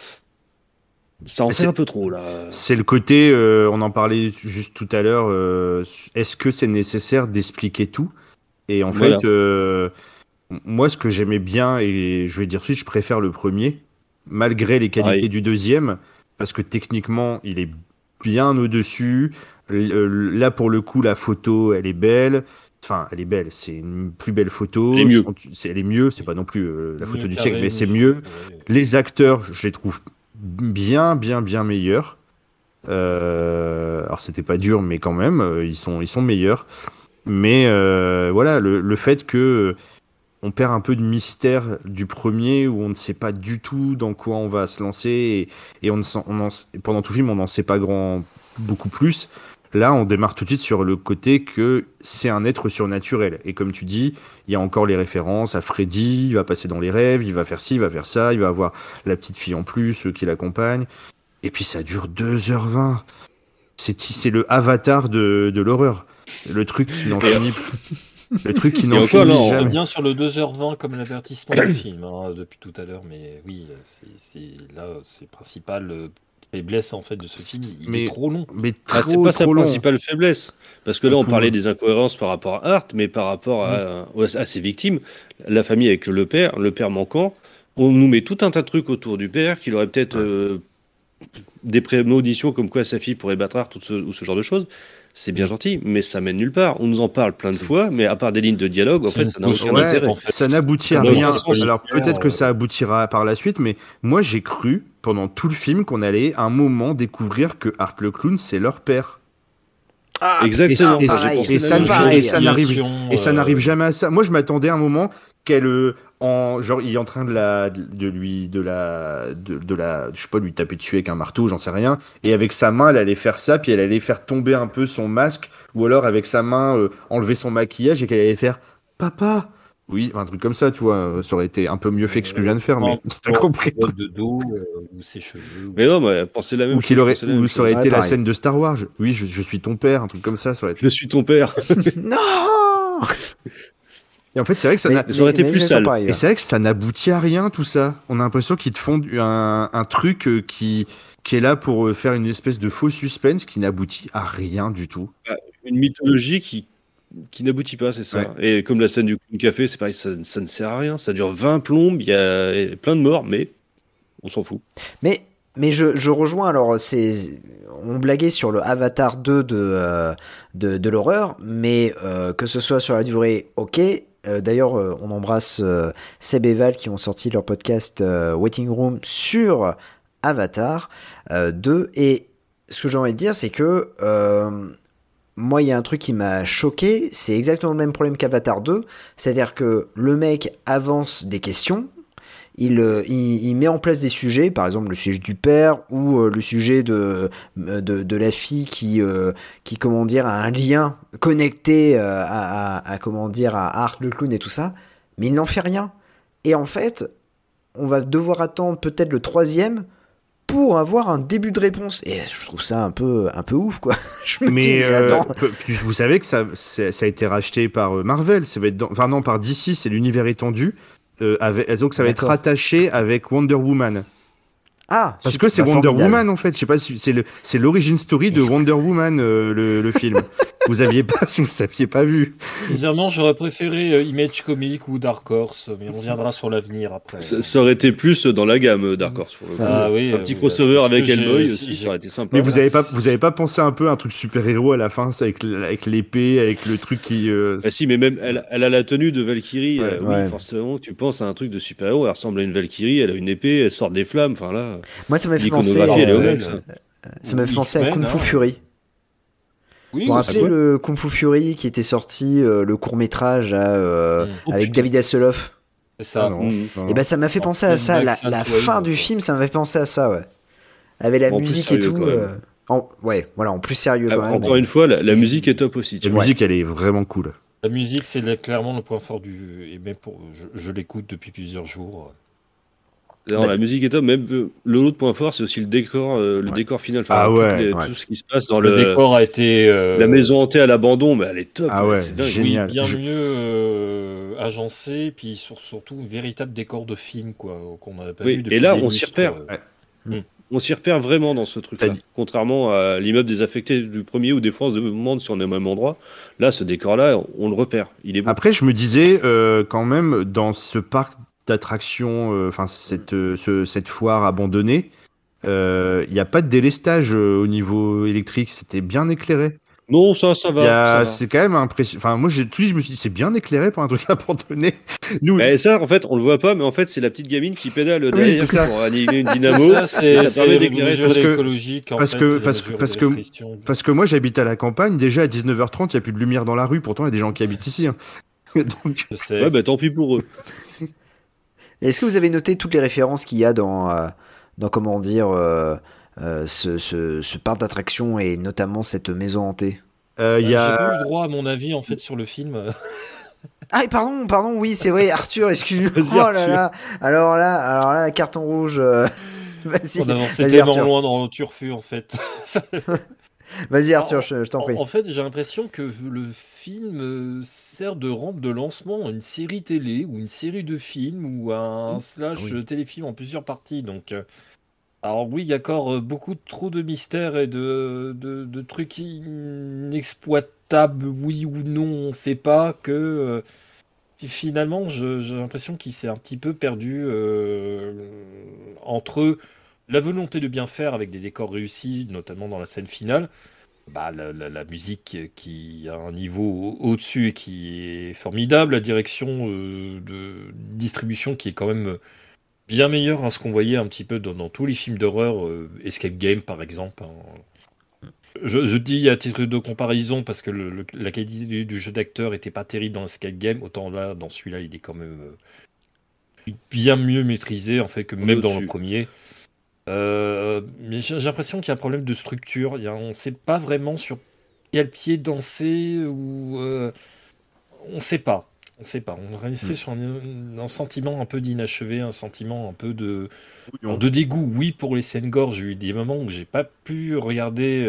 D: Ça en fait un peu trop, là.
F: C'est le côté, on en parlait juste tout à l'heure, est-ce que c'est nécessaire d'expliquer tout ? Et en fait, moi, ce que j'aimais bien, et je vais dire tout de suite, je préfère le premier, malgré les qualités du deuxième, parce que techniquement, il est bien au-dessus. Là, pour le coup, la photo, elle est belle. Enfin, elle est belle, c'est une plus belle photo.
D: Elle est mieux.
F: Elle est mieux, c'est pas non plus la photo du siècle, mais c'est mieux. Les acteurs, je les trouve bien meilleurs. Alors, c'était pas dur, mais quand même, ils sont meilleurs. Mais voilà, le fait que on perd un peu de mystère du premier, où on ne sait pas du tout dans quoi on va se lancer, et pendant tout le film, on n'en sait pas beaucoup plus. Là, on démarre tout de suite sur le côté que c'est un être surnaturel. Et comme tu dis, il y a encore les références à Freddy, il va passer dans les rêves, il va faire ci, il va faire ça, il va avoir la petite fille en plus qui l'accompagne. Et puis ça dure 2h20. C'est le Avatar de l'horreur. Le truc qui n'en finit plus. Le truc qui n'en
E: finit
F: jamais.
E: On revient sur le 2h20 comme l'avertissement du film depuis tout à l'heure, mais oui, c'est principal faiblesse en fait de ce film. Il est trop long.
F: Mais
D: c'est pas sa principale faiblesse, parce que là on parlait des incohérences par rapport à Hart, mais par rapport à ses victimes, la famille avec le père manquant, on nous met tout un tas de trucs autour du père qu'il aurait peut-être des prémonitions comme quoi sa fille pourrait battre Hart ou ce genre de choses. C'est bien gentil, mais ça mène nulle part. On nous en parle plein de fois, mais à part des lignes de dialogue, en fait, ça n'a aucun intérêt. En fait.
F: Ça n'aboutit à rien. Alors peut-être que ça aboutira par la suite, mais moi j'ai cru pendant tout le film qu'on allait à un moment découvrir que Art le clown c'est leur père.
D: Ah, exactement.
F: Et ça n'arrive jamais à ça. Moi je m'attendais à un moment qu'elle genre il est en train de je sais pas, lui taper dessus avec un marteau, j'en sais rien, et avec sa main elle allait faire ça, puis elle allait faire tomber un peu son masque, ou alors avec sa main enlever son maquillage et qu'elle allait faire papa, oui, un truc comme ça, tu vois. Ça aurait été un peu mieux fait que ce que je viens de faire, mais t'as compris.
E: De dos ou ses cheveux.
D: Mais non, mais pensez la même chose.
F: Ou ça aurait été la scène de Star Wars. Oui, je suis ton père, un truc comme ça aurait été...
D: Je suis ton père.
C: Non.
F: Et en fait, c'est vrai que ça
D: aurait été plus sale.
F: Et c'est vrai que ça n'aboutit à rien, tout ça. On a l'impression qu'ils te font un truc qui est là pour faire une espèce de faux suspense qui n'aboutit à rien du tout.
D: Une mythologie qui n'aboutit pas, c'est ça. Ouais. Et comme la scène du café, c'est pareil, ça ne sert à rien. Ça dure 20 plombes, il y a plein de morts, mais on s'en fout.
C: Mais je rejoins, alors on blaguait sur le Avatar 2 de l'horreur, mais que ce soit sur la durée, ok. D'ailleurs, on embrasse Seb et Val qui ont sorti leur podcast Waiting Room sur Avatar 2. Et ce que j'ai envie de dire, c'est que moi, il y a un truc qui m'a choqué. C'est exactement le même problème qu'Avatar 2. C'est-à-dire que le mec avance des questions. Il met en place des sujets, par exemple le sujet du père ou le sujet de la fille qui comment dire, a un lien connecté à comment dire, à Art le clown et tout ça, mais il n'en fait rien. Et en fait, on va devoir attendre peut-être le 3e pour avoir un début de réponse. Et je trouve ça un peu ouf, quoi. Je me dis, mais attends.
F: Vous savez que ça a été racheté par Marvel, ça va être par DC, c'est l'univers étendu. Donc ça va être rattaché avec Wonder Woman.
C: Ah,
F: parce que c'est Wonder Woman en fait. Je sais pas si c'est l'origin story de Wonder Woman le film. Vous saviez pas vu.
E: Bizarrement, j'aurais préféré Image Comics ou Dark Horse, mais on viendra sur l'avenir après.
D: Ça aurait été plus dans la gamme Dark Horse pour le coup.
E: Ah, oui,
D: un petit crossover avec Hellboy aussi, ça aurait été sympa.
F: Mais vous avez pas pensé un peu à un truc super-héros à la fin, ça, avec l'épée, avec le truc qui...
D: Bah si, mais même elle a la tenue de Valkyrie. Oui, forcément, tu penses à un truc de super-héros, elle ressemble à une Valkyrie, elle a une épée, elle sort des flammes, enfin là...
C: Moi, ça m'a fait penser à Kung Fu Fury.
E: Oui,
C: vous vous rappelez le Kung Fu Fury qui était sorti, le court-métrage avec David Hasselhoff?
E: C'est ça.
C: Et ben ça m'a fait penser à ça, la fin du film, ça m'a fait penser à ça, ouais. Avec la musique et tout. En plus sérieux quand même.
D: Encore une fois, la musique est top aussi.
F: La musique, elle est vraiment cool.
E: La musique, c'est clairement le point fort du... Et même je l'écoute depuis plusieurs jours.
D: Non, la musique est top. Même l'autre point fort, c'est aussi le décor, décor final. Enfin, tout ce qui se passe dans
E: le décor a été
D: la maison hantée à l'abandon, mais elle est top.
F: Ah ouais, c'est génial.
E: Bien mieux agencé, puis surtout un véritable décor de film, quoi, qu'on n'avait pas vu depuis.
D: Et là, on s'y repère. On s'y repère vraiment dans ce truc-là. Contrairement à l'immeuble désaffecté du premier, où des fois on se demande si on est au même endroit. Là, ce décor-là, on le repère. Il est beau.
F: Après, je me disais quand même dans ce parc d'attraction, cette foire abandonnée, il n'y a pas de délestage au niveau électrique, c'était bien éclairé.
D: Non, ça va.
F: C'est quand même impressionnant. Enfin, moi, je me suis dit, c'est bien éclairé pour un truc abandonné.
D: Et ça, en fait, on le voit pas, mais en fait, c'est la petite gamine qui pédale derrière pour animer une dynamo.
E: Ça
D: permet d'éclairer.
F: Parce que moi, j'habite à la campagne. Déjà, à 19h30, il n'y a plus de lumière dans la rue. Pourtant, il y a des gens qui habitent ici. Hein.
D: Donc... Ouais, bah tant pis pour eux.
C: Est-ce que vous avez noté toutes les références qu'il y a dans comment dire, ce parc d'attractions et notamment cette maison hantée?
E: J'ai pas eu droit à mon avis en fait sur le film.
C: Ah pardon, oui c'est vrai, Arthur, excuse-moi. Oh là là. Alors là, carton rouge. Vas-y.
E: On avançait tellement loin dans le turfu en fait.
C: Vas-y Arthur, je t'en prie.
E: En fait, j'ai l'impression que le film sert de rampe de lancement à une série télé ou une série de films ou un téléfilm en plusieurs parties. Donc, alors oui, il y a encore beaucoup trop de mystères et de trucs inexploitables, oui ou non, on ne sait pas que... finalement, j'ai l'impression qu'il s'est un petit peu perdu entre la volonté de bien faire avec des décors réussis, notamment dans la scène finale, la musique qui a un niveau au-dessus et qui est formidable, la direction de distribution qui est quand même bien meilleure à ce qu'on voyait un petit peu dans tous les films d'horreur, Escape Game par exemple. Je dis à titre de comparaison parce que la qualité du jeu d'acteur était pas terrible dans Escape Game, autant là, dans celui-là, il est quand même bien mieux maîtrisé en fait que même dans le premier. Mais j'ai l'impression qu'il y a un problème de structure. On ne sait pas vraiment sur quel pied danser ou on ne sait pas. On restait sur un sentiment un peu d'inachevé, un sentiment un peu de dégoût. Oui, pour les scènes gore, j'ai eu des moments où j'ai pas pu regarder.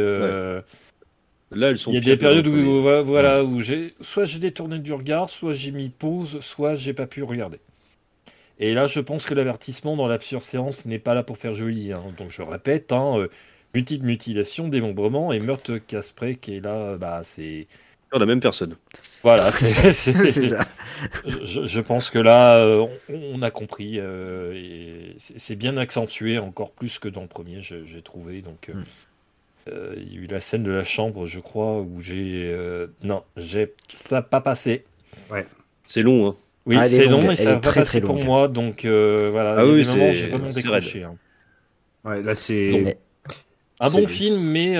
D: Là, elles sont.
E: Il y a des périodes où soit j'ai détourné du regard, soit j'ai mis pause, soit j'ai pas pu regarder. Et là, je pense que l'avertissement dans l'absurde séance n'est pas là pour faire joli. Donc je répète, mutilation, démembrement et meurtre casse-près qui est là, c'est
D: la même personne.
E: Voilà, c'est
C: ça.
E: Je pense que là, on a compris. Et c'est bien accentué, encore plus que dans le premier, j'ai trouvé. Donc, il y a eu la scène de la chambre, je crois, où ça n'a pas passé.
F: Ouais.
D: C'est long, hein.
E: Oui, c'est long, mais ça n'a pas passé pour moi. Donc, voilà.
D: Ah oui,
E: j'ai vraiment décroché.
F: Ouais, là, c'est...
E: Un bon film, mais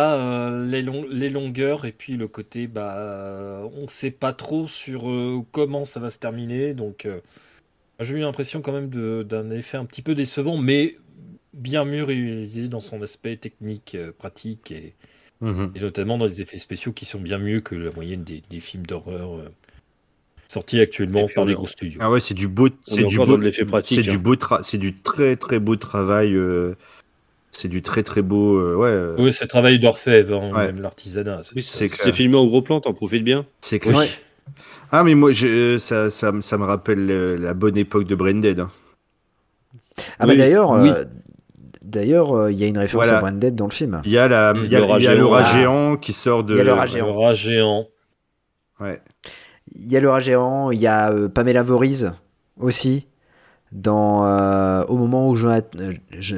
E: les longueurs et puis le côté, on ne sait pas trop sur comment ça va se terminer. Donc, j'ai eu l'impression quand même d'un effet un petit peu décevant, mais bien mieux réalisé dans son aspect technique, pratique et notamment dans les effets spéciaux qui sont bien mieux que la moyenne des films d'horreur sortis actuellement par les gros studios.
F: Ah ouais, c'est du beau, c'est du très très beau travail. C'est du très très beau.
E: Oui, c'est le travail d'orfèvre, même l'artisanat.
D: C'est filmé en gros plan, t'en profites bien.
F: C'est clair. Ouais. Ah, mais moi, ça me rappelle la bonne époque de Branded.
C: Ah, bah d'ailleurs, il y a une référence à Branded dans le film.
F: Il y a le rat géant qui sort de.
C: Il y a le rat
E: géant.
F: Ouais.
C: Il y a le rat géant, il y a Pamela Voorhees aussi. Au moment où Jonathan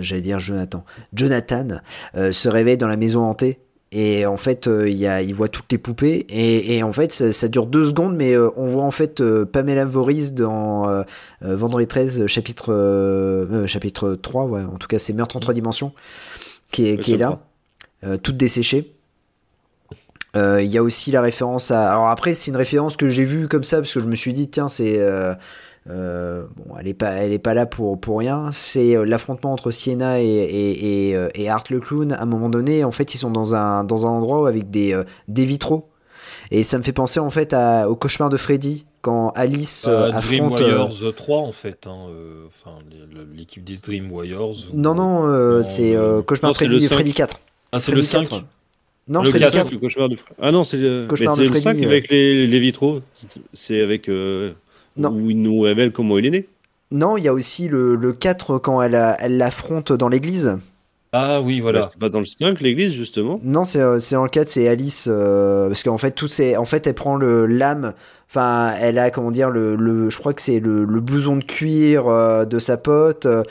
C: se réveille dans la maison hantée et en fait il voit toutes les poupées et en fait ça dure 2 secondes mais on voit en fait Pamela Voorhees dans Vendredi 13 chapitre 3 en tout cas c'est Meurtre en 3 dimensions qui est là toute desséchée. Il y a aussi la référence alors après c'est une référence que j'ai vue comme ça parce que je me suis dit tiens c'est elle est pas là pour rien. C'est l'affrontement entre Sienna et Art le clown. À un moment donné, en fait, ils sont dans un endroit avec des vitraux. Et ça me fait penser en fait au cauchemar de Freddy quand Alice affronte.
E: Dream Warriors 3 en fait. L'équipe des Dream Warriors.
C: Non, c'est cauchemar de Freddy, Freddy 4.
E: Ah, c'est le 5.
C: Non,
D: le
C: Freddy
D: 4. Le cauchemar de... Ah non, c'est le
C: cauchemar de Freddy,
D: 5 avec les vitraux. C'est avec. Où il nous révèle comment il est né.
C: Non, il y a aussi le 4 quand elle l'affronte dans l'église.
E: Ah oui, voilà.
D: C'est pas dans le 5 l'église justement.
C: Non, c'est dans le 4, c'est Alice parce qu'en fait elle prend l'âme, enfin elle a comment dire je crois que c'est le blouson de cuir de sa pote,
D: le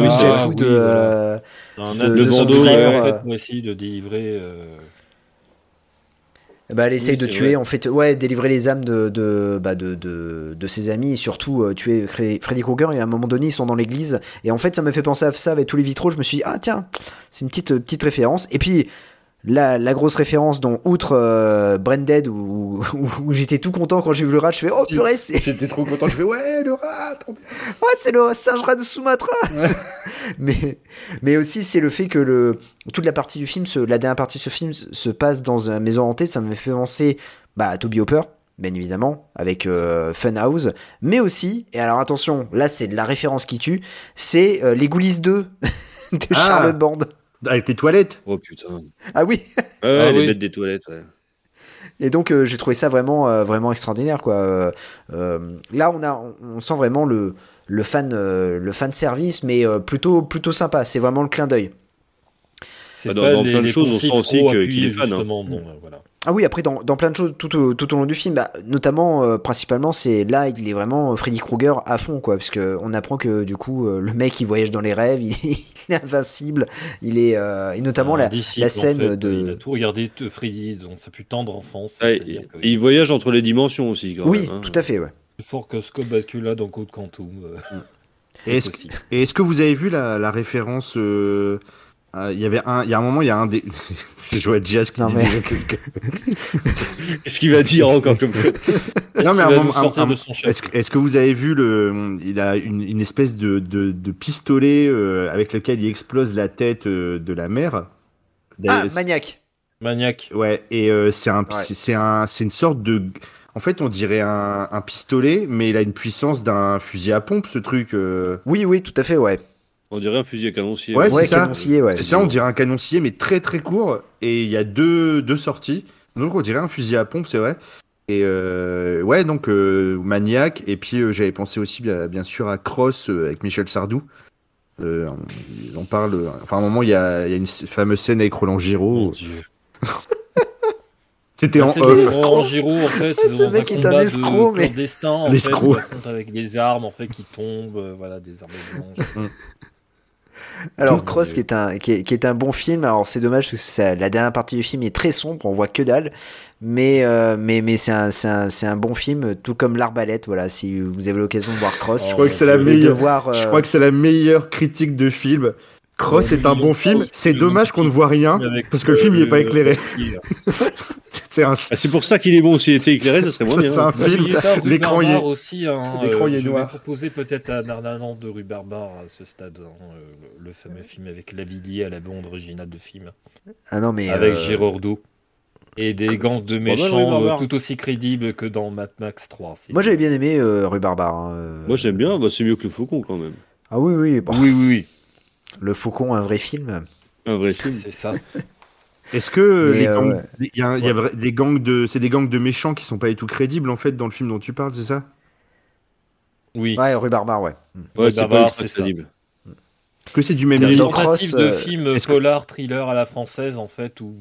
C: bandeau
E: en fait pour essayer de délivrer
C: elle essaye de tuer, en fait, délivrer les âmes de ses amis et surtout tuer Freddy Krueger. Et à un moment donné, ils sont dans l'église. Et en fait, ça m'a fait penser à ça avec tous les vitraux. Je me suis dit, ah tiens, c'est une petite référence. Et puis, la grosse référence dont, outre Branded, où j'étais tout content quand j'ai vu le rat, je fais, oh purée,
F: J'étais trop content, je fais, ouais, le rat, trop bien.
C: Ouais, c'est le singe rat de Sumatra. Ouais. mais aussi, c'est le fait que toute la partie du film, la dernière partie de ce film se passe dans une maison hantée. Ça me fait penser à Toby Hooper, bien évidemment, avec Funhouse, mais aussi, et alors attention, là c'est de la référence qui tue, c'est les Ghoulies 2 de Charlotte Band.
F: Avec les toilettes.
D: Oh putain.
C: Ah oui.
D: Les bêtes des toilettes. Ouais.
C: Et donc j'ai trouvé ça vraiment extraordinaire quoi. Là on sent vraiment le fan service, mais plutôt sympa. C'est vraiment le clin d'œil.
E: C'est
D: dans plein de choses, on sent aussi qu'il est fan.
E: Voilà.
C: Ah oui, après dans plein de choses tout au long du film, notamment principalement c'est là il est vraiment Freddy Krueger à fond quoi, parce que on apprend que du coup le mec il voyage dans les rêves, il est invincible, il est et notamment la scène
E: en fait,
C: de.
E: Il a tout regardé Freddy dans sa plus tendre enfance.
D: Il voyage entre les dimensions aussi. Quand
C: oui,
D: même,
C: tout à fait, ouais.
E: Plus fort que Scott Bakula dans Code Quantum.
F: Est-ce que vous avez vu la référence il y a un moment, il y a un des. Je vois Jazz qui dit déjà
D: qu'est-ce qu'il va dire encore comme
F: non, mais à un moment, est-ce que vous avez vu il a une espèce de pistolet avec lequel il explose la tête de la mère.
C: Maniaque.
F: Ouais, et c'est une sorte de. En fait, on dirait un pistolet, mais il a une puissance d'un fusil à pompe, ce truc.
C: Oui, tout à fait, ouais.
D: On dirait un fusil à canoncier.
F: Ouais, c'est ça.
C: Canoncier, ouais.
F: C'est ça, on dirait un canoncier, mais très très court. Et il y a deux sorties. Donc on dirait un fusil à pompe, c'est vrai. Et ouais, donc Maniac. Et puis j'avais pensé aussi bien sûr à Cross avec Michel Sardou. On parle. Enfin, à un moment, il y a une fameuse scène avec Roland Giraud.
E: Mon Dieu.
F: C'était en off.
E: Roland Giraud, en fait,
C: ce mec est un escroc, mais
E: clandestin,
F: l'escroc.
E: Avec des armes en fait qui tombent, voilà, des armes blanches.
C: Alors Cross qui est un bon film. Alors c'est dommage parce que la dernière partie du film est très sombre, on voit que dalle. Mais c'est un bon film, tout comme L'Arbalète. Voilà, si vous avez l'occasion de voir Cross,
F: je crois que c'est la meilleure. Je crois que c'est la meilleure critique de film. Cross est un bon film. C'est dommage qu'on ne voit rien parce que le film il est pas éclairé.
D: C'est pour ça qu'il est bon. S'il était éclairé, ça serait moins bien.
F: C'est un film. L'écran y est
E: aussi.
F: L'écran y est
E: noir.
F: noir.
E: Je vais proposer peut-être à Narnaland de Rue Barbare à ce stade, le fameux film avec Lavilliers à la bande originale de film.
C: Ah non mais
E: avec Girardeau. Et des gangs de méchants tout aussi crédibles que dans Mad Max 3.
C: Moi j'avais bien aimé Rue Barbare.
D: Moi j'aime bien, c'est mieux que Le Faucon quand même.
C: Ah oui.
E: Bon. Oui.
C: Le Faucon, un vrai film.
D: Un vrai film.
E: C'est ça.
F: Est-ce que les gangs c'est des gangs de méchants qui sont pas du tout crédibles en fait dans le film dont tu parles, c'est ça?
E: Oui.
C: Ouais, Rue Barbare, ouais.
D: Ouais, c'est pas très crédible.
F: Est-ce que c'est du même
E: livre? Une tentative de film polar, thriller à la française en fait où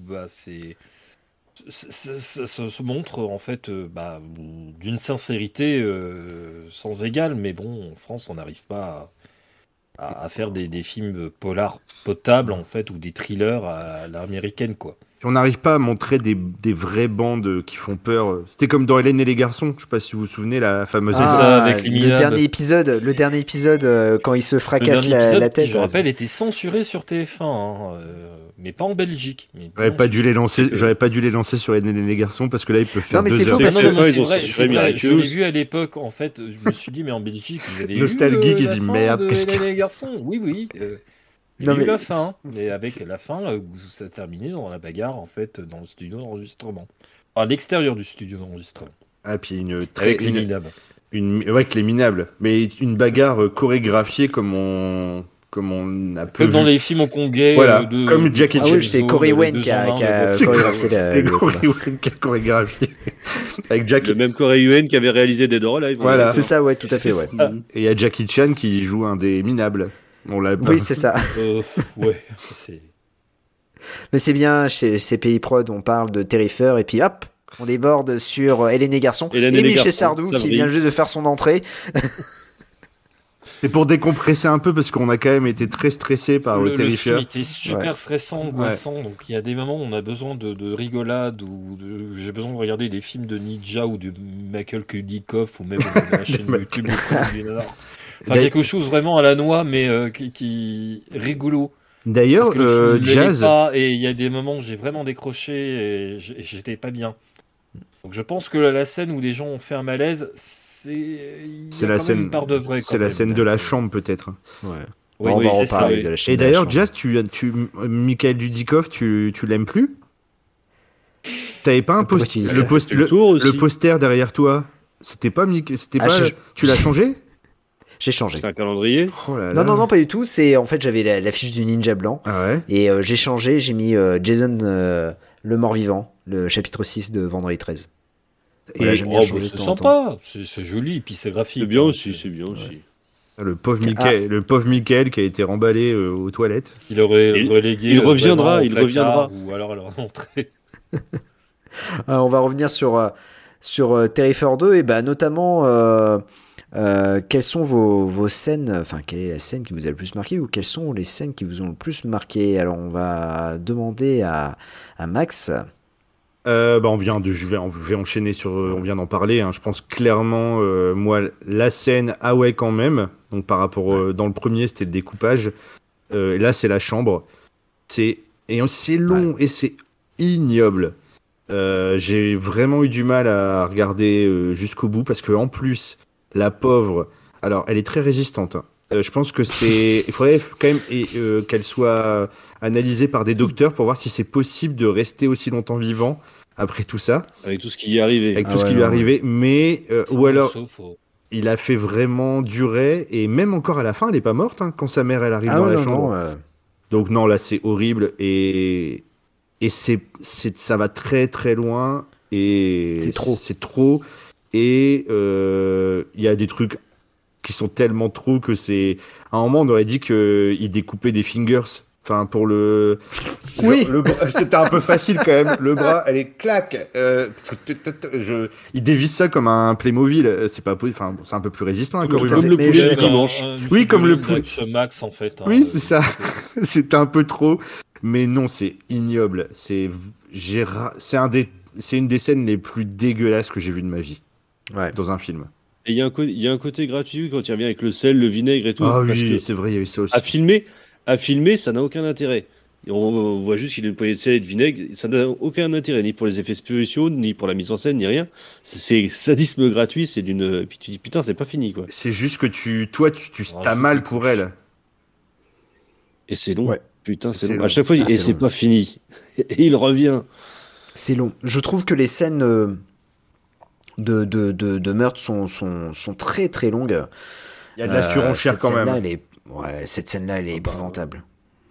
E: ça se montre en fait d'une sincérité sans égale, mais bon, en France on n'arrive pas à faire des films polars potables en fait ou des thrillers à l'américaine quoi.
F: On n'arrive pas à montrer des vraies bandes qui font peur. C'était comme dans Hélène et les garçons. Je sais pas si vous vous souvenez la fameuse.
E: C'est ça avec
C: le dernier épisode quand il se fracasse la tête.
E: Je rappelle, était censuré sur TF1, mais pas en Belgique.
F: J'aurais pas dû les lancer sur Hélène et les garçons parce que là ils peuvent faire 2 heures.
E: C'est vrai. Je l'ai vu à l'époque. En fait, je me suis dit mais en Belgique vous avez
F: nostalgique, ils disent merde.
E: Hélène et les garçons. Oui. Il y a eu la fin, mais avec la fin où ça s'est terminé dans la bagarre en fait dans le studio d'enregistrement, à l'extérieur du studio d'enregistrement.
F: Ah puis
E: avec les minables.
F: Avec les minables, mais une bagarre chorégraphiée comme on a peu
E: comme dans les films hongkongais.
F: Voilà, comme Jackie Chan.
C: Ah oui, c'est Corey Wen qui a chorégraphié.
F: C'est Corey Wen qui a chorégraphié. Avec Jackie.
D: Le même Corey Wen qui avait réalisé Dead or Alive.
F: Voilà.
C: C'est ça, ouais, tout à fait, ouais.
F: Et il y a Jackie Chan qui joue un des minables.
C: Oui, c'est ça.
E: Ouais,
C: mais c'est bien, chez CPI Prod, on parle de Terrifier, et puis hop, on déborde sur Hélène et Garçon. Et Michel Sardou, qui vient juste de faire son entrée.
F: C'est pour décompresser un peu, parce qu'on a quand même été très stressé par le Terrifier.
E: Le film était super stressant, angoissant, donc il y a des moments où on a besoin de rigolade, ou j'ai besoin de regarder des films de Ninja, ou de Michael Kudikoff, ou même de la chaîne YouTube de Enfin, quelque chose vraiment à la noix, mais qui rigolo.
F: D'ailleurs, Jazz.
E: Et il y a des moments où j'ai vraiment décroché et j'étais pas bien. Donc je pense que la scène où les gens ont fait un malaise, c'est la scène. Une part de vrai.
F: C'est la scène de la chambre, peut-être.
C: Ouais.
E: Oui,
C: on va en parler
E: ça,
C: de la chaîne.
F: Et d'ailleurs, Jazz, Michael Dudikoff, tu l'aimes plus? T'avais pas le poster derrière toi? C'était pas Mickey, tu l'as changé?
C: J'ai changé.
D: C'est un calendrier?
C: Non, pas du tout. C'est en fait j'avais l'affiche du ninja blanc et j'ai changé. J'ai mis Jason le mort-vivant, le chapitre 6 de Vendredi 13. Et là, j'aime bien changer de temps en temps.
E: C'est joli, et puis c'est graphique.
D: C'est bien aussi, c'est bien aussi.
F: Le pauvre Michael qui a été remballé aux toilettes.
E: Il aurait relégué.
D: Il reviendra.
E: Ou alors à la rentrée.
C: On va revenir sur Terrifier 2 et notamment quelles sont vos scènes, enfin quelle est la scène qui vous a le plus marqué ou quelles sont les scènes qui vous ont le plus marqué. Alors on va demander à Max.
F: On vais enchaîner sur. On vient d'en parler. Hein. Je pense clairement, moi, la scène, quand même. Donc par rapport dans le premier, c'était le découpage. Là, c'est la chambre. C'est long et c'est ignoble. J'ai vraiment eu du mal à regarder jusqu'au bout parce que en plus, la pauvre. Alors, elle est très résistante. Hein. Je pense que il faudrait quand même qu'elle soit analysée par des docteurs pour voir si c'est possible de rester aussi longtemps vivant après tout ça.
D: Avec tout ce qui y est arrivé.
F: Avec tout ce qui lui est arrivé. Mais, ou alors, il a fait vraiment durer. Et même encore à la fin, elle n'est pas morte quand sa mère elle arrive dans la chambre. Donc non, là, c'est horrible. Et ça va très très loin. Et c'est trop. Et il y a des trucs qui sont tellement trop que c'est... À un moment, on aurait dit qu'il découpait des fingers. Enfin, pour le...
C: Oui.
F: C'était un peu facile quand même. Le bras, elle est clac. Il dévisse ça comme un Playmobil. C'est pas possible. Enfin, c'est un peu plus résistant.
D: Comme le poulet du dimanche.
F: Oui, comme le poulet.
E: Max, en fait.
F: Oui, c'est ça. C'était un peu trop. Mais non, c'est ignoble. C'est une des scènes les plus dégueulasses que j'ai vues de ma vie. Dans un film.
D: Et il y a un côté gratuit quand il revient avec le sel, le vinaigre et tout.
F: Ah oui, c'est vrai, il y a eu ça aussi.
D: À filmer, ça n'a aucun intérêt. On voit juste qu'il a une poignée de sel et de vinaigre. Ça n'a aucun intérêt, ni pour les effets spéciaux, ni pour la mise en scène, ni rien. C'est sadisme gratuit, c'est d'une... Puis tu dis, putain, c'est pas fini, quoi.
F: C'est juste que tu t'as mal pour elle.
D: Et c'est long. Ouais. Putain, c'est long. À chaque fois, c'est pas fini. Et il revient.
C: C'est long. Je trouve que les scènes... de meurtre sont très très longues.
F: Il y a de la surenchère quand même.
C: Cette scène-là, elle est épouvantable.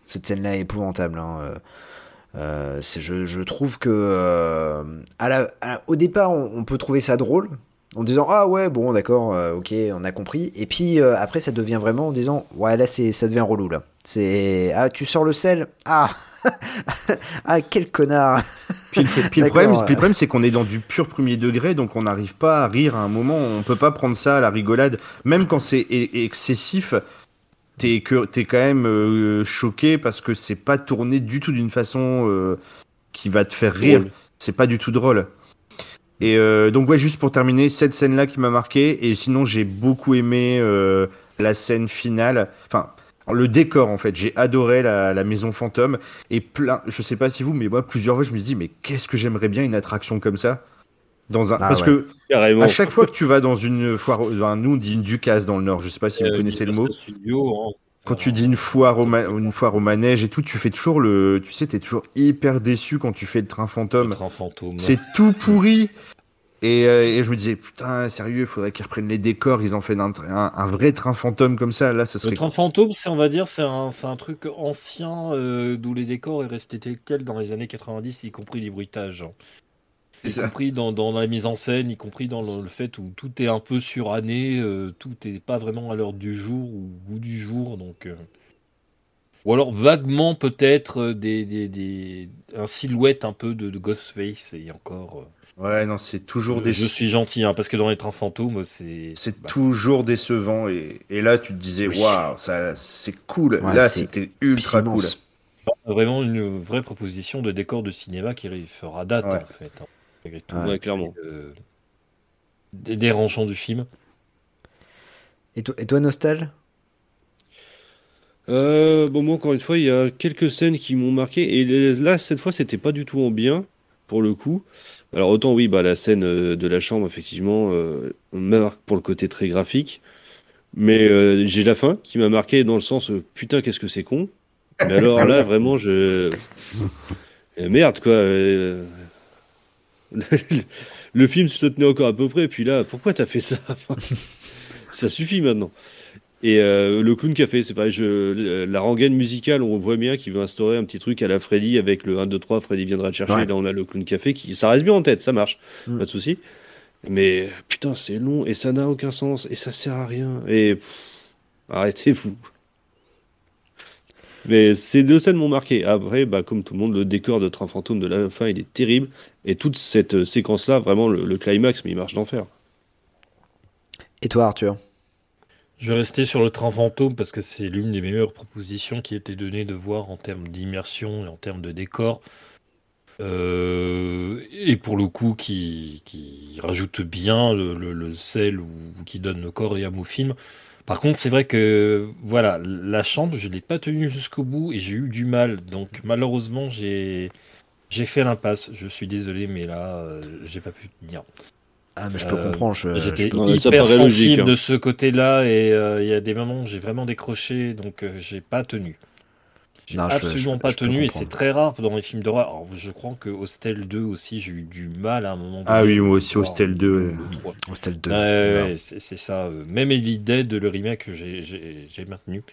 C: Je trouve que au départ, on peut trouver ça drôle en disant ah ouais bon d'accord ok on a compris et puis après ça devient vraiment en disant ouais là ça devient relou là. C'est tu sors le sel quel connard.
F: Puis le problème, c'est qu'on est dans du pur premier degré, donc on n'arrive pas à rire à un moment. On peut pas prendre ça à la rigolade, même quand c'est excessif. T'es quand même choqué parce que c'est pas tourné du tout d'une façon qui va te faire rire. C'est pas du tout drôle. Et donc juste pour terminer, cette scène-là qui m'a marqué. Et sinon, j'ai beaucoup aimé la scène finale. Enfin. Le décor, en fait, j'ai adoré la maison fantôme et je sais pas si vous, mais moi, plusieurs fois, je me suis dit, mais qu'est-ce que j'aimerais bien une attraction comme ça parce que à chaque fois que tu vas dans une foire, nous on dit une Ducasse dans le Nord, je sais pas si vous connaissez le mot. Quand tu dis une foire au manège et tout, tu fais toujours t'es toujours hyper déçu quand tu fais le train fantôme. C'est tout pourri. Et je me disais, putain, sérieux, il faudrait qu'ils reprennent les décors, ils en font un vrai train fantôme comme ça. Là, ça serait...
E: Le train fantôme, c'est un truc ancien d'où les décors est resté tel quel dans les années 90, y compris les bruitages. Y compris dans la mise en scène, y compris dans le fait où tout est un peu suranné, tout n'est pas vraiment à l'heure du jour ou au goût du jour. Donc, ou alors vaguement peut-être un silhouette un peu de Ghostface et encore...
F: Ouais, non, c'est toujours
E: Je suis gentil, parce que dans les trains fantômes, c'est
F: toujours décevant. Et là, tu te disais, waouh, ça, c'est cool. Ouais, là, c'était ultra cool.
E: Vraiment une vraie proposition de décor de cinéma qui fera date, en fait. Malgré tout.
D: Ouais, clairement.
E: Des dérangeants du film.
C: Et toi, Nostal ?
D: Moi, encore une fois, il y a quelques scènes qui m'ont marqué. Et là, cette fois, c'était pas du tout en bien, pour le coup. Alors autant oui, la scène de la chambre, effectivement, me marque pour le côté très graphique, mais j'ai la fin qui m'a marqué dans le sens putain qu'est-ce que c'est con. Mais alors là vraiment merde quoi. Le film se tenait encore à peu près, et puis là pourquoi t'as fait ça? Ça suffit maintenant. Et le clown qui a fait, c'est pareil, la rengaine musicale, on voit bien qu'il veut instaurer un petit truc à la Freddy avec le 1, 2, 3, Freddy viendra te chercher, là on a le clown café, ça reste bien en tête, ça marche, pas de souci. Mais putain, c'est long et ça n'a aucun sens et ça sert à rien. Et arrêtez-vous. Mais ces 2 scènes m'ont marqué. Après, comme tout le monde, le décor de Train Fantôme de la fin, il est terrible. Et toute cette séquence-là, vraiment le climax, mais il marche d'enfer.
C: Et toi, Arthur ?
E: Je vais rester sur le Train Fantôme parce que c'est l'une des meilleures propositions qui a été donnée de voir en termes d'immersion et en termes de décor. Et pour le coup, qui rajoute bien le sel ou qui donne le corps et âme au film. Par contre, c'est vrai que voilà, la chambre, je ne l'ai pas tenue jusqu'au bout et j'ai eu du mal. Donc malheureusement, j'ai fait l'impasse. Je suis désolé, mais là, j'ai pas pu tenir.
C: Ah, mais je peux comprendre.
E: J'étais hyper sensible de ce côté-là et il y a des moments où j'ai vraiment décroché, donc j'ai pas tenu. J'ai absolument pas tenu et c'est très rare dans les films d'horreur. Alors, je crois que Hostel 2 aussi, j'ai eu du mal à un moment donné.
F: Ah oui, moi aussi, Hostel 2.
C: Hostel 2.
E: Ouais, c'est ça. Même Evil Dead, le remake, j'ai maintenu.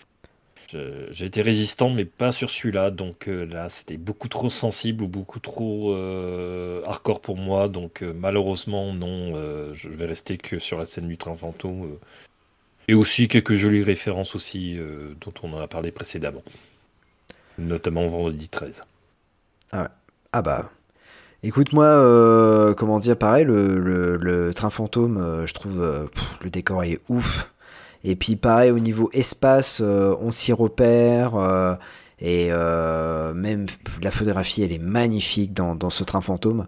E: J'ai été résistant, mais pas sur celui-là. Donc là, c'était beaucoup trop sensible ou beaucoup trop hardcore pour moi. Donc malheureusement, non. Je vais rester que sur la scène du Train Fantôme. Et aussi quelques jolies références aussi dont on en a parlé précédemment. Notamment vendredi 13.
C: Ah ouais. Ah bah. Écoute, moi, comment dire, pareil, le Train Fantôme, je trouve le décor est ouf. Et puis pareil, au niveau espace, on s'y repère. Et même la photographie, elle est magnifique dans ce Train Fantôme.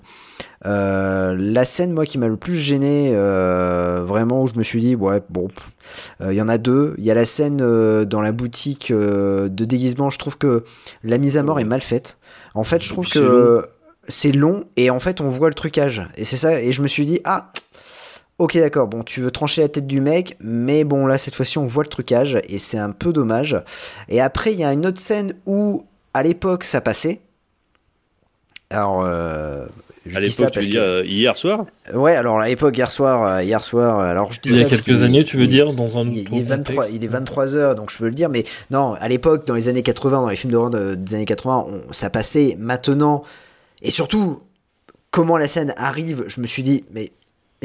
C: La scène, moi, qui m'a le plus gêné, vraiment, où je me suis dit, ouais, bon, il y en a 2. Il y a la scène dans la boutique de déguisement. Je trouve que la mise à mort est mal faite. En fait, je trouve que c'est long et en fait, on voit le trucage. Et c'est ça. Et je me suis dit, ok, d'accord, bon, tu veux trancher la tête du mec, mais bon, là, cette fois-ci, on voit le trucage, et c'est un peu dommage. Et après, il y a une autre scène où, à l'époque, ça passait. Alors,
D: à l'époque, tu veux dire hier soir ?
C: Ouais, alors à l'époque, hier soir, alors je dis
E: il y
C: ça
E: a quelques années, tu veux dire, dans un
C: il est 23h, donc je peux le dire, mais non, à l'époque, dans les années 80, dans les films d'horreur des années 80, ça passait. Maintenant, et surtout, comment la scène arrive, je me suis dit, mais pourquoi ?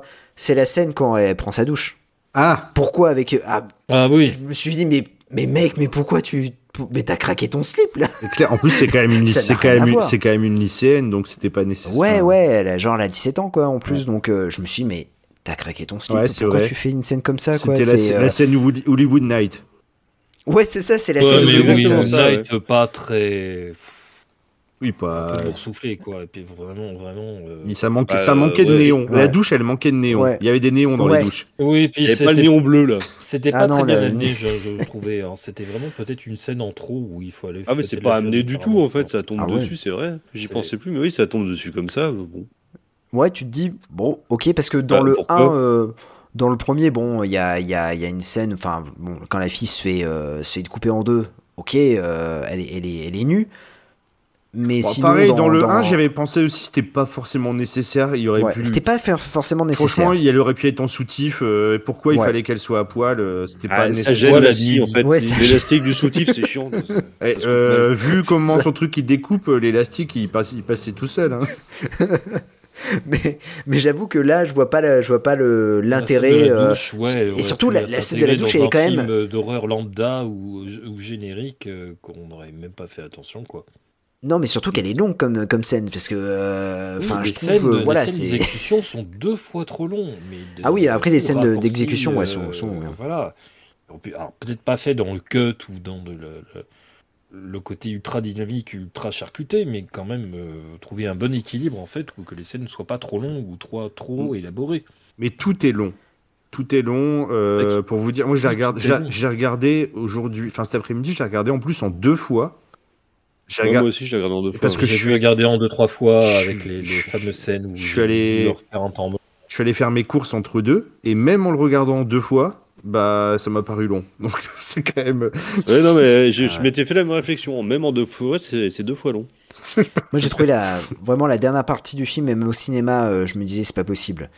C: C'est la scène quand elle prend sa douche. Pourquoi avec...
E: Ah oui.
C: Je me suis dit, mais mec, mais pourquoi mais t'as craqué ton slip, là.
F: En plus, c'est quand même une lycéenne, donc c'était pas nécessaire.
C: Ouais, elle a 17 ans, quoi, en plus. Ouais. Donc, je me suis dit, mais t'as craqué ton slip. Pourquoi tu fais une scène comme ça, quoi ?
F: C'était la scène Hollywood Night.
C: Ouais, c'est ça, c'est la scène
E: Hollywood Night, pas très...
F: Oui, pas.
E: Pour souffler, quoi. Et puis vraiment.
F: Ça manquait de néon. Ouais. La douche, elle manquait de néon. Ouais. Il y avait des néons dans les douches.
E: Oui, puis
D: il n'y avait pas le néon bleu, là.
E: C'était pas très bien amené, je trouvais. Hein. C'était vraiment peut-être une scène en trop où il faut aller.
D: Ah, mais c'est pas amené du tout, en fait. Ça tombe dessus, c'est vrai. J'y pensais plus, mais oui, ça tombe dessus comme ça. Bon.
C: Ouais, tu te dis, bon, ok, parce que dans le 1. Dans le premier, bon, il y a une scène, enfin, bon, quand la fille se fait couper en deux, ok, elle est nue. Mais sinon,
F: pareil, dans le 1, j'avais pensé aussi, c'était pas forcément nécessaire. Il aurait pu.
C: C'était pas forcément nécessaire.
F: Franchement, elle aurait pu être en soutif. Pourquoi il fallait qu'elle soit à poil C'était pas nécessaire.
D: Ça gêne la scie, en fait. L'élastique du soutif, c'est chiant.
F: Vu comment son truc il découpe, l'élastique il passait tout seul. Hein.
C: mais j'avoue que là, je vois pas l'intérêt. Et surtout, la scène de la douche, elle est quand même.
E: Film d'horreur lambda ou générique qu'on n'aurait même pas fait attention, quoi.
C: Non, mais surtout qu'elle est longue comme scène, parce que
E: je trouve les scènes d'exécution sont 2 fois trop longues.
C: Oui, après les scènes d'exécution, elles sont
E: voilà. Alors, peut-être pas fait dans le cut ou dans le côté ultra dynamique, ultra charcuté, mais quand même trouver un bon équilibre en fait, ou que les scènes ne soient pas trop longues ou trop élaborées.
F: Mais tout est long. Tout est long. Pour vous dire, moi j'ai regardé aujourd'hui, enfin cet après-midi, je l'ai regardé en plus en 2 fois.
D: Moi aussi, je l'ai regardé en 2 fois.
F: Parce que
E: je l'ai regardé en 2-3 fois avec les fameuses scènes où
F: je suis allé faire mes courses entre deux, et même en le regardant en 2 fois, ça m'a paru long. Donc c'est quand même.
D: Ouais, non, mais je m'étais fait la même réflexion. Même en 2 fois, c'est 2 fois long.
C: Moi, j'ai trouvé vraiment la dernière partie du film, même au cinéma, je me disais, c'est pas possible.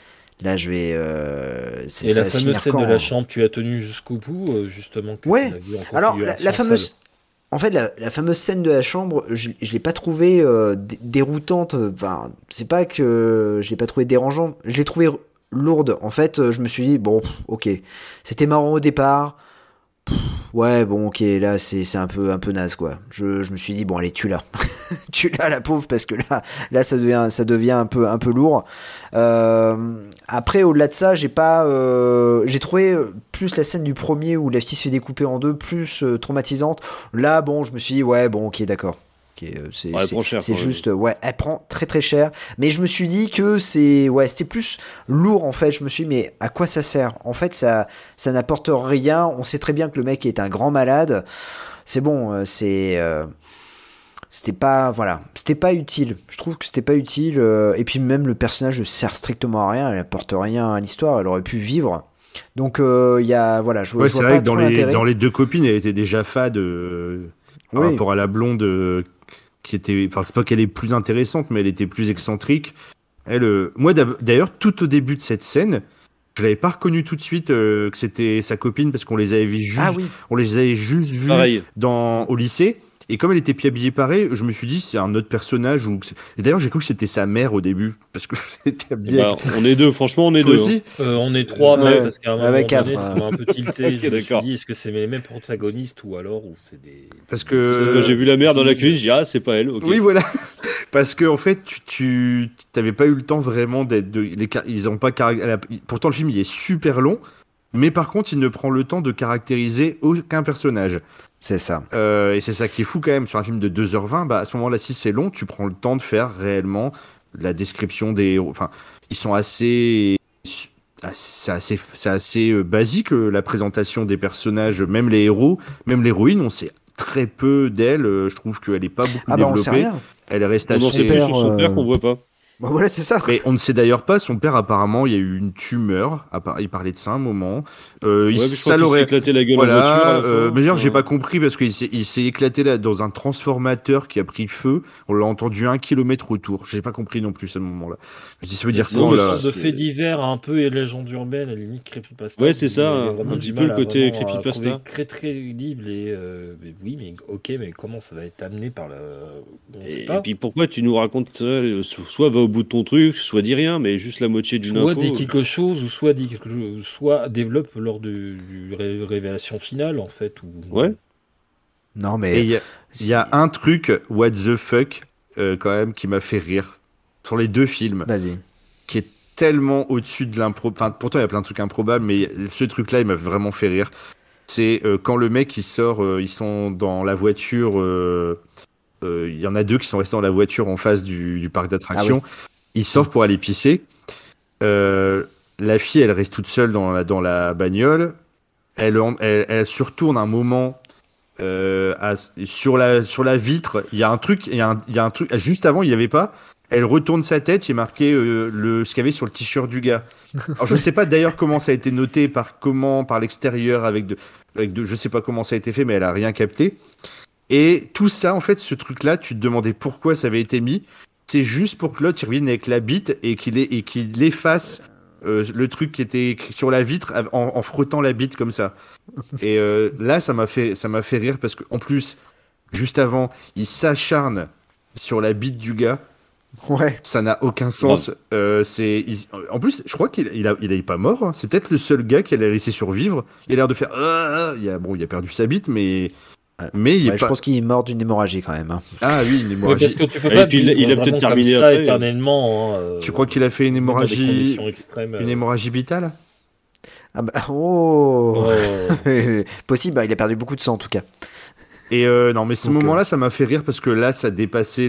C: Là, je vais.
E: Et la fameuse scène de la chambre, tu as tenu jusqu'au bout, justement. Que
C: ouais.
E: tu as vu en
C: Alors, la fameuse. En fait, la fameuse scène de la chambre, je l'ai pas trouvée déroutante. Enfin, c'est pas que je l'ai pas trouvée dérangeante. Je l'ai trouvée lourde. En fait, je me suis dit, bon, ok. C'était marrant au départ. Ouais, bon, ok, là, c'est un peu naze, quoi. Je me suis dit, bon, allez, tue-la. Tue-la, la pauvre, parce que là ça devient un peu lourd. Après, au-delà de ça, j'ai trouvé plus la scène du premier où la fille se fait découper en deux, plus traumatisante. Là, bon, je me suis dit, ouais, bon, ok, d'accord. Okay, c'est juste, ouais, elle prend très très cher. Mais je me suis dit que c'était plus lourd en fait. Je me suis dit, mais à quoi ça sert ? En fait, ça n'apporte rien. On sait très bien que le mec est un grand malade. C'est bon, c'était pas utile. Je trouve que c'était pas utile. Et puis même le personnage ne sert strictement à rien. Elle apporte rien à l'histoire. Elle aurait pu vivre. Donc il y a, voilà, je vois
F: c'est vrai que dans les deux copines, elle était déjà fade par rapport à la blonde. Qui était, enfin, c'est pas qu'elle est plus intéressante, mais elle était plus excentrique. Moi, d'ailleurs, tout au début de cette scène, je l'avais pas reconnu tout de suite que c'était sa copine parce qu'on les avait vus on les avait juste vus au lycée. Et comme elle était plus habillée pareil, je me suis dit c'est un autre personnage. Et d'ailleurs, j'ai cru que c'était sa mère au début parce que c'était habillée.
D: On est deux, franchement, on est deux.
E: Aussi on est trois, parce qu'à un moment donné,
C: quatre,
E: ça m'a un peu tilté. Okay, je me suis dit, est-ce que c'est les mêmes protagonistes ou alors c'est des.
F: Parce que
D: quand j'ai vu la mère dans la cuisine, j'ai dit c'est pas elle. Okay.
F: Oui, voilà. Parce que en fait, tu t'avais pas eu le temps vraiment ils ont pas pourtant le film il est super long, mais par contre, il ne prend le temps de caractériser aucun personnage.
C: C'est ça.
F: Et c'est ça qui est fou quand même sur un film de 2h20. À ce moment-là, si c'est long, tu prends le temps de faire réellement la description des héros. Enfin, ils sont c'est assez basique la présentation des personnages, même les héros, même l'héroïne. On sait très peu d'elle. Je trouve qu'elle est pas beaucoup développée.
C: On sait rien.
F: Elle reste assez.
D: On sait plus sur son père qu'on voit pas.
C: Bah voilà, c'est ça.
F: Mais on ne sait d'ailleurs pas, son père apparemment, il y a eu une tumeur, il parlait de ça un moment.
D: Ça l'aurait éclaté la gueule en voiture.
F: Mais d'ailleurs, j'ai pas compris parce qu'il s'est éclaté là dans un transformateur qui a pris feu. On l'a entendu 1 kilomètre autour. J'ai pas compris non plus à ce moment-là. Je dis ça veut dire quoi là ?
E: De faits divers un peu et légende urbaine, à la limite creepypasta.
D: Ouais, c'est ça, un petit peu le côté creepypasta.
E: Très très libre et oui, mais ok, mais comment ça va être amené par la.
D: Et puis pourquoi tu nous racontes ça ? Soit va au bout de ton truc, soit dis rien, mais juste la moitié d'une info.
E: Soit dis quelque chose, ou soit dis quelque chose, soit développe lors du révélation finale, en fait.
D: Ouais.
C: Non, mais.
F: Il y a un truc, what the fuck, quand même, qui m'a fait rire. Sur les deux films.
C: Vas-y.
F: Qui est tellement au-dessus de l'impro. Enfin, pourtant, il y a plein de trucs improbables, mais ce truc-là, il m'a vraiment fait rire. C'est quand le mec, il sort, ils sont dans la voiture. Il y en a deux qui sont restés dans la voiture en face du parc d'attractions. Ah oui. Ils sortent pour aller pisser. La fille, elle reste toute seule dans la bagnole. Elle se retourne un moment sur la vitre. Il y a un truc. Juste avant, il n'y avait pas. Elle retourne sa tête. Il est marqué ce qu'il y avait sur le t-shirt du gars. Alors je ne sais pas d'ailleurs comment ça a été noté par l'extérieur avec je sais pas comment ça a été fait, mais elle a rien capté. Et tout ça, en fait, ce truc-là, tu te demandais pourquoi ça avait été mis. C'est juste pour que l'autre il revienne avec la bite et qu'il efface le truc qui était sur la vitre en frottant la bite comme ça. Et là, ça m'a fait rire parce qu'en plus, juste avant, il s'acharne sur la bite du gars.
C: Ouais.
F: Ça n'a aucun sens. En plus, je crois qu'il est pas mort. Hein. C'est peut-être le seul gars qui a laissé survivre. Il a l'air de faire. Il a perdu sa bite, mais
C: je pense qu'il est mort d'une hémorragie quand même. Hein.
F: Ah oui, une hémorragie.
E: Parce que tu peux pas
D: il a peut-être terminé
E: ça
D: après,
E: éternellement.
F: Tu crois qu'il a fait une hémorragie vitale ?
C: Ah bah, oh. Possible, il a perdu beaucoup de sang en tout cas.
F: Et non, mais ce moment-là, ça m'a fait rire parce que là, ça dépassait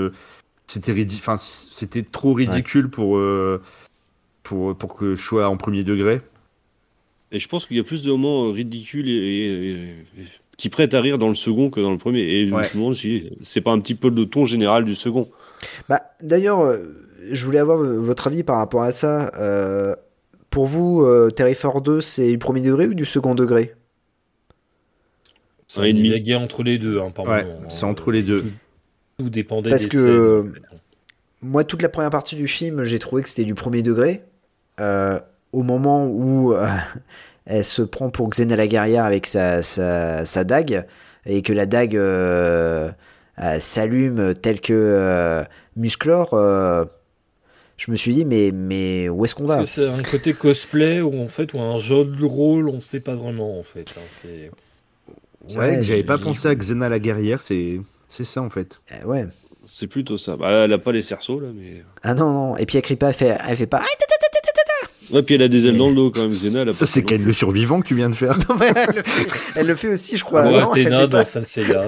F: c'était trop ridicule pour que je sois en premier degré.
D: Et je pense qu'il y a plus de moments ridicules et qui prêtent à rire dans le second que dans le premier. Et je me demande si c'est pas un petit peu le ton général du second.
C: Bah, d'ailleurs, je voulais avoir votre avis par rapport à ça. Pour vous, Terrifier 2, c'est du premier degré ou du second degré ?
E: C'est divagué entre les deux. Hein,
F: c'est entre les deux.
E: Tout dépendait
C: parce
E: des
C: que
E: scènes.
C: Moi, toute la première partie du film, j'ai trouvé que c'était du premier degré. au moment où elle se prend pour Xena la guerrière avec sa dague, et que la dague s'allume tel que Musclor, je me suis dit, mais où est-ce qu'on va ?
E: Parce que c'est un côté cosplay ou un jeu de rôle, on sait pas vraiment en fait.
F: C'est vrai que j'avais pas pensé à Xena la guerrière, c'est ça en fait.
C: Ouais.
D: C'est plutôt ça. Bah, elle a pas les cerceaux là, mais.
C: Ah non. Et puis elle crie pas, elle fait pas.
D: Ouais, puis elle a des ailes dans le dos quand même, Xena.
F: Ça, c'est Ken le survivant que tu viens de faire.
C: Non, mais elle le fait aussi, je crois.
E: Ouais,
C: non,
E: Athéna dans Sanseiya.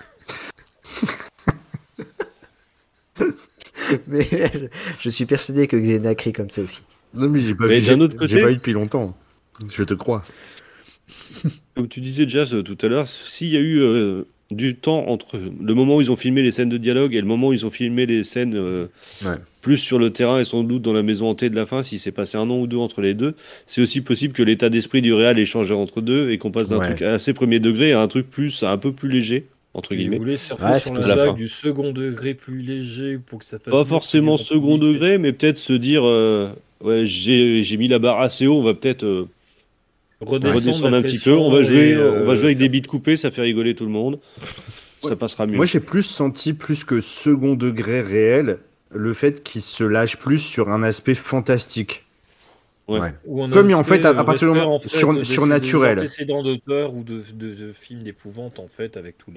C: Mais je suis persuadé que Xena crie comme ça aussi.
F: Non, mais j'ai pas vu depuis longtemps. Je te crois.
D: Comme tu disais, Jazz, tout à l'heure, s'il y a eu du temps entre le moment où ils ont filmé les scènes de dialogue et le moment où ils ont filmé les scènes plus sur le terrain et sans doute dans la maison hantée de la fin, s'il s'est passé 1 an ou 2 entre les deux, c'est aussi possible que l'état d'esprit du réal ait changé entre deux et qu'on passe d'un truc assez premier degré à un truc un peu plus léger, entre guillemets.
E: Vous voulez surfer sur la vague du second degré plus léger pour que ça passe.
D: Pas forcément second degré, mais peut-être se dire j'ai mis la barre assez haut, on va peut-être redescendre un petit peu, on va jouer avec des beats coupés, ça fait rigoler tout le monde. Ça passera mieux.
F: Moi, j'ai plus senti, plus que second degré réel, le fait qu'il se lâche plus sur un aspect fantastique. Comme en fait, à partir du moment surnaturel.
E: Antécédents d'auteurs ou de films d'épouvante, en fait, avec tout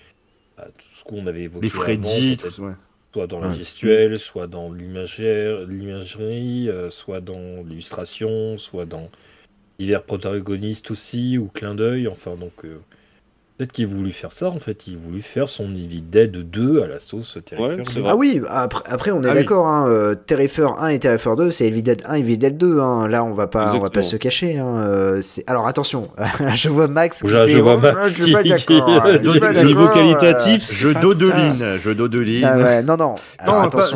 E: ce qu'on avait évoqué.
F: Les Freddy,
E: soit dans la gestuelle, soit dans l'imagerie, soit dans l'illustration, soit dans divers protagonistes aussi, ou clin d'œil, peut-être qu'il a voulu faire ça, en fait. Il a voulu faire son Evil Dead 2 à la sauce Terrifier 2.
C: Ah oui, après on est d'accord, hein, Terrifier 1 et Terrifier 2, c'est Evil Dead 1 et Evil Dead 2. Hein. Là, on va pas se cacher. Hein. Alors attention, je vois Max.
E: Je vois Max.
C: Je suis pas d'accord.
D: Niveau qualitatif,
F: je dodeline.
C: Ah ouais, non. Alors, attention,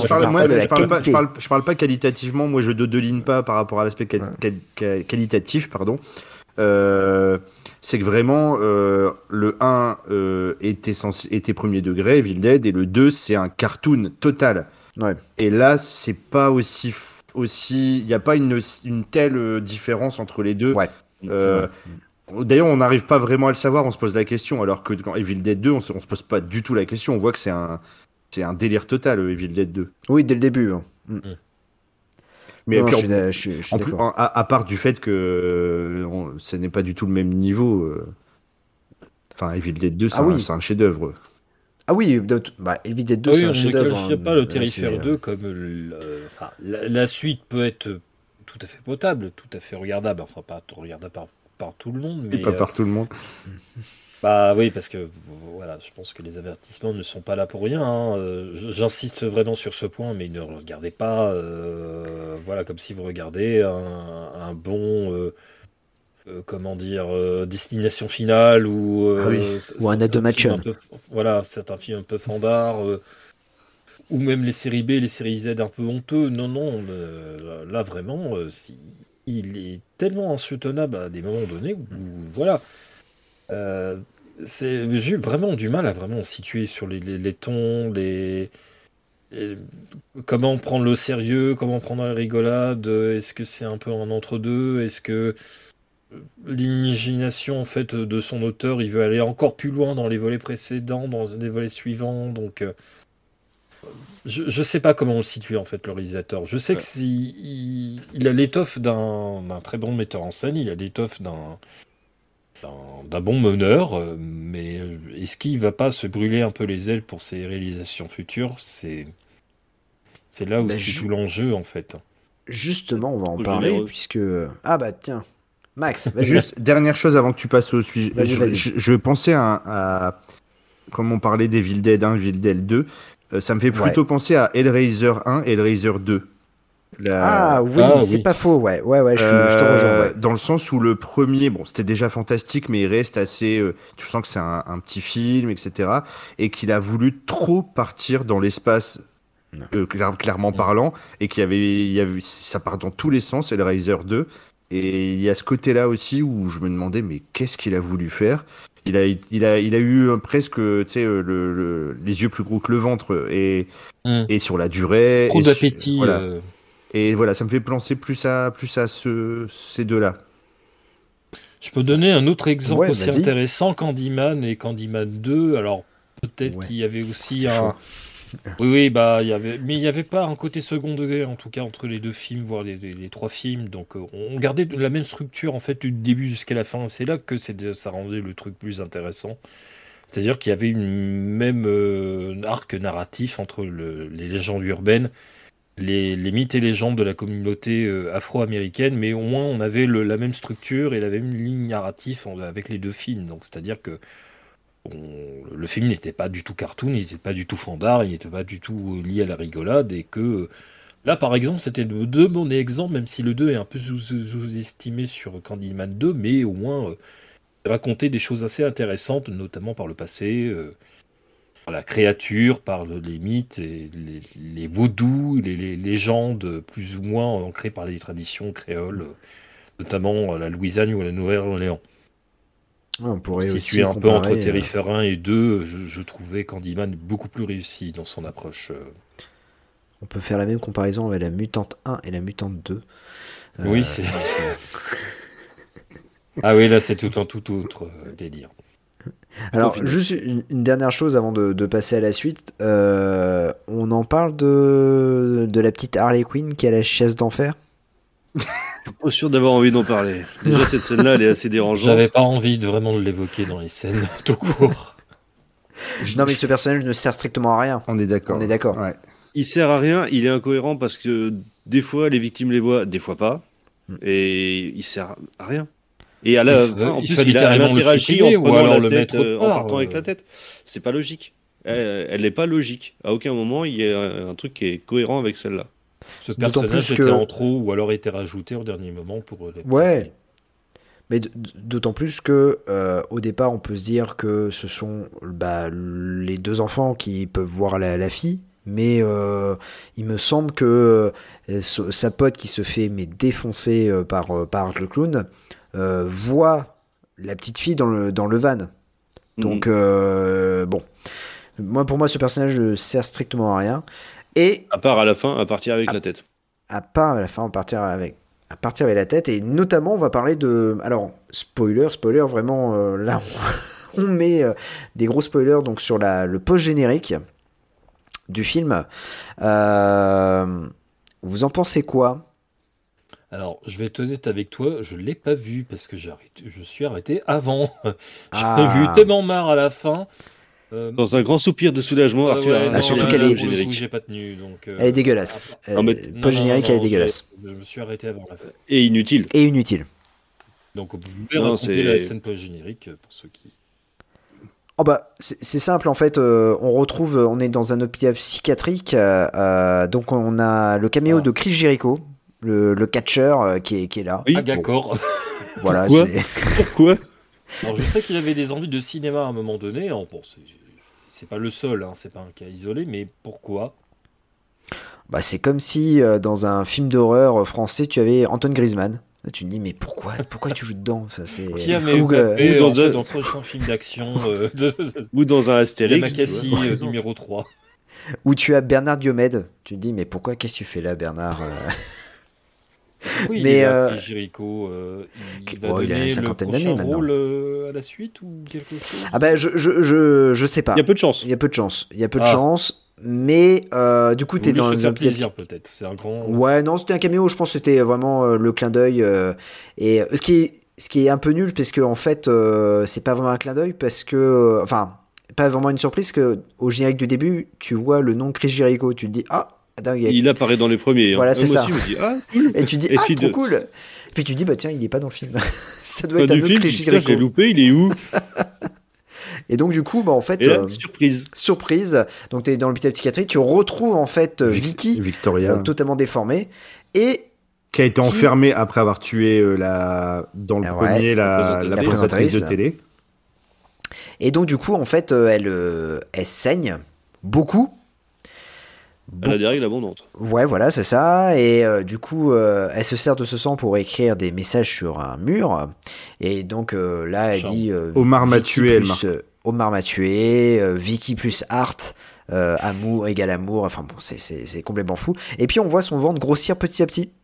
F: je parle pas qualitativement. Moi, je dodeline pas par rapport à l'aspect qualitatif, pardon. C'est que vraiment le 1 était premier degré, Evil Dead, et le 2 c'est un cartoon total.
C: Ouais.
F: Et là c'est pas aussi il n'y a pas une telle différence entre les deux.
C: Ouais.
F: D'ailleurs on n'arrive pas vraiment à le savoir, on se pose la question, alors que quand Evil Dead 2 on se pose pas du tout la question, on voit que c'est un délire total Evil Dead 2.
C: Oui, dès le début. Hein.
F: Mais
C: non,
F: puis,
C: je suis
F: en plus, à part du fait que ce n'est pas du tout le même niveau. Enfin, Evil Dead 2, c'est un chef-d'œuvre.
C: Ah oui, Evil Dead 2, c'est un chef-d'œuvre.
E: On ne qualifie pas le Terrifier 2 comme la suite peut être tout à fait potable, tout à fait regardable. Enfin, pas regardable par tout le monde, mais
F: pas par tout le monde.
E: Bah oui, parce que voilà, je pense que les avertissements ne sont pas là pour rien. Hein. J'insiste vraiment sur ce point, mais ne regardez pas, comme si vous regardez un bon, Destination Finale ou
C: un Adomachon.
E: Voilà, c'est un film un peu fandard, ou même les séries B, les séries Z un peu honteux. Non, là vraiment, il est tellement insoutenable à des moments donnés où voilà. J'ai eu vraiment du mal à vraiment situer sur les tons, comment prendre le sérieux, comment prendre la rigolade. Est-ce que c'est un peu un entre-deux? Est-ce que l'imagination en fait de son auteur, il veut aller encore plus loin dans les volets précédents, dans les volets suivants? Donc je sais pas comment le situer en fait, le réalisateur. Je sais que il a l'étoffe d'un très bon metteur en scène, il a l'étoffe d'un bon meneur, mais est-ce qu'il va pas se brûler un peu les ailes pour ses réalisations futures? C'est là où c'est tout l'enjeu en fait.
C: Justement, on va en parler puisque tiens, Max, vas-y.
F: Juste dernière chose avant que tu passes au sujet. Je pensais à comme on parlait d'Evil Dead 1, Evil Dead 2, ça me fait plutôt penser à Hellraiser 1 et Hellraiser 2.
C: C'est pas faux, ouais, je te rejoins.
F: Dans le sens où le premier, c'était déjà fantastique, mais il reste assez. Tu sens que c'est un petit film, etc. Et qu'il a voulu trop partir dans l'espace, clairement parlant, et ça part dans tous les sens, Hellraiser 2. Et il y a ce côté-là aussi où je me demandais, mais qu'est-ce qu'il a voulu faire ? Il a eu presque, les yeux plus gros que le ventre, et sur la durée.
E: Trop d'appétit.
F: Voilà. Et voilà, ça me fait penser plus à ces deux-là.
E: Je peux donner un autre exemple aussi
C: vas-y.
E: intéressant, Candyman et Candyman 2. Alors, peut-être qu'il y avait aussi
C: c'est
E: un...
C: chaud.
E: Oui, bah, il y avait pas un côté second degré, en tout cas, entre les deux films, voire les trois films. Donc, on gardait la même structure, en fait, du début jusqu'à la fin. C'est là que ça rendait le truc plus intéressant. C'est-à-dire qu'il y avait une même arc narratif entre les légendes urbaines, les mythes et légendes de la communauté afro-américaine, mais au moins on avait la même structure et la même ligne narrative avec les deux films. Donc, c'est-à-dire que le film n'était pas du tout cartoon, il n'était pas du tout fandard, il n'était pas du tout lié à la rigolade, et que là, par exemple, c'était deux bons exemples, même si le 2 est un peu sous-estimé sur Candyman 2, mais au moins raconter des choses assez intéressantes, notamment par le passé, par la créature, par les mythes, et les vaudous, les légendes plus ou moins ancrées par les traditions créoles, notamment la Louisiane ou la Nouvelle-Orléans.
C: Ouais, on pourrait aussi
E: situé un peu entre
C: comparer,
E: Terrifier 1 et 2, je trouvais Candyman beaucoup plus réussi dans son approche.
C: On peut faire la même comparaison avec la Mutante 1 et la Mutante 2.
E: Oui, c'est... Ah oui, là, c'est tout autre délire.
C: Alors, juste une dernière chose avant de passer à la suite. On en parle de la petite Harley Quinn qui a la chaise d'enfer.
D: Je suis pas sûr d'avoir envie d'en parler. Déjà, cette scène-là, elle est assez dérangeante.
E: J'avais pas envie de vraiment l'évoquer dans les scènes tout court.
C: Non, mais ce personnage ne sert strictement à rien.
F: On est d'accord.
C: Ouais.
D: Il sert à rien, il est incohérent parce que des fois, les victimes les voient, des fois pas. Et il sert à rien. Et à la fin, en plus, il interagit en prenant la tête, en partant avec la tête. C'est pas logique. Elle n'est pas logique. À aucun moment, il y a un truc qui est cohérent avec celle-là.
E: Ce personnage était en trop ou alors était rajouté au dernier moment pour...
C: Ouais. Mais d'autant plus que au départ, on peut se dire que ce sont les deux enfants qui peuvent voir la fille. Mais il me semble que sa pote qui se fait défoncer par le clown voit la petite fille dans le van. Donc bon, pour moi ce personnage ne sert strictement à rien. Et
D: à part à la fin, à partir avec la tête.
C: À part à la fin, à partir avec la tête. Et notamment, on va parler de... Alors, spoiler, vraiment, là, on met des gros spoilers donc, sur le post-générique du film. Vous en pensez quoi ?
E: Alors, je vais être honnête avec toi, je ne l'ai pas vu parce que je suis arrêté avant. J'en ai eu tellement marre à la fin.
D: Dans un grand soupir de soulagement, Arthur.
C: Surtout qu'elle est...
E: j'ai pas tenu, donc,
C: elle est dégueulasse. Post-générique, elle est dégueulasse.
E: Je me suis arrêté avant la fin.
D: Et inutile.
E: Donc, vous pouvez raconter la scène post-générique pour ceux qui...
C: Oh bah, c'est simple en fait, on est dans un hôpital psychiatrique, donc on a le caméo de Chris Jericho, le catcheur qui est là.
E: Oui, d'accord.
C: Bon. Voilà,
D: Pourquoi
E: Alors je sais qu'il avait des envies de cinéma à un moment donné, bon, c'est pas le seul, hein, c'est pas un cas isolé, mais pourquoi ?
C: Bah c'est comme si dans un film d'horreur français tu avais Antoine Griezmann. Tu te dis mais pourquoi tu joues dedans ça, c'est...
E: Qui a ou dans un prochain film d'action
D: ou dans un Astérix
E: Makassi numéro 3
C: où tu as Bernard Diomède, tu te dis mais pourquoi, qu'est-ce que tu fais là Bernard
E: Oui,
C: mais
E: Jericho il va donner
C: il a une cinquantaine d'années maintenant.
E: Rôle à la suite ou quelque chose.
C: Ah bah je sais pas.
D: Il y a peu de chance.
C: Il y a peu de chance. Mais du coup t'es dans
E: un plaisir peut-être. C'est un grand.
C: Ouais non c'était un caméo. Je pense que c'était vraiment le clin d'œil et ce qui est un peu nul parce que en fait c'est pas vraiment un clin d'œil parce que pas vraiment une surprise que au générique du début tu vois le nom Chris Jericho. Tu te dis dingue,
D: il apparaît dans les premiers.
C: Voilà, c'est ça.
D: Aussi, je me dis, cool.
C: Et tu dis, trop cool. Et puis tu dis, bah tiens, il est pas dans le film. Ça doit
D: pas
C: être un autre
D: film,
C: Chris Jericho.
D: J'ai loupé, il est où?
C: Et donc du coup, bah en fait, surprise. Donc tu es dans l'hôpital psychiatrique, tu retrouves en fait Vicky,
F: Victoria,
C: totalement déformée, et
F: qui a été enfermée après avoir tué dans le premier la présentatrice de télé.
C: Et donc du coup, en fait, elle saigne beaucoup.
D: Elle a des règles abondantes.
C: Ouais, voilà, c'est ça. Et du coup, elle se sert de ce sang pour écrire des messages sur un mur. Et donc là, elle dit
F: Omar m'a tué, elle marque.
C: Omar m'a tué, Vicky plus Art amour égale amour, enfin bon, c'est complètement fou. Et puis on voit son ventre grossir petit à petit.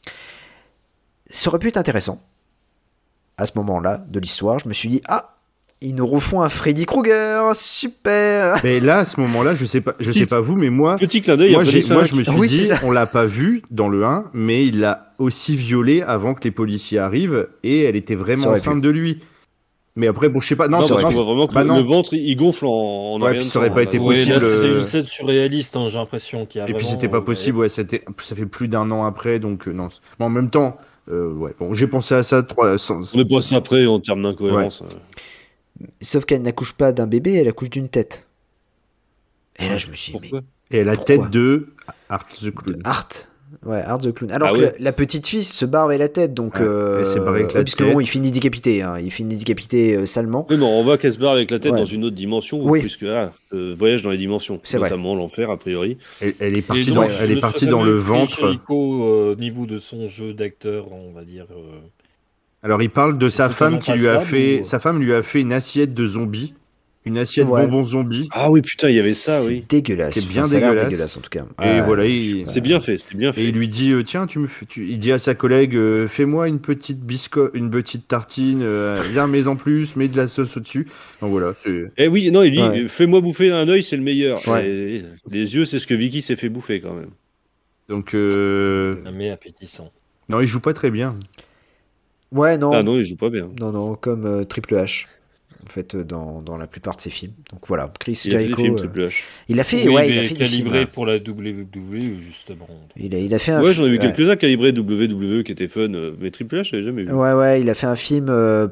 C: Ça aurait pu être intéressant. À ce moment-là de l'histoire, je me suis dit, ils nous refont un Freddy Krueger, super.
F: Mais là, à ce moment-là, je sais pas vous, mais moi,
D: petit clin d'œil.
F: Moi, je me suis dit, on l'a pas vu dans le 1, mais il l'a aussi violée avant que les policiers arrivent, et elle était vraiment enceinte de lui. Mais après, bon, je sais pas. Non,
D: parce qu'on voit vraiment que le ventre, il gonfle en
F: ouais, puis ça aurait pas été possible.
E: Là, c'était une scène surréaliste, j'ai l'impression qu'il y a.
F: Et puis c'était pas possible. Ouais, ça fait plus d'1 an après, donc non. Mais en même temps, ouais. Bon, j'ai pensé à ça.
D: On est passé après en termes d'incohérence. Ouais.
C: Sauf qu'elle n'accouche pas d'un bébé, elle accouche d'une tête. Et là, je me suis dit,
F: et la tête de Art the Clown.
C: Art the Clown. Alors que la petite fille se barre avec la tête, donc.
F: Elle s'est barrée avec la tête.
C: Bon, il finit décapité, salement.
D: Oui, mais on voit qu'elle se barre avec la tête dans une autre dimension, puisque voyage dans les dimensions, notamment l'enfer, a priori.
F: Elle est partie dans le ventre.
E: Au niveau de son jeu d'acteur, on va dire.
F: Alors, il parle de sa femme qui lui a fait. Sa femme lui a fait une assiette de zombies. Une assiette bonbons zombies.
D: Ah oui, putain, il y avait ça, oui.
C: C'est dégueulasse.
F: C'est bien dégueulasse
C: en tout cas.
F: Et voilà,
D: c'est bien fait,
F: Et il lui dit, tiens, il dit à sa collègue, fais-moi une petite tartine, viens, mets en plus, mets de la sauce au-dessus. Donc voilà, c'est.
D: Eh oui, non, il dit, fais-moi bouffer un œil, c'est le meilleur. Et les yeux, c'est ce que Vicky s'est fait bouffer quand même.
F: Donc.
E: Mais appétissant.
F: Non, il joue pas très bien.
C: Ouais, non.
D: Ah non, il joue pas bien.
C: Non, comme Triple H. En fait, dans la plupart de ses films. Donc voilà, Chris Jericho.
D: Il a fait des films,
C: il a fait
E: calibré pour la WWE, justement.
C: Il a fait un
D: j'en ai vu quelques-uns calibrés WWE qui étaient fun, mais Triple H, j'avais jamais vu.
C: Ouais, il a fait un film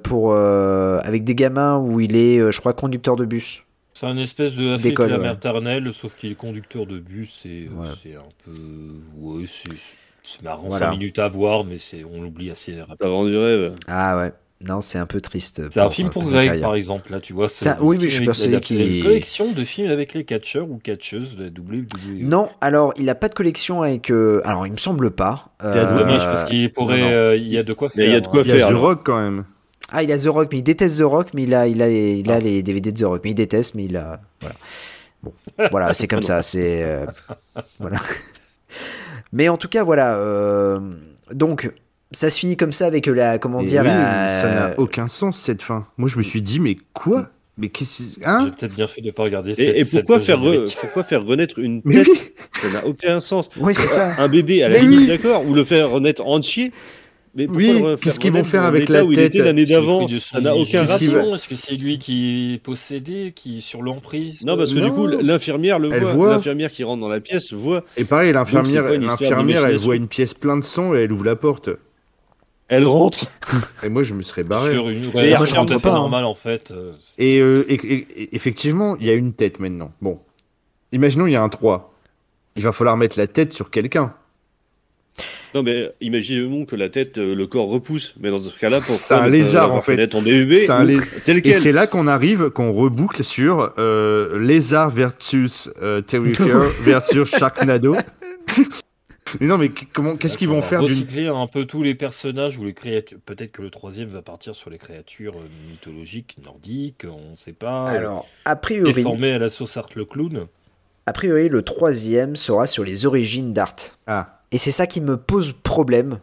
C: avec des gamins où il est, je crois, conducteur de bus.
E: C'est un espèce de Affleck la maternelle, sauf qu'il est conducteur de bus, c'est un peu. Ouais, c'est marrant, 5 minutes à voir, mais on l'oublie assez rapidement.
D: Ça vend du rêve.
C: Ah ouais. Non, c'est un peu triste.
E: C'est un film pour Greg, par exemple, là, tu vois.
C: Oui, mais je suis persuadé qu'il
E: a une collection de films avec les catcheurs ou catcheuses de la WWE.
C: Non, alors, il n'a pas de collection avec... Alors, il me semble pas.
E: Dommage, parce qu'il pourrait... il y a de quoi faire.
D: Il y a de quoi faire.
F: Il y a The Rock, quand même.
C: Ah, il a The Rock, mais il déteste The Rock, mais il a les DVD de The Rock. Mais il déteste, mais il a... Voilà. Bon, voilà, c'est comme ça, c'est... Voilà. Mais en tout cas, voilà. Donc... Ça se finit comme ça avec la... Comment dire
F: ça n'a aucun sens, cette fin. Moi, je me suis dit, mais quoi ? Mais qu'est-ce...
E: J'ai peut-être bien fait de ne pas regarder
D: et pourquoi faire renaître une tête ? Ça n'a aucun sens.
C: Oui, c'est ça.
D: Un bébé, à la limite, d'accord ? Ou le faire renaître entier ? Mais
F: qu'est-ce qu'ils vont faire avec la tête
D: l'année d'avant ? Ça n'a aucun rapport.
E: Est-ce que c'est lui qui est possédé, qui est sur l'emprise ?
D: Non, parce que du coup, l'infirmière le voit. L'infirmière qui rentre dans la pièce voit.
F: Et pareil, l'infirmière, elle voit une pièce pleine de sang et elle ouvre la porte.
D: Elle rentre.
F: Et moi, je me serais barré.
E: Sur une je rentre pas normale, en fait.
F: Et effectivement, il y a une tête maintenant. Bon. Imaginons, il y a un 3. Il va falloir mettre la tête sur quelqu'un.
D: Non, mais imaginons que la tête, le corps repousse. Mais dans ce cas-là,
F: c'est un lézard, en fait.
D: Ton bébé, tel quel.
F: Et c'est là qu'on reboucle sur lézard versus Terrifier versus Sharknado. Mais non, mais qu'est-ce qu'ils vont faire
E: recycler un peu tous les personnages ou les créatures. Peut-être que le 3e va partir sur les créatures mythologiques, nordiques, on ne sait pas.
C: Alors, a priori...
E: Déformées à la sauce Art le Clown.
C: A priori, le 3e sera sur les origines d'Art.
F: Ah.
C: Et c'est ça qui me pose problème.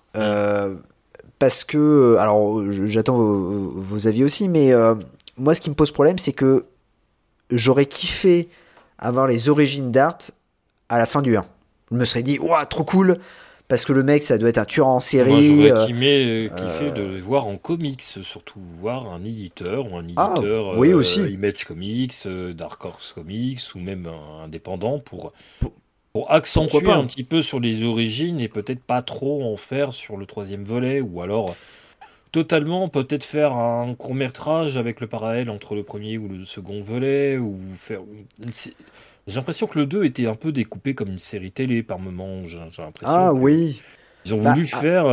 C: Parce que... Alors, j'attends vos avis aussi, mais moi, ce qui me pose problème, c'est que j'aurais kiffé avoir les origines d'Art à la fin du 1. Je me serais dit, ouah, trop cool, parce que le mec, ça doit être un tueur en série.
E: Moi, j'aurais kiffé de le voir en comics, surtout voir un éditeur ou un éditeur
C: oui, aussi.
E: Image Comics, Dark Horse Comics, ou même indépendant pour accentuer un petit peu sur les origines et peut-être pas trop en faire sur le 3e volet, ou alors totalement peut-être faire un court-métrage avec le parallèle entre le premier ou le second volet, ou faire... J'ai l'impression que le 2 était un peu découpé comme une série télé par moment. J'ai l'impression.
C: Ah oui.
E: Ils ont voulu faire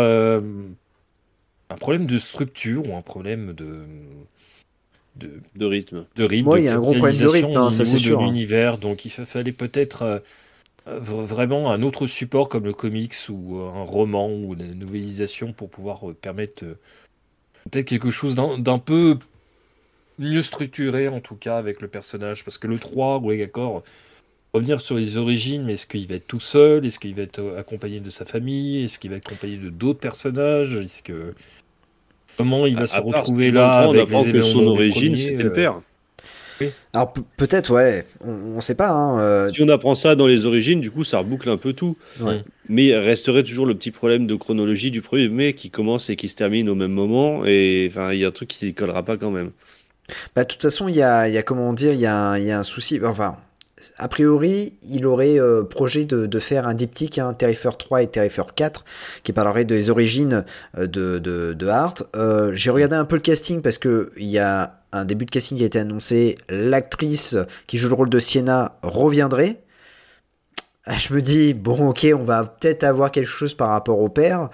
E: un problème de structure ou un problème
D: de rythme.
C: Moi, il y a un gros problème de rythme, ça c'est sûr.
E: De l'univers, donc il fallait peut-être vraiment un autre support comme le comics ou un roman ou une novélisation pour pouvoir permettre peut-être quelque chose d'un peu mieux structuré en tout cas avec le personnage, parce que le 3, ouais d'accord, revenir sur les origines, mais est-ce qu'il va être tout seul? Est-ce qu'il va être accompagné de sa famille? Est-ce qu'il va être accompagné de d'autres personnages? Comment il va se retrouver là
D: on
E: avec
D: apprend
E: les
D: que son
E: événements du
D: origine,
E: premier,
D: c'était le père.
C: Alors peut-être, ouais, on sait pas. Hein,
D: Si on apprend ça dans les origines, du coup, ça reboucle un peu tout.
C: Ouais.
D: Mais il resterait toujours le petit problème de chronologie du premier qui commence et qui se termine au même moment. Et enfin, il y a un truc qui collera pas quand même.
C: Bah, de toute façon, il y a comment dire, il y a un souci. Enfin, a priori, il aurait projet de faire un diptyque, Terrifier 3 et Terrifier 4, qui parlerait des origines de Hart. J'ai regardé un peu le casting parce que il y a un début de casting qui a été annoncé. L'actrice qui joue le rôle de Sienna reviendrait. Je me dis, bon, ok, on va peut-être avoir quelque chose par rapport au père.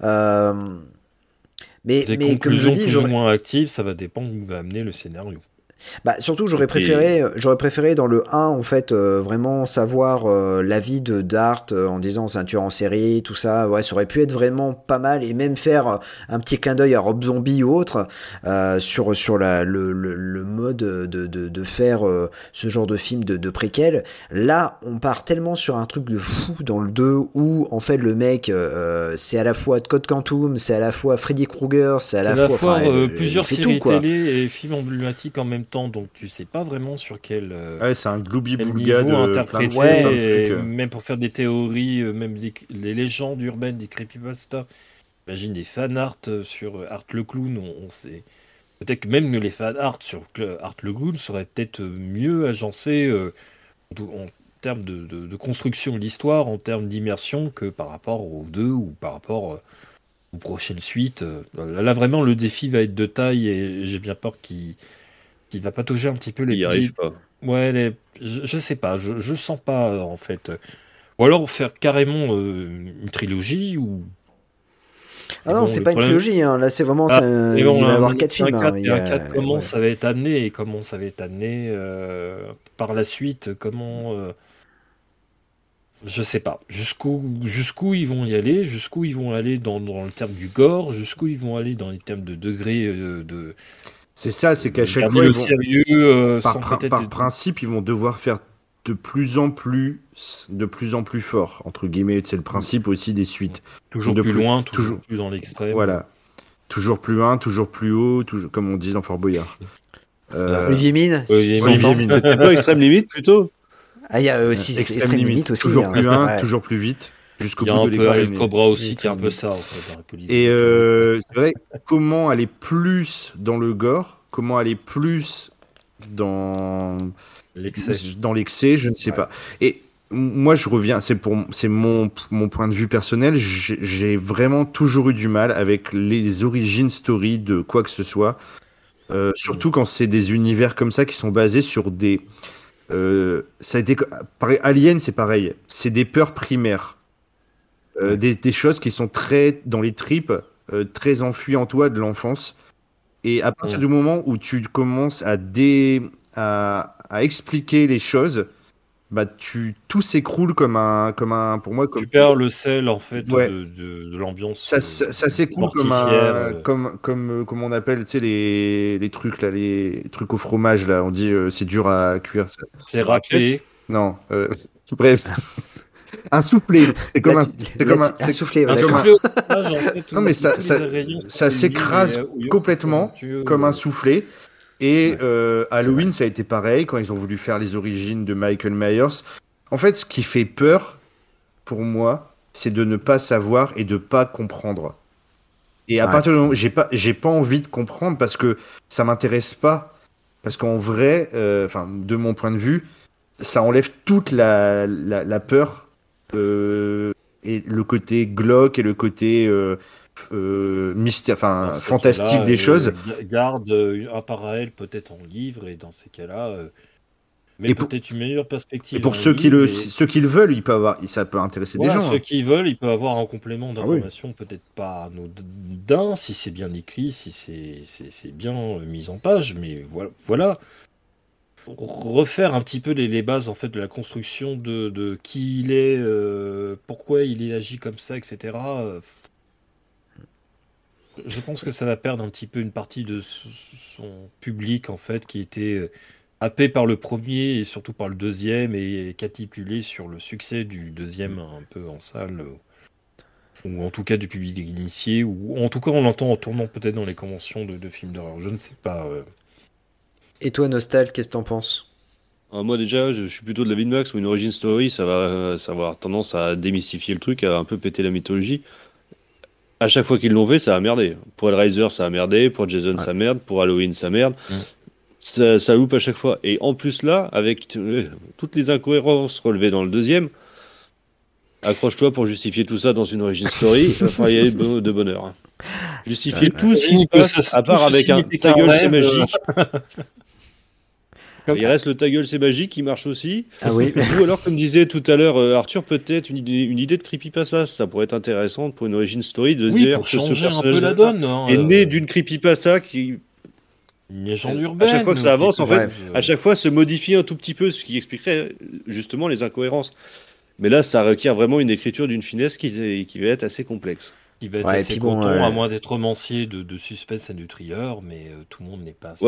C: Mais comme je
E: conclusions
C: dis,
E: plus ou moins actives, ça va dépendre où va amener le scénario.
C: Bah, surtout, j'aurais préféré dans le 1, en fait, vraiment savoir l'avis de Dart en disant c'est un tueur en série, tout ça. Ouais, ça aurait pu être vraiment pas mal et même faire un petit clin d'œil à Rob Zombie ou autre sur le mode de faire ce genre de film de préquel. Là, on part tellement sur un truc de fou dans le 2 où, en fait, le mec, c'est à la fois Code Quantum, c'est à la fois Freddy Krueger, c'est à la fois
E: plusieurs
C: il fait
E: séries
C: tout, quoi.
E: télé et films emblématiques en même temps, donc tu sais pas vraiment sur quel,
F: Ouais, c'est un gloubi-boulga
E: niveau
F: de
E: interpréter,
F: plein de
E: et
F: trucs.
E: même pour faire des théories, même les légendes urbaines, des creepypasta. Imagine des fan art sur Art le Clown, on sait. Peut-être que même les fan art sur Art le Clown seraient peut-être mieux agencés en termes de construction de l'histoire, en termes d'immersion, que par rapport aux deux ou par rapport aux prochaines suites. Là, vraiment, le défi va être de taille et j'ai bien peur qu'il va patauger un petit peu les
D: Il y arrive pas.
E: Ouais, je sais pas, je sens pas en fait. Ou alors faire carrément une trilogie ou.
C: Ah non, c'est pas une trilogie, hein. Là c'est vraiment, il va y avoir 4 films.
E: Et un 4, comment ça va être amené et comment ça va être amené par la suite, comment. Je sais pas. Jusqu'où ils vont y aller, jusqu'où ils vont aller dans le terme du gore, jusqu'où ils vont aller dans les termes de degré de.
F: C'est ça, c'est qu'à chaque fois,
E: le sérieux,
F: par principe, ils vont devoir faire de plus en plus fort, entre guillemets. C'est le principe aussi des suites.
E: Toujours plus loin, toujours plus dans l'extrême.
F: Voilà. Toujours plus loin, toujours plus haut, toujours, comme on dit dans Fort Boyard.
C: Olivier Mine.
D: Olivier Mine. C'est pas Extrême Limite plutôt?
C: Ah, il y a aussi Extrême Limite aussi.
F: Toujours plus loin, toujours plus vite. Jusqu'au bout de l'extrême.
E: Il y a un peu Cobra aussi qui est un peu ça, en fait, dans la politique.
F: Et c'est vrai, comment aller plus dans le gore, comment aller plus dans l'excès, je ne sais pas. Et moi, je reviens, c'est mon point de vue personnel, j'ai vraiment toujours eu du mal avec les origin story de quoi que ce soit, surtout quand c'est des univers comme ça qui sont basés sur des... ça a été pareil, Alien, c'est pareil, c'est des peurs primaires. Des choses qui sont très dans les tripes, très enfuies en toi de l'enfance. Et à partir du moment où tu commences à expliquer les choses, bah tout s'écroule comme un pour moi
E: tu perds le sel en fait de l'ambiance.
F: Ça s'écroule comme on appelle, tu sais, les trucs là, les trucs au fromage là. On dit c'est dur à cuire.
E: C'est râpé.
F: Non. Bref. Un soufflé, c'est comme un
C: soufflé.
F: Non mais ça s'écrase complètement comme un soufflé. Et Halloween, ça a été pareil quand ils ont voulu faire les origines de Michael Myers. En fait, ce qui fait peur pour moi, c'est de ne pas savoir et de pas comprendre. Et à partir du moment où j'ai pas envie de comprendre parce que ça m'intéresse pas, parce qu'en vrai, de mon point de vue, ça enlève toute la peur. Et le côté glauque et le côté mystère, fantastique des choses.
E: Garde un parallèle peut-être en livre et dans ces cas-là, mais peut-être une meilleure perspective.
F: Et pour ceux qui le veulent, ça peut intéresser des gens.
E: Ceux qui veulent, ils peuvent avoir un complément d'information, peut-être pas anodin, si c'est bien écrit, si c'est bien mis en page, mais voilà. Refaire un petit peu les bases en fait de la construction de qui il est, pourquoi il agit comme ça, etc. Je pense que ça va perdre un petit peu une partie de son public en fait qui était happé par le premier et surtout par le deuxième et capitulé sur le succès du deuxième un peu en salle, ou en tout cas du public initié, ou en tout cas on l'entend en tournant peut-être dans les conventions de films d'horreur, je ne sais pas.
C: Et toi, Nostal, qu'est-ce que t'en penses?
D: Moi déjà, je suis plutôt de l'avis de Max, où une origin story, ça va avoir tendance à démystifier le truc, à un peu péter la mythologie. À chaque fois qu'ils l'ont fait, ça a merdé. Pour Hellraiser, ça a merdé. Pour Jason, ça merde. Pour Halloween, ça merde. Ça loupe à chaque fois. Et en plus là, avec toutes les incohérences relevées dans le deuxième, accroche-toi pour justifier tout ça dans une origin story. Il va falloir y aller de bonne heure. Justifier tout ce qui se passe, à part avec un ta gueule, c'est magique. Il reste le ta gueule, c'est magique qui marche aussi.
C: Ah oui.
D: Ou alors, comme disait tout à l'heure Arthur, peut-être une idée de creepypasta. Ça pourrait être intéressant pour une origin story de se dire
E: pour
D: que ce
E: changer un peu
D: personnage
E: la donne,
D: est né d'une creepypasta qui.
E: Une légende urbaine.
D: À chaque fois que ça avance, en fait, à chaque fois se modifie un tout petit peu, ce qui expliquerait justement les incohérences. Mais là, ça requiert vraiment une écriture d'une finesse qui va être assez complexe.
E: Il va être assez coton, à moins d'être romancier de suspense et de thriller, mais tout le monde n'est pas.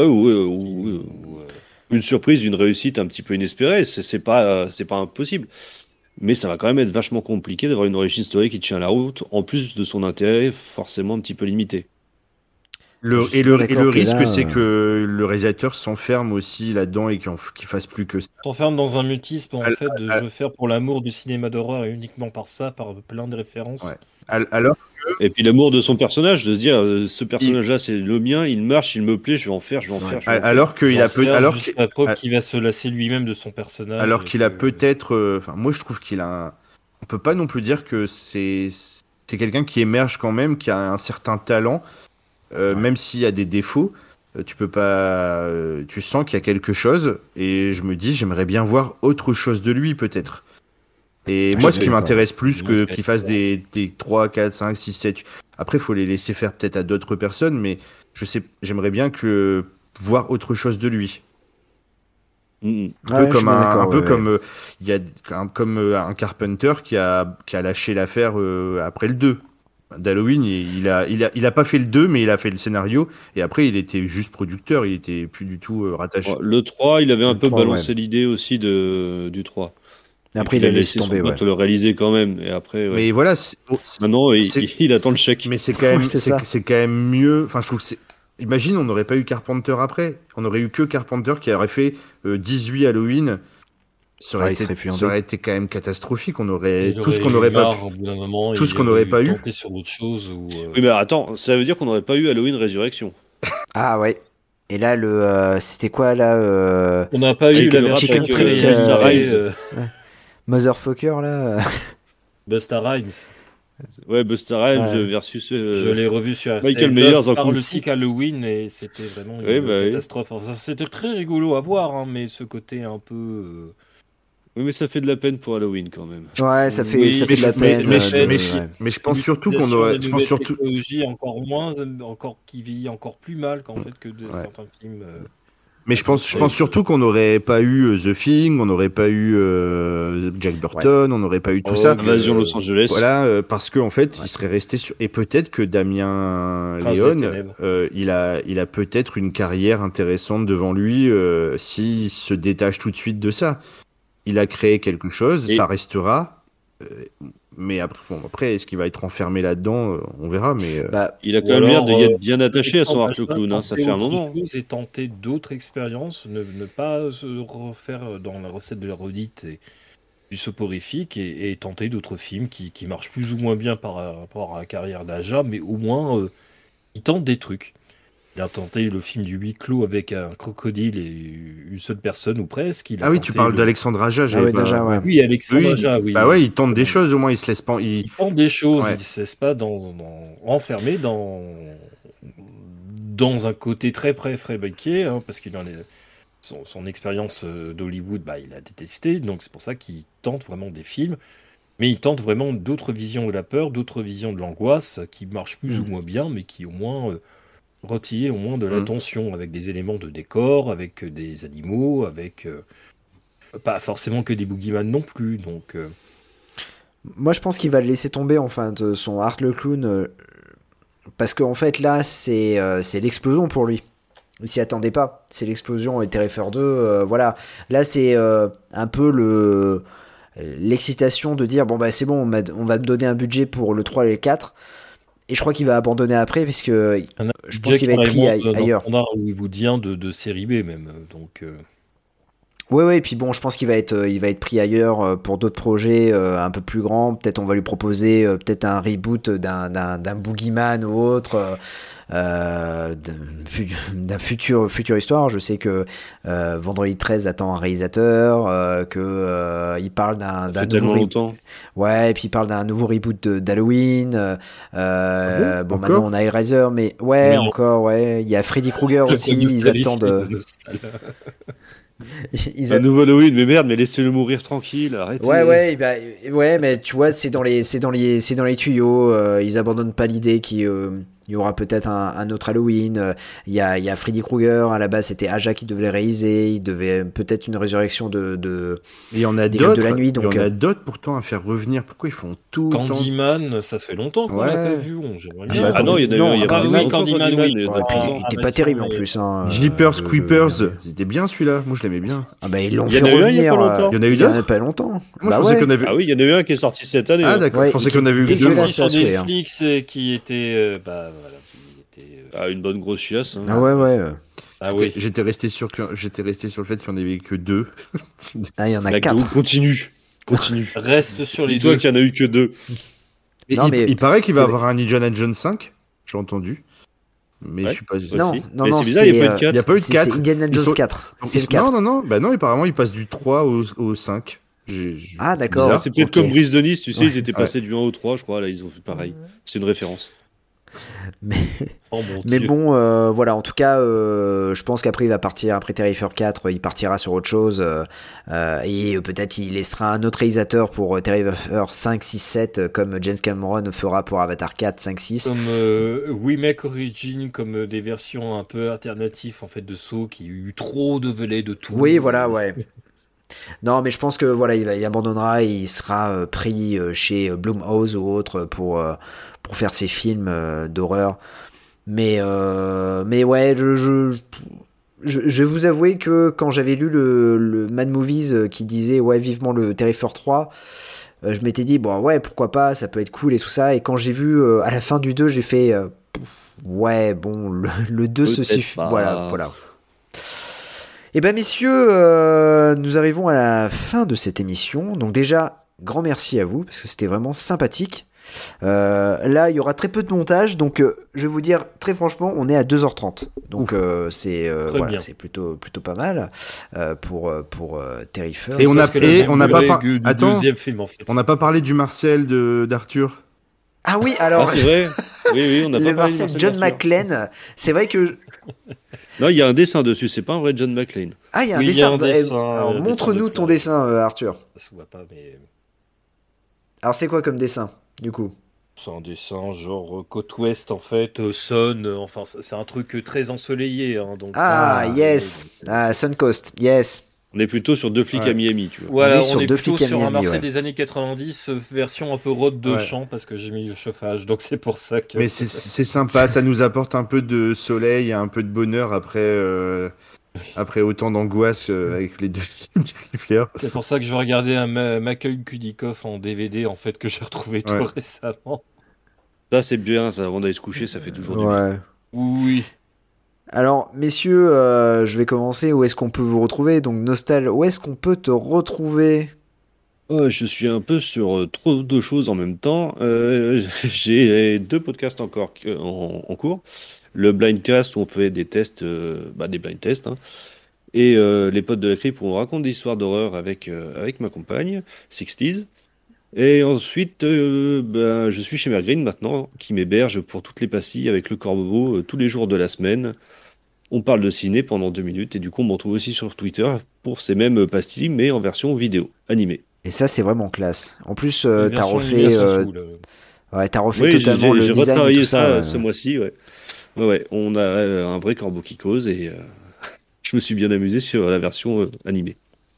D: Une surprise, une réussite un petit peu inespérée, c'est pas impossible. Mais ça va quand même être vachement compliqué d'avoir une origin story qui tient la route, en plus de son intérêt forcément un petit peu limité.
F: Le risque, c'est que le réalisateur s'enferme aussi là-dedans et qu'il fasse plus que ça.
E: S'enferme dans un mutisme, en fait, de je veux faire pour l'amour du cinéma d'horreur et uniquement par ça, par plein de références.
F: Ouais. Alors que...
D: Et puis l'amour de son personnage, de se dire ce personnage-là c'est le mien, il marche, il me plaît, je vais en faire.
F: Alors qu'il a peut-être,
E: la preuve qu'il va se lasser lui-même de son personnage.
F: Alors qu'il a peut-être, moi je trouve qu'il a, on peut pas non plus dire que c'est quelqu'un qui émerge quand même, qui a un certain talent, même s'il y a des défauts. Tu peux pas, tu sens qu'il y a quelque chose, et je me dis j'aimerais bien voir autre chose de lui peut-être. Et moi, ce qui m'intéresse plus que qu'il fasse des 3, 4, 5, 6, 7... Après, il faut les laisser faire peut-être à d'autres personnes, mais j'aimerais bien voir autre chose de lui. Un peu comme un Carpenter qui a lâché l'affaire après le 2 d'Halloween. Il a pas fait le 2, mais il a fait le scénario, et après, il était juste producteur, il était plus du tout rattaché.
D: Le 3, il avait un peu balancé l'idée aussi du 3.
C: Après, il a laissé tomber.
D: Le réaliser quand même. Et après,
F: mais voilà.
D: Maintenant, il attend le chèque.
F: Mais c'est quand même, c'est quand même mieux. Enfin, je trouve que imagine, on n'aurait pas eu Carpenter après. On aurait eu que Carpenter qui aurait fait 18 Halloween. Ça aurait été quand même catastrophique. On aurait tout ce qu'on n'aurait pas. Tout ce qu'on n'aurait pas eu.
E: Sur d'autres choses.
D: Oui, mais attends, ça veut dire qu'on n'aurait pas eu Halloween Résurrection.
C: Ah ouais. Et là, c'était quoi là
E: On n'a pas eu la version
C: Motherfucker là.
E: Busta Rhymes.
D: Ouais, Busta Rhymes versus.
E: Je l'ai revu sur
D: Michael Myers en
E: par le cycle Halloween, et c'était vraiment une catastrophe. Enfin, c'était très rigolo à voir, hein, mais ce côté un peu.
D: Oui, mais ça fait de la peine pour Halloween quand même.
C: Ouais, ça fait de la peine.
F: Mais je pense surtout qu'on aurait. Je pense surtout.
E: Encore qui vieillit encore plus mal qu'en fait que de certains films.
F: Mais je pense surtout qu'on n'aurait pas eu The Thing, on n'aurait pas eu Jack Burton, on n'aurait pas eu tout ça.
D: Invasion Los Angeles.
F: Voilà, parce qu'en fait, il serait resté sur. Et peut-être que Damien Léon, il a peut-être une carrière intéressante devant lui s'il se détache tout de suite de ça. Il a créé quelque chose, ça restera. Mais après, est-ce qu'il va être enfermé là-dedans? On verra. Mais
D: il a quand même l'air d'être bien attaché à son Art le Clown. Hein, ça fait un moment.
E: Et tenter d'autres expériences, ne pas se refaire dans la recette de la redite et du soporifique, et tenter d'autres films qui marchent plus ou moins bien par rapport à la carrière d'Aja, mais au moins il tente des trucs. Il a tenté le film du huis clos avec un crocodile et une seule personne ou presque.
F: Ah oui, tu parles d'Alexandre Aja.
E: Oui, Alexandre Aja, oui.
F: Bah ouais, il tente des choses, au moins il se laisse pas.
E: Il tente des choses, il se laisse pas enfermé dans un côté très fabriqué, hein, parce qu'il en est son expérience d'Hollywood, il a détesté, donc c'est pour ça qu'il tente vraiment des films. Mais il tente vraiment d'autres visions de la peur, d'autres visions de l'angoisse, qui marchent plus ou moins bien, mais qui au moins retire au moins de l'attention, avec des éléments de décor, avec des animaux, avec pas forcément que des boogeyman non plus. Donc,
C: moi, je pense qu'il va le laisser tomber, enfin, de son Art le Clown, parce qu'en fait, là, c'est l'explosion pour lui. Ils s'y attendaient pas. C'est l'explosion et Terrifier 2. Voilà. Là, c'est un peu l'excitation de dire bon bah c'est bon, on va me donner un budget pour le 3 et le 4. Et je crois qu'il va abandonner après parce que je pense qu'il va être pris ailleurs.
E: On a hollywoodien de série B même. Donc.
C: Ouais, et puis bon, je pense qu'il va être pris ailleurs pour d'autres projets un peu plus grands. Peut-être on va lui proposer peut-être un reboot d'un Boogeyman ou autre. D'un future histoire. Je sais que Vendredi 13 attend un réalisateur, il parle d'un
D: nouveau longtemps.
C: Ouais, et puis il parle d'un nouveau reboot d'Halloween. Bon, maintenant on a Hellraiser, mais ouais, encore, ouais. Il y a Freddy Krueger aussi. Ils attendent.
D: Un nouveau Halloween, mais merde, mais laissez-le mourir tranquille, arrêtez.
C: Ouais, mais tu vois, c'est dans les tuyaux. Ils abandonnent pas l'idée qu'il y aura peut-être un autre Halloween. Il y a Freddy Krueger. À la base, c'était Aja qui devait le réaliser. Il devait peut-être une résurrection de
F: il y en a d'autres de la nuit. Donc il y en a d'autres pourtant à faire revenir. Pourquoi ils font tout
E: Candyman, ça fait longtemps qu'on l'a pas vu.
D: Ah non, il y en a eu.
E: Candyman,
C: il était pas terrible en plus.
F: Jeepers Creepers, c'était bien celui-là. Moi, je l'aimais bien.
C: Ah bah ils l'ont fait revenir.
F: Il y en a eu d'autres.
C: Pas longtemps.
F: Moi, je pensais qu'on avait.
D: Ah oui, il y en a eu un qui est sorti cette année.
F: Ah d'accord. Je pensais qu'on avait eu
E: deux sur Netflix qui était.
D: Une bonne grosse chiasse.
C: Ah ouais.
E: Ah oui.
F: J'étais resté sur le fait qu'il n'y en avait que 2.
C: Ah, il y en a 4.
D: Continue.
E: Reste sur les 2.
D: Dis-toi qu'il n'y en a eu que 2.
F: Il paraît qu'il va avoir un Indiana Jones 5, j'ai entendu. Mais je suis pas sûr.
C: Non,
D: c'est bizarre, il n'y
F: a pas eu de 4.
C: C'est Indiana Jones 4. C'est le 4.
F: Non. Bah non, apparemment, il passe du 3 au 5.
C: Ah, d'accord.
D: C'est peut-être comme Brise de Nice, tu sais, ils étaient passés du 1 au 3, je crois. Là, ils ont fait pareil. C'est une référence.
C: Mais bon, voilà, en tout cas, je pense qu'après il va partir, après Terrifier 4, il partira sur autre chose, et peut-être il laissera un autre réalisateur pour Terrifier 5, 6, 7, comme James Cameron fera pour Avatar 4, 5, 6.
E: Comme Remake Origin, comme des versions un peu alternatives en fait de Saw, qui ont eu trop de volets de tout.
C: Oui, voilà, ouais. Non, mais je pense que voilà, il abandonnera et il sera pris chez Blumhouse ou autre pour faire ses films d'horreur. Mais ouais, je vais vous avouer que quand j'avais lu le Mad Movies qui disait ouais vivement le Terrifier 3, je m'étais dit bon ouais pourquoi pas, ça peut être cool et tout ça. Et quand j'ai vu à la fin du 2, j'ai fait ouais bon le 2 se suffit. Voilà. Et ben messieurs, nous arrivons à la fin de cette émission. Donc déjà, grand merci à vous, parce que c'était vraiment sympathique. Là, il y aura très peu de montage, donc je vais vous dire, très franchement, on est à 2h30. Donc c'est plutôt pas mal pour Terrifier.
F: Et on n'a pas parlé du Marcel d'Arthur.
C: Ah oui, alors...
D: Ah, c'est vrai. Oui, on n'a pas parlé
C: de Marcel John McClane. C'est vrai que...
D: Non, il y a un dessin dessus, c'est pas un vrai John McClane.
C: Ah, il y a un dessin. Alors, montre-nous ton dessin, Arthur.
E: Ça se voit pas, mais...
C: Alors, c'est quoi comme dessin, du coup?
E: C'est un dessin genre côte ouest, en fait, Sun, enfin, c'est un truc très ensoleillé. Hein, donc,
C: yes Sun Coast, yes.
D: On est plutôt sur deux flics à Miami, tu vois.
E: Voilà, on est plutôt sur un Marseille des années 90, version un peu road de champ, parce que j'ai mis le chauffage, donc c'est pour ça que...
F: Mais c'est sympa, ça nous apporte un peu de soleil et un peu de bonheur après autant d'angoisse avec les deux films Terrifier.
E: C'est pour ça que je vais regarder un Michael Kudikoff en DVD, en fait, que j'ai retrouvé tout récemment.
D: Ça, c'est bien, ça, avant d'aller se coucher, ça fait toujours du bien.
E: Oui.
C: Alors, messieurs, je vais commencer. Où est-ce qu'on peut vous retrouver? Donc, Nostal, où est-ce qu'on peut te retrouver?
D: Je suis un peu sur trop de choses en même temps. J'ai 2 podcasts encore en cours. Le Blindcast, où on fait des tests, des blind tests. Hein. Et les potes de la crypte, où on raconte des histoires d'horreur avec ma compagne, 60s. Et ensuite, je suis chez Mergreen maintenant, qui m'héberge pour toutes les pastilles avec le Corbeau tous les jours de la semaine. On parle de ciné pendant 2 minutes et du coup on me retrouve aussi sur Twitter pour ces mêmes pastilles mais en version vidéo, animée.
C: Et ça c'est vraiment classe. En plus t'as refait totalement le design.
D: J'ai retravaillé ça ce mois-ci. Ouais, on a un vrai corbeau qui cause et je me suis bien amusé sur la version animée.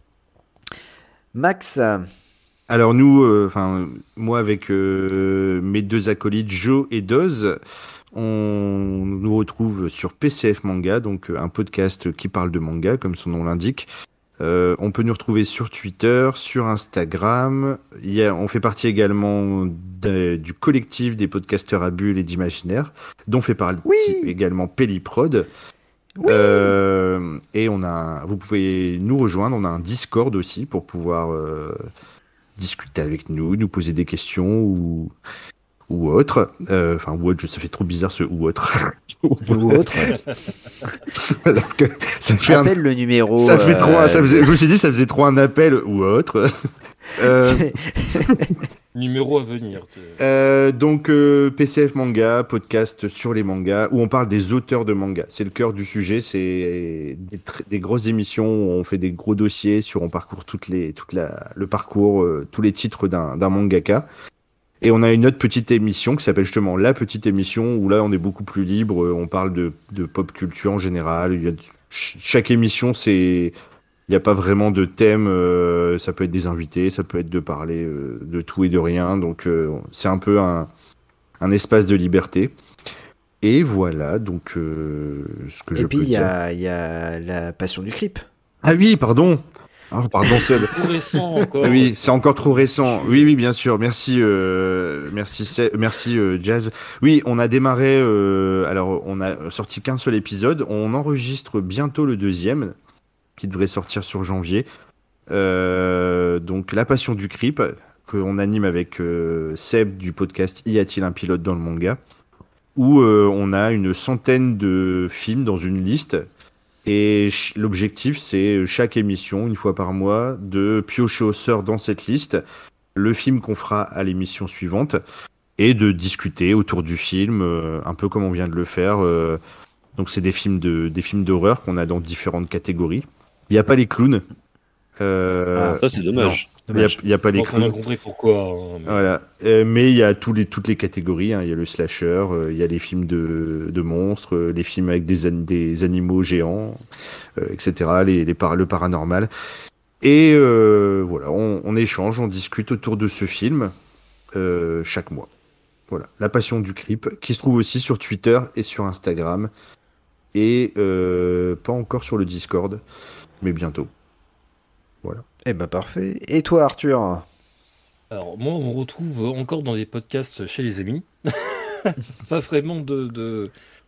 C: Max.
F: Alors nous, moi avec mes 2 acolytes Joe et Doz, on nous retrouve sur PCF Manga, donc un podcast qui parle de manga, comme son nom l'indique. On peut nous retrouver sur Twitter, sur Instagram. On fait partie également du collectif des podcasteurs à bulles et d'imaginaire, dont fait partie également Pelliprod. Oui. Et vous pouvez nous rejoindre. On a un Discord aussi pour pouvoir discuter avec nous poser des questions ou autre. Enfin, ou autre, ça fait trop bizarre ce ou autre.
C: Ou autre.
F: Alors que ça fait
C: appelle le numéro.
F: Ça fait trop. Je me suis dit, ça faisait trop un appel ou autre.
E: Numéro à venir.
F: Donc, PCF Manga, podcast sur les mangas, où on parle des auteurs de mangas. C'est le cœur du sujet. C'est des grosses émissions où on fait des gros dossiers on parcourt le parcours, tous les titres d'un mangaka. Et on a une autre petite émission qui s'appelle justement La Petite Émission, où là on est beaucoup plus libre, on parle de pop culture en général. Chaque émission, il n'y a pas vraiment de thème, ça peut être des invités, ça peut être de parler de tout et de rien, donc c'est un peu un espace de liberté. Et voilà, donc ce que je peux dire.
C: Et puis il y a la passion du creep.
F: Ah oui, pardon. Oh, pardon, Seb.
E: Trop récent encore.
F: Oui, c'est encore trop récent. Oui, bien sûr. Merci, Jazz. Oui, on a démarré. Alors, on a sorti qu'un seul épisode. On enregistre bientôt le deuxième, qui devrait sortir sur janvier. Donc, La Passion du Creep, qu'on anime avec Seb du podcast Y a-t-il un pilote dans le manga, où on a une centaine de films dans une liste. Et l'objectif, c'est chaque émission, une fois par mois, de piocher au sort dans cette liste le film qu'on fera à l'émission suivante et de discuter autour du film, un peu comme on vient de le faire. Donc, c'est des films d'horreur qu'on a dans différentes catégories. Il n'y a pas les clowns.
D: Ça, c'est dommage.
F: Il n'y a pas les clowns.
E: On a compris pourquoi.
F: Voilà. Mais il y a toutes les catégories. Il y a le slasher, il y a les films de monstres, les films avec des animaux géants, etc. Le paranormal. Et voilà, on échange, on discute autour de ce film chaque mois. Voilà, La Passion du Creep, qui se trouve aussi sur Twitter et sur Instagram. Et pas encore sur le Discord, mais bientôt. Voilà.
C: Eh ben parfait. Et toi, Arthur?
E: Alors moi, on me retrouve encore dans des podcasts chez les amis. Pas vraiment de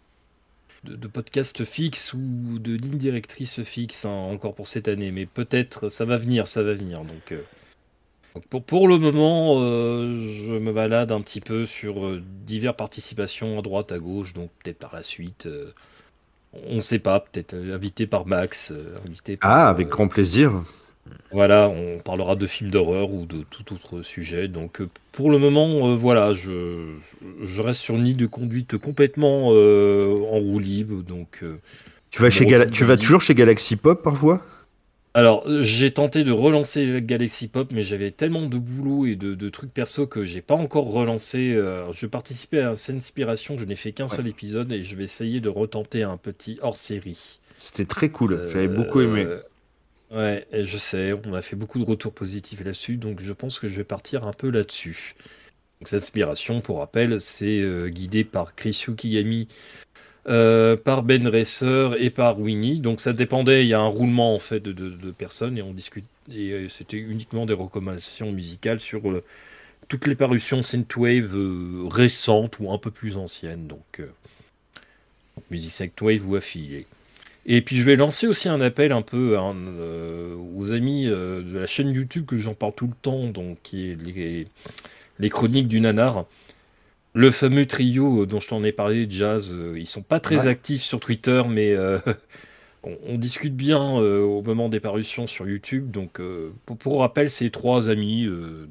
E: podcasts fixes ou de ligne directrice fixe encore pour cette année, mais peut-être ça va venir. Donc pour le moment, je me balade un petit peu sur diverses participations à droite, à gauche, donc peut-être par la suite. On ne sait pas, peut-être invité par Max.
F: Avec grand plaisir.
E: Voilà, on parlera de films d'horreur ou de tout autre sujet. Donc pour le moment, voilà, je reste sur une ligne de conduite complètement en roue libre. Donc,
F: tu vas toujours chez Galaxy Pop parfois?
E: Alors, j'ai tenté de relancer Galaxy Pop, mais j'avais tellement de boulot et de trucs perso que j'ai pas encore relancé. Je participais à Inspiration, je n'ai fait qu'un seul épisode et je vais essayer de retenter un petit hors-série.
F: C'était très cool, j'avais beaucoup aimé.
E: Ouais, et je sais, on a fait beaucoup de retours positifs là-dessus, donc je pense que je vais partir un peu là-dessus. Donc, cette inspiration, pour rappel, c'est guidé par Chris Yukigami, par Ben Racer et par Winnie. Donc ça dépendait, il y a un roulement en fait de personnes et on discute. Et c'était uniquement des recommandations musicales sur toutes les parutions Synthwave récentes ou un peu plus anciennes. Donc musique Synthwave ou affiliée. Et puis je vais lancer aussi un appel un peu aux amis de la chaîne YouTube que j'en parle tout le temps, donc qui est les chroniques du nanar. Le fameux trio dont je t'en ai parlé, Jazz, ils sont pas très actifs sur Twitter, mais on discute bien au moment des parutions sur YouTube. Donc pour rappel, c'est trois amis,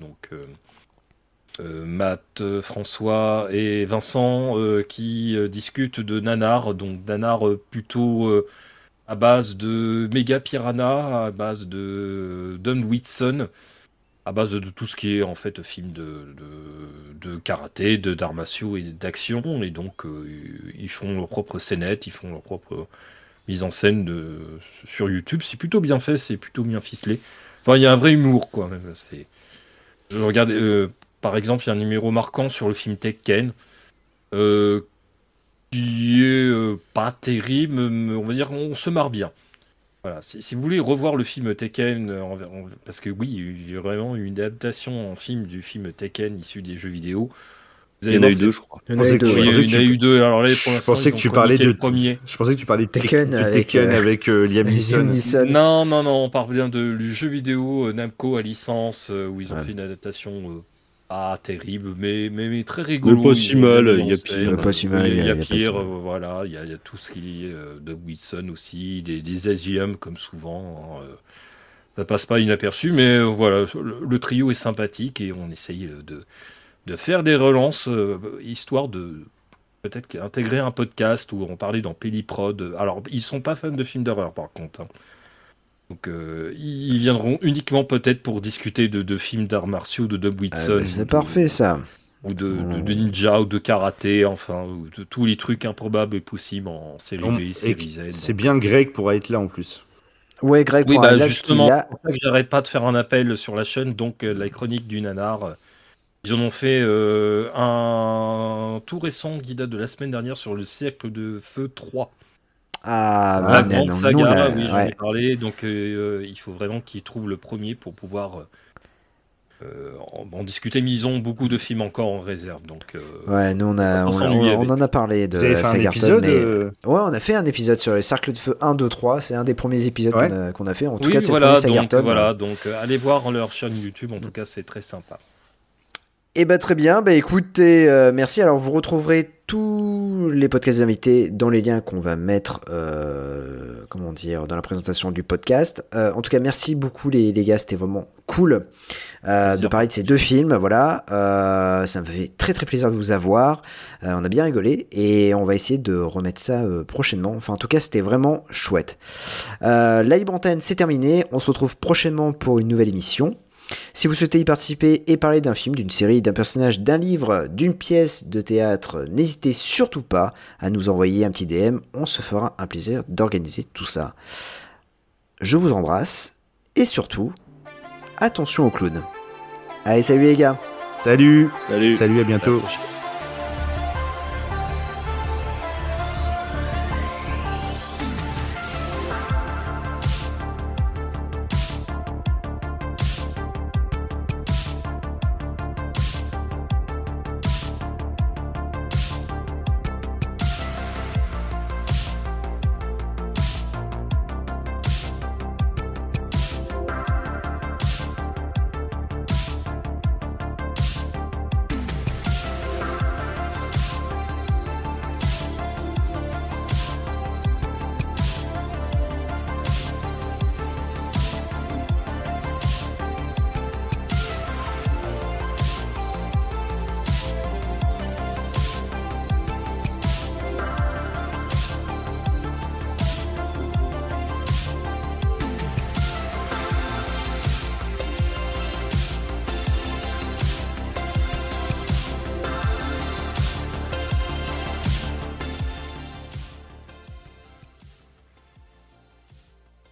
E: Matt, François et Vincent, qui discutent de nanar, donc nanar plutôt à base de Mega Piranha, à base de Don Whitson, à base de tout ce qui est en fait film de karaté, d'arts martiaux et d'action. Et donc ils font leur propre scénette, ils font leur propre mise en scène sur YouTube. C'est plutôt bien fait, c'est plutôt bien ficelé. Enfin, il y a un vrai humour, quoi. Même. Je regarde, par exemple, il y a un numéro marquant sur le film Tekken. qui est pas terrible, mais on va dire on se marre bien. Voilà, si vous voulez revoir le film Tekken, parce que oui, il y a vraiment une adaptation en film du film Tekken issu des jeux vidéo.
D: Il y en a eu deux, je crois.
E: Il y en a eu deux. Alors là, pour l'instant,
F: je pensais que tu parlais de
E: premier.
F: Je pensais que tu parlais de
C: Tekken
F: avec Liam Neeson.
E: Non, on parle bien du jeu vidéo Namco à licence où ils ont fait une adaptation pas terrible, mais très rigolo.
D: Mais pas si mal, il y a pire.
E: Il y a pire, voilà. Il y a tout ce qui est de Wilson aussi, des Asium comme souvent. Ça passe pas inaperçu, mais voilà, le trio est sympathique et on essaye de faire des relances, histoire de peut-être intégrer un podcast où on parlait dans Péliprod. Alors, ils sont pas fans de films d'horreur, par contre. Hein. Donc, ils viendront uniquement peut-être pour discuter de films d'arts martiaux, de Doug Wilson.
C: C'est parfait, ça.
E: Ou de ninja, ou de karaté, enfin, ou de tous les trucs improbables et possibles en série B, série Z.
F: C'est bien Greg pourra être là, en plus.
C: Ouais, Greg pourra être là.
E: Justement, c'est pour ça que j'arrête pas de faire un appel sur la chaîne, donc la chronique du nanar... Ils en ont fait un tout récent qui date de la semaine dernière sur le Cercle de Feu 3. La grande saga, oui, j'en ai parlé. Donc il faut vraiment qu'ils trouvent le premier pour pouvoir en discuter. Mais ils ont beaucoup de films encore en réserve. Donc,
C: nous on en a parlé de la saga. Ouais, on a fait un épisode sur le Cercle de Feu 1, 2, 3. C'est un des premiers épisodes qu'on a fait. En tout cas, c'est le premier Sagarton.
E: Donc allez voir leur chaîne YouTube. En tout cas, c'est très sympa.
C: Eh ben très bien, écoutez, merci. Alors vous retrouverez tous les podcasts des invités dans les liens qu'on va mettre dans la présentation du podcast. En tout cas, merci beaucoup les gars, c'était vraiment cool de parler de ces deux films. Voilà, ça me fait très très plaisir de vous avoir. On a bien rigolé et on va essayer de remettre ça prochainement. Enfin, en tout cas, c'était vraiment chouette. La Libre Antenne, c'est terminé. On se retrouve prochainement pour une nouvelle émission. Si vous souhaitez y participer et parler d'un film, d'une série, d'un personnage, d'un livre, d'une pièce de théâtre, n'hésitez surtout pas à nous envoyer un petit DM, on se fera un plaisir d'organiser tout ça. Je vous embrasse, et surtout, attention aux clowns. Allez, salut les gars.
F: Salut,
D: à bientôt.